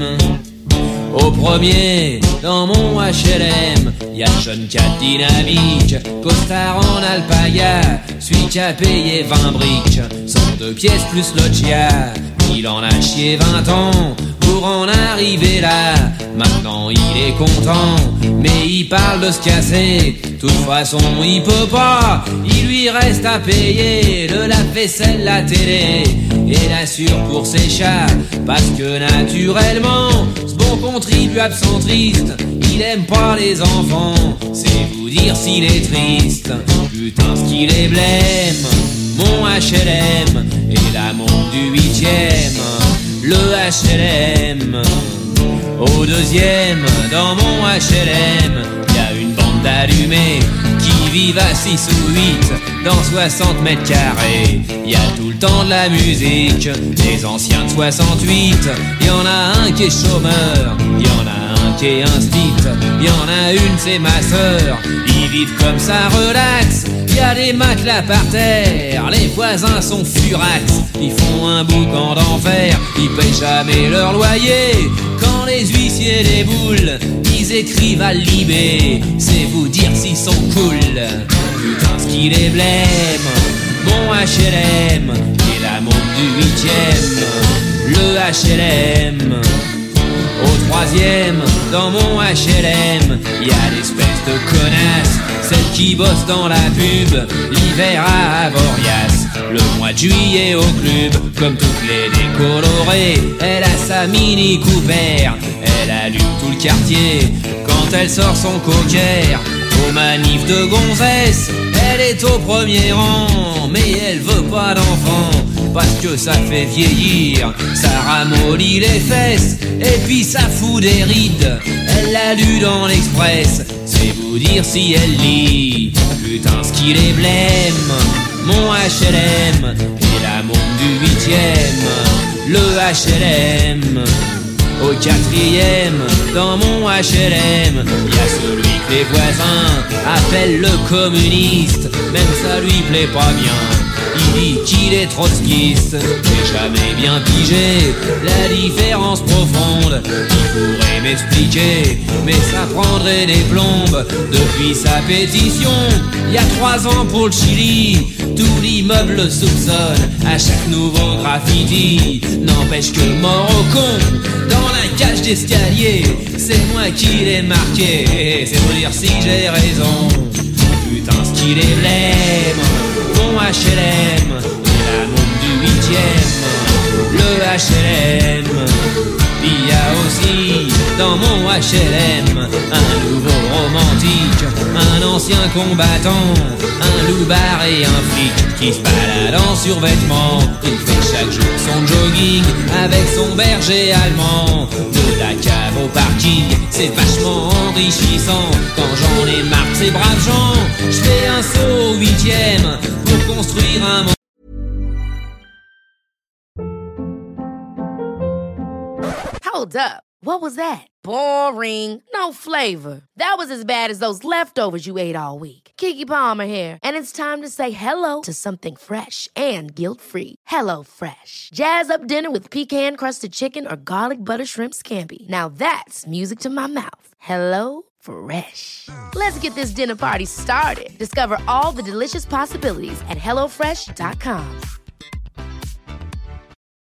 Au premier, dans mon H L M, y'a John Cat dynamique, costard en alpaga, celui qui a payé vingt briques, cent deux pièces plus loggia. Il en a chié vingt ans pour en arriver là. Maintenant il est content, mais il parle de se casser. Toute façon il peut pas, il lui reste à payer le lave-vaisselle, la télé et l'assure pour ses chats. Parce que naturellement, ce bon contribuable centriste, il aime pas les enfants. C'est vous dire s'il est triste. Putain, ce qu'il est blême. Mon H L M et la môme du huitième, le H L M. Au deuxième, dans mon H L M, y a une bande d'allumés qui vivent à six ou huit dans soixante mètres carrés. Y a tout le temps de la musique, des anciens de soixante-huit. Y en a un qui est chômeur, y en a un qui est instit. Y en a une, c'est ma sœur, ils vivent comme ça relax. Y a des matelas par terre, les voisins sont furax. Ils font un boucan d'enfer, ils payent jamais leur loyer. Quand Quand les huissiers des boules, ils écrivent à Libé, c'est vous dire s'ils sont cool. Putain, ce qu'il est blême, mon H L M, et la montre du huitième, le H L M. Au troisième, dans mon H L M, y a l'espèce de connasse, celle qui bosse dans la pub, l'hiver à Avoriaz, le mois de juillet au club, comme toutes les décolorées, elle a sa Mini Cooper, elle allume tout le quartier, quand elle sort son cocker, aux manifs de gonzesse, elle est au premier rang, mais elle veut pas d'enfant, parce que ça fait vieillir, ça ramollit les fesses, et puis ça fout des rides, elle l'a lu dans l'Express, c'est vous dire si elle lit, putain ce qu'il est blême, mon H L M, et la montre du huitième, le H L M. Au quatrième, dans mon H L M, y'a celui que les voisins appellent le communiste, même ça lui plaît pas bien. Il dit qu'il est trotskiste, j'ai jamais bien pigé la différence profonde. Il pourrait m'expliquer, mais ça prendrait des plombes. Depuis sa pétition, il y a trois ans pour le Chili, tout l'immeuble le soupçonne à chaque nouveau graffiti. N'empêche que mort au con, dans la cage d'escalier, c'est moi qui l'ai marqué, c'est vous dire si j'ai raison. Putain ce qu'il est blême, mon H L M, et la montre du huitième, le H L M. Il y a aussi dans mon H L M un nouveau romantique, un ancien combattant, un loupard et un flic qui se balade en survêtement. Il fait chaque jour son jogging avec son berger allemand. De la cave au parking, c'est vachement enrichissant. Quand j'en ai marre de ces braves gens, je fais un saut au huitième pour construire un monde. Hold up. What was that? Boring. No flavor. That was as bad as those leftovers you ate all week. Keke Palmer here, and it's time to say hello to something fresh and guilt-free. Hello Fresh. Jazz up dinner with pecan-crusted chicken or garlic butter shrimp scampi. Now that's music to my mouth. Hello Fresh. Let's get this dinner party started. Discover all the delicious possibilities at hello fresh dot com.